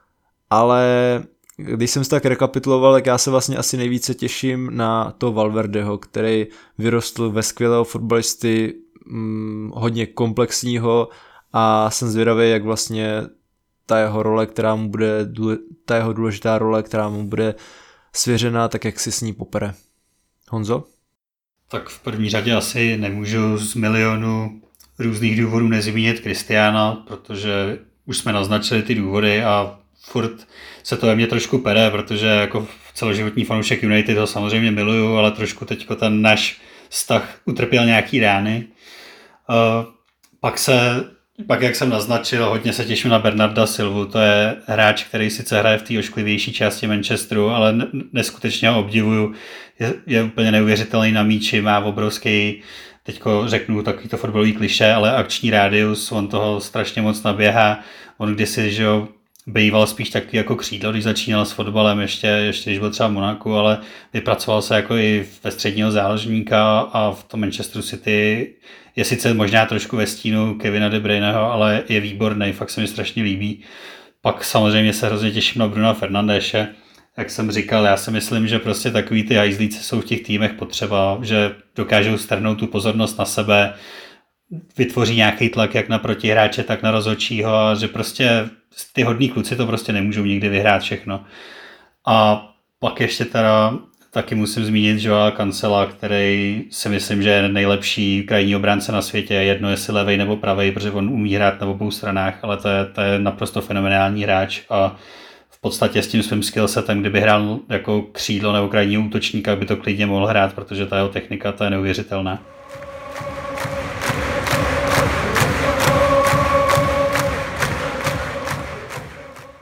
ale když jsem si tak rekapituloval, tak já se vlastně asi nejvíce těším na to Valverdeho, který vyrostl ve skvělého fotbalisty, hm, hodně komplexního a jsem zvědavý, jak vlastně ta jeho role, která mu bude, ta jeho důležitá role, která mu bude svěřená, tak jak si s ní popere. Honzo? Tak v první řadě asi nemůžu z milionu různých důvodů nezmínit Kristiána, protože už jsme naznačili ty důvody a furt se to ve mně trošku pere, protože jako celoživotní fanoušek United ho samozřejmě miluju, ale trošku teďko ten náš vztah utrpěl nějaký rány. Uh, pak se, pak jak jsem naznačil, hodně se těším na Bernarda Silvu, to je hráč, který sice hraje v té ošklivější části Manchesteru, ale neskutečně ho obdivuju, je, je úplně neuvěřitelný na míči, má obrovský, teďko řeknu takovýto fotbalový klišé, ale akční rádius, on toho strašně moc naběhá, on kdysi, že jo, býval spíš taky jako křídlo, když začínal s fotbalem, ještě, ještě když byl třeba v Monaku, ale vypracoval se jako i ve středního záložníka a v tom Manchesteru City je sice možná trošku ve stínu Kevina De Bruyneho, ale je výborný, fakt se mi strašně líbí. Pak samozřejmě se hrozně těším na Bruna Fernandeše. Jak jsem říkal, já si myslím, že prostě takový ty hajzlíci jsou v těch týmech potřeba, že dokážou strhnout tu pozornost na sebe, vytvoří nějaký tlak jak na protihráče, tak na rozhodčího a že prostě ty hodní kluci to prostě nemůžou nikdy vyhrát všechno. A pak ještě teda taky musím zmínit Joao Cancela, který si myslím, že je nejlepší krajní obránce na světě, jedno jestli levej nebo pravej, protože on umí hrát na obou stranách, ale to je, to je naprosto fenomenální hráč a v podstatě s tím svým skillsetem, kdyby hrál jako křídlo nebo krajního útočníka, by to klidně mohl hrát, protože ta jeho technika to je neuvěřitelná.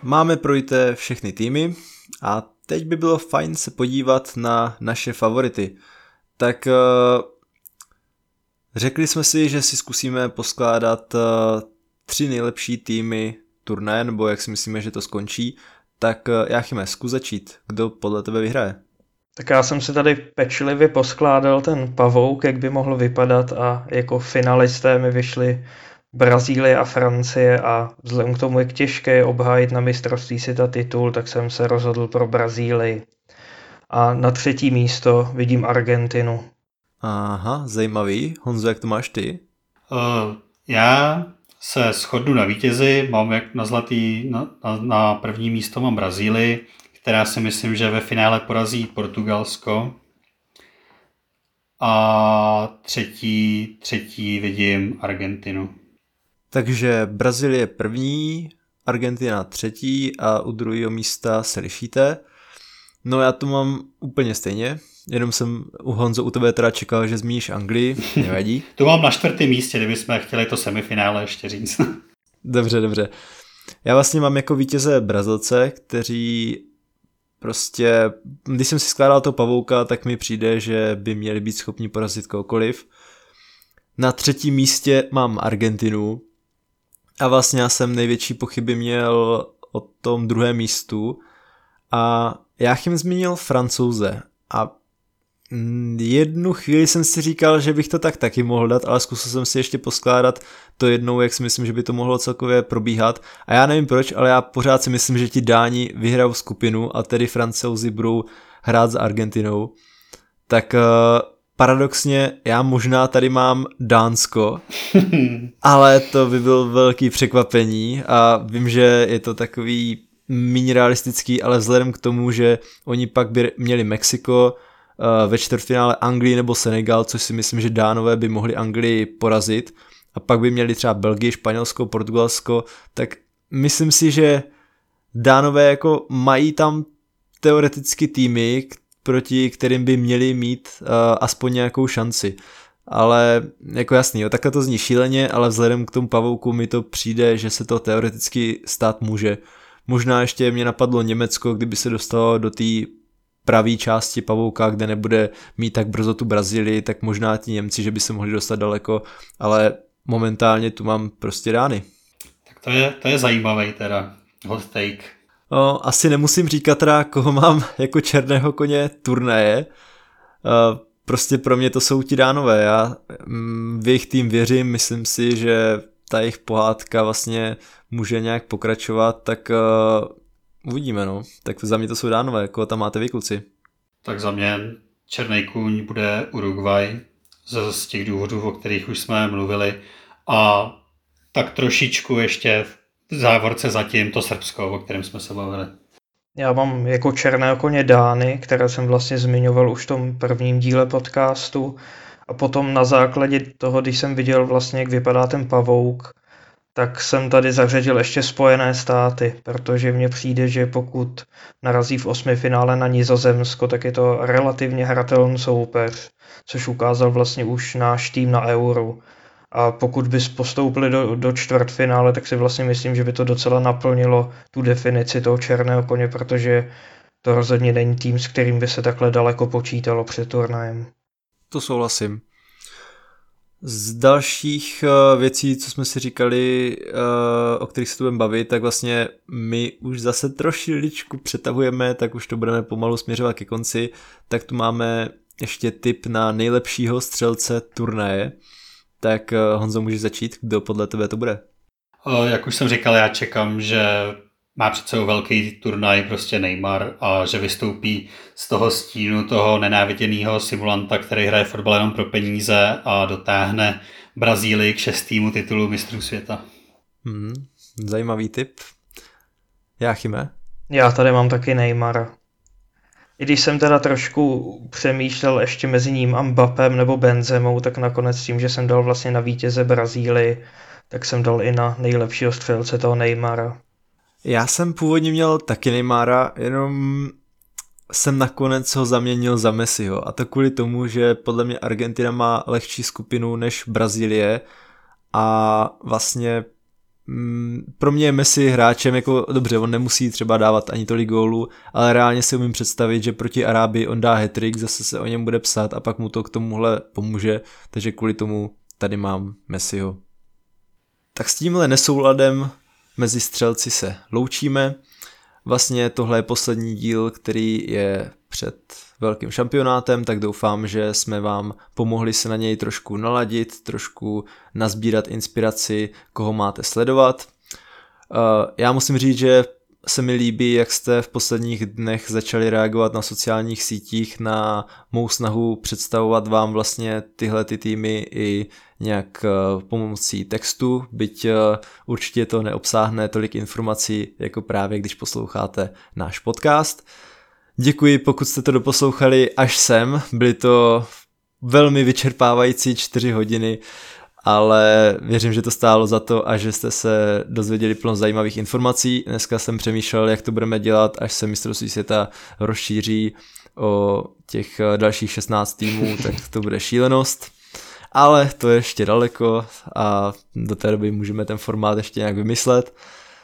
Máme projité všechny týmy a teď by bylo fajn se podívat na naše favority. Tak řekli jsme si, že si zkusíme poskládat tři nejlepší týmy turnaje, nebo jak si myslíme, že to skončí. Tak Jáchyme, zkus začít. Kdo podle tebe vyhraje? Tak já jsem si tady pečlivě poskládal ten pavouk, jak by mohl vypadat, a jako finalisté mi vyšly Brazílie a Francie a vzhledem k tomu, jak těžké je obhájit na mistrovství světa titul, tak jsem se rozhodl pro Brazílii. A na třetí místo vidím Argentinu. Aha, zajímavý. Honzo, jak to máš ty? Uh, já se shodnu na vítězi, mám jak na zlatý, na, na, na první místo mám Brazílii, která si myslím, že ve finále porazí Portugalsko. A třetí, třetí vidím Argentinu. Takže Brazílie první, Argentina třetí a u druhého místa se lišíte. No já to mám úplně stejně, jenom jsem u Honzo u tebe teda čekal, že zmíníš Anglii, nevadí. To mám na čtvrtém místě, kdybychom chtěli to semifinále ještě říct. Dobře, dobře. Já vlastně mám jako vítěze Brazilce, kteří prostě, když jsem si skládal toho pavouka, tak mi přijde, že by měli být schopni porazit kohokoliv. Na třetím místě mám Argentinu a vlastně já jsem největší pochyby měl o tom druhém místu a Jáchym zmínil Francouze a jednu chvíli jsem si říkal, že bych to tak taky mohl dát, ale zkusil jsem si ještě poskládat to jednou, jak si myslím, že by to mohlo celkově probíhat a já nevím proč, ale já pořád si myslím, že ti Dáni vyhrajou skupinu a tedy Francouzi budou hrát za Argentinou. Tak uh, paradoxně já možná tady mám Dánsko, ale to by bylo velký překvapení a vím, že je to takový méně realistický, ale vzhledem k tomu, že oni pak by měli Mexiko, ve čtvrtfinále Anglii nebo Senegal, což si myslím, že Dánové by mohli Anglii porazit a pak by měli třeba Belgii, Španělsko, Portugalsko, tak myslím si, že Dánové jako mají tam teoreticky týmy, proti kterým by měli mít uh, aspoň nějakou šanci. Ale jako jasný, jo, takhle to zní šíleně, ale vzhledem k tomu pavouku mi to přijde, že se to teoreticky stát může. Možná ještě mě napadlo Německo, kdyby se dostalo do té pravé části pavouka, kde nebude mít tak brzo tu Brazílii, tak možná ti Němci, že by se mohli dostat daleko, ale momentálně tu mám prostě Dány. Tak to je, to je zajímavý teda hot take. No, asi nemusím říkat teda, koho mám jako černého koně turnaje. Prostě pro mě to jsou ti Dánové. Já v jejich tým věřím, myslím si, že ta jejich pohádka vlastně může nějak pokračovat, tak uvidíme, no. Tak za mě to jsou Dánové, jako tam máte vy, kluci. Tak za mě černý kůň bude Uruguay z, z těch důvodů, o kterých už jsme mluvili. A tak trošičku ještě v závorce zatím to Srbsko, o kterém jsme se bavili. Já mám jako černého koně Dány, které jsem vlastně zmiňoval už v tom prvním díle podcastu. A potom na základě toho, když jsem viděl vlastně, jak vypadá ten pavouk, tak jsem tady zařadil ještě Spojené státy, protože mně přijde, že pokud narazí v osmifinále na Nizozemsko, tak je to relativně hratelný soupeř, což ukázal vlastně už náš tým na Euro. A pokud bys postoupili do, do čtvrtfinále, tak si vlastně myslím, že by to docela naplnilo tu definici toho černého koně, protože to rozhodně není tým, s kterým by se takhle daleko počítalo před turnajem. To souhlasím. Z dalších věcí, co jsme si říkali, o kterých se tu budeme bavit, tak vlastně my už zase trošičku přetahujeme, tak už to budeme pomalu směřovat ke konci. Tak tu máme ještě tip na nejlepšího střelce turnaje. Tak Honzo, můžeš začít, kdo podle tebe to bude? Jak už jsem říkal, já čekám, že má před sebou velký turnaj prostě Neymar a že vystoupí z toho stínu toho nenáviděného simulanta, který hraje fotbal jenom pro peníze a dotáhne Brazílii k šestýmu titulu mistrů světa. Hmm, zajímavý tip. Jáchyme? Já tady mám taky Neymara. I když jsem teda trošku přemýšlel ještě mezi ním a Mbappem nebo Benzemou, tak nakonec tím, že jsem dal vlastně na vítěze Brazílii, tak jsem dal i na nejlepšího střelce toho Neymara. Já jsem původně měl taky Neymara, jenom jsem nakonec ho zaměnil za Messiho. A to kvůli tomu, že podle mě Argentina má lehčí skupinu než Brazílie a vlastně pro mě je Messi hráčem, jako dobře, on nemusí třeba dávat ani tolik gólů, ale reálně si umím představit, že proti Arábii on dá hat-trick, zase se o něm bude psát a pak mu to k tomuhle pomůže, takže kvůli tomu tady mám Messiho. Tak s tímhle nesouladem mezi střelci se loučíme. Vlastně tohle je poslední díl, který je před velkým šampionátem, tak doufám, že jsme vám pomohli se na něj trošku naladit, trošku nazbírat inspiraci, koho máte sledovat. Já musím říct, že se mi líbí, jak jste v posledních dnech začali reagovat na sociálních sítích na mou snahu představovat vám vlastně tyhle ty týmy i nějak pomocí textu, byť určitě to neobsáhne tolik informací, jako právě když posloucháte náš podcast. Děkuji, pokud jste to doposlouchali až sem, byly to velmi vyčerpávající čtyři hodiny, ale věřím, že to stálo za to a že jste se dozvěděli plno zajímavých informací. Dneska jsem přemýšlel, jak to budeme dělat, až se mistrovství světa rozšíří o těch dalších šestnáct týmů, tak to bude šílenost. Ale to je ještě daleko a do té doby můžeme ten formát ještě nějak vymyslet.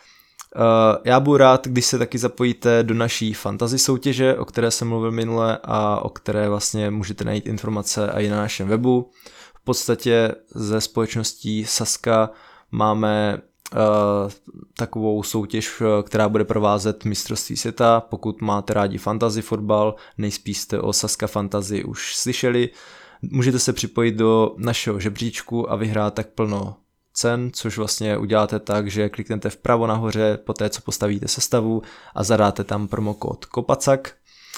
Já budu rád, když se taky zapojíte do naší fantasy soutěže, o které jsem mluvil minule a o které vlastně můžete najít informace i na našem webu. V podstatě ze společností Sazka máme uh, takovou soutěž, která bude provázet mistrovství světa. Pokud máte rádi fantasy fotbal, nejspíš jste o Sazka Fantasy už slyšeli, můžete se připojit do našeho žebříčku a vyhrát tak plno cen, což vlastně uděláte tak, že kliknete vpravo nahoře po té, co postavíte sestavu a zadáte tam promokód KOPACAK.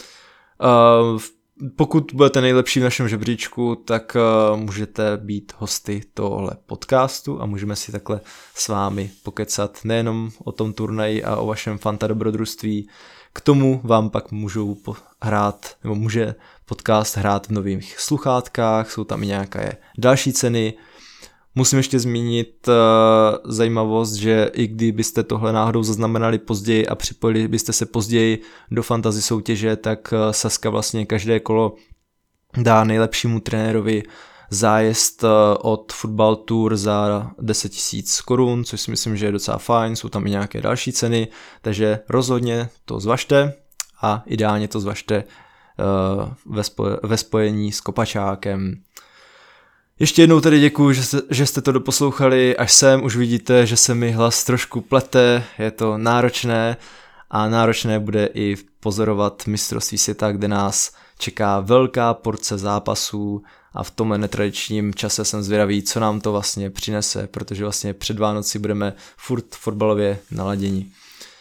Uh, pokud budete nejlepší v našem žebříčku, tak uh, můžete být hosty tohle podcastu a můžeme si takhle s vámi pokecat nejenom o tom turnaji a o vašem fanta dobrodružství. K tomu vám pak můžu hrát, nebo může podcast hrát v nových sluchátkách, jsou tam i nějaké další ceny. Musím ještě zmínit uh, zajímavost, že i kdybyste tohle náhodou zaznamenali později a připojili byste se později do fantasy soutěže, tak uh, Sazka vlastně každé kolo dá nejlepšímu trenérovi zájezd uh, od Football Tour za deset tisíc korun, což si myslím, že je docela fajn, jsou tam i nějaké další ceny, takže rozhodně to zvažte a ideálně to zvažte uh, ve, spoj- ve spojení s Kopačákem. Ještě jednou tedy děkuju, že jste, že jste to doposlouchali až sem, už vidíte, že se mi hlas trošku plete, je to náročné a náročné bude i pozorovat mistrovství světa, kde nás čeká velká porce zápasů a v tomhle netradičním čase jsem zvědavý, co nám to vlastně přinese, protože vlastně před Vánoci budeme furt fotbalově naladěni.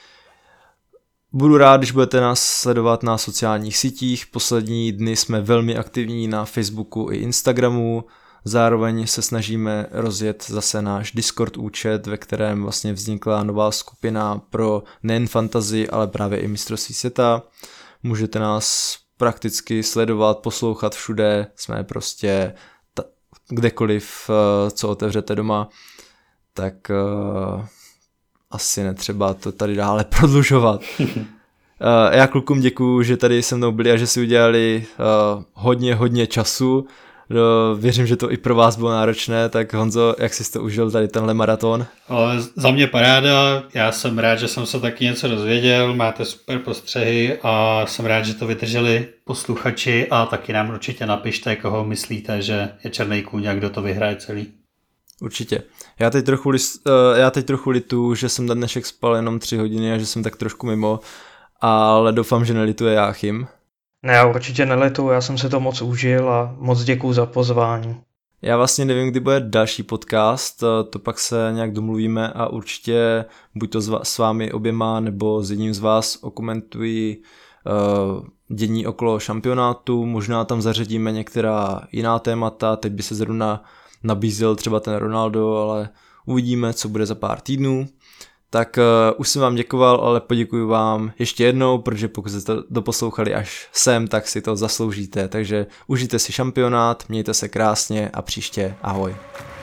Budu rád, když budete nás sledovat na sociálních sítích, poslední dny jsme velmi aktivní na Facebooku i Instagramu, zároveň se snažíme rozjet zase náš Discord účet, ve kterém vlastně vznikla nová skupina pro nejen fantasy, ale právě i mistrovství světa. Můžete nás prakticky sledovat, poslouchat všude, jsme prostě ta, kdekoliv, co otevřete doma, tak uh, asi netřeba to tady dále prodlužovat. uh, já klukům děkuju, že tady se mnou byli a že si udělali uh, hodně, hodně času. No, věřím, že to i pro vás bylo náročné, tak Honzo, jak jsi to užil tady tenhle maraton? Ale za mě paráda, já jsem rád, že jsem se taky něco dozvěděl, máte super postřehy a jsem rád, že to vydrželi posluchači a taky nám určitě napište, koho myslíte, že je černý kůň a kdo to vyhraje celý. Určitě. Já teď trochu, já teď trochu litu, že jsem na dnešek spal jenom tři hodiny a že jsem tak trošku mimo, ale doufám, že nelituje Jáchym. Ne, já určitě nelituju, já jsem si to moc užil a moc děkuju za pozvání. Já vlastně nevím, kdy bude další podcast, to pak se nějak domluvíme a určitě buď to s vámi oběma nebo s jedním z vás okomentuji uh, dění okolo šampionátu, možná tam zařadíme některá jiná témata, teď by se zrovna nabízel třeba ten Ronaldo, ale uvidíme, co bude za pár týdnů. Tak uh, už jsem vám děkoval, ale poděkuji vám ještě jednou, protože pokud jste to doposlouchali až sem, tak si to zasloužíte. Takže užijte si šampionát, mějte se krásně a příště ahoj.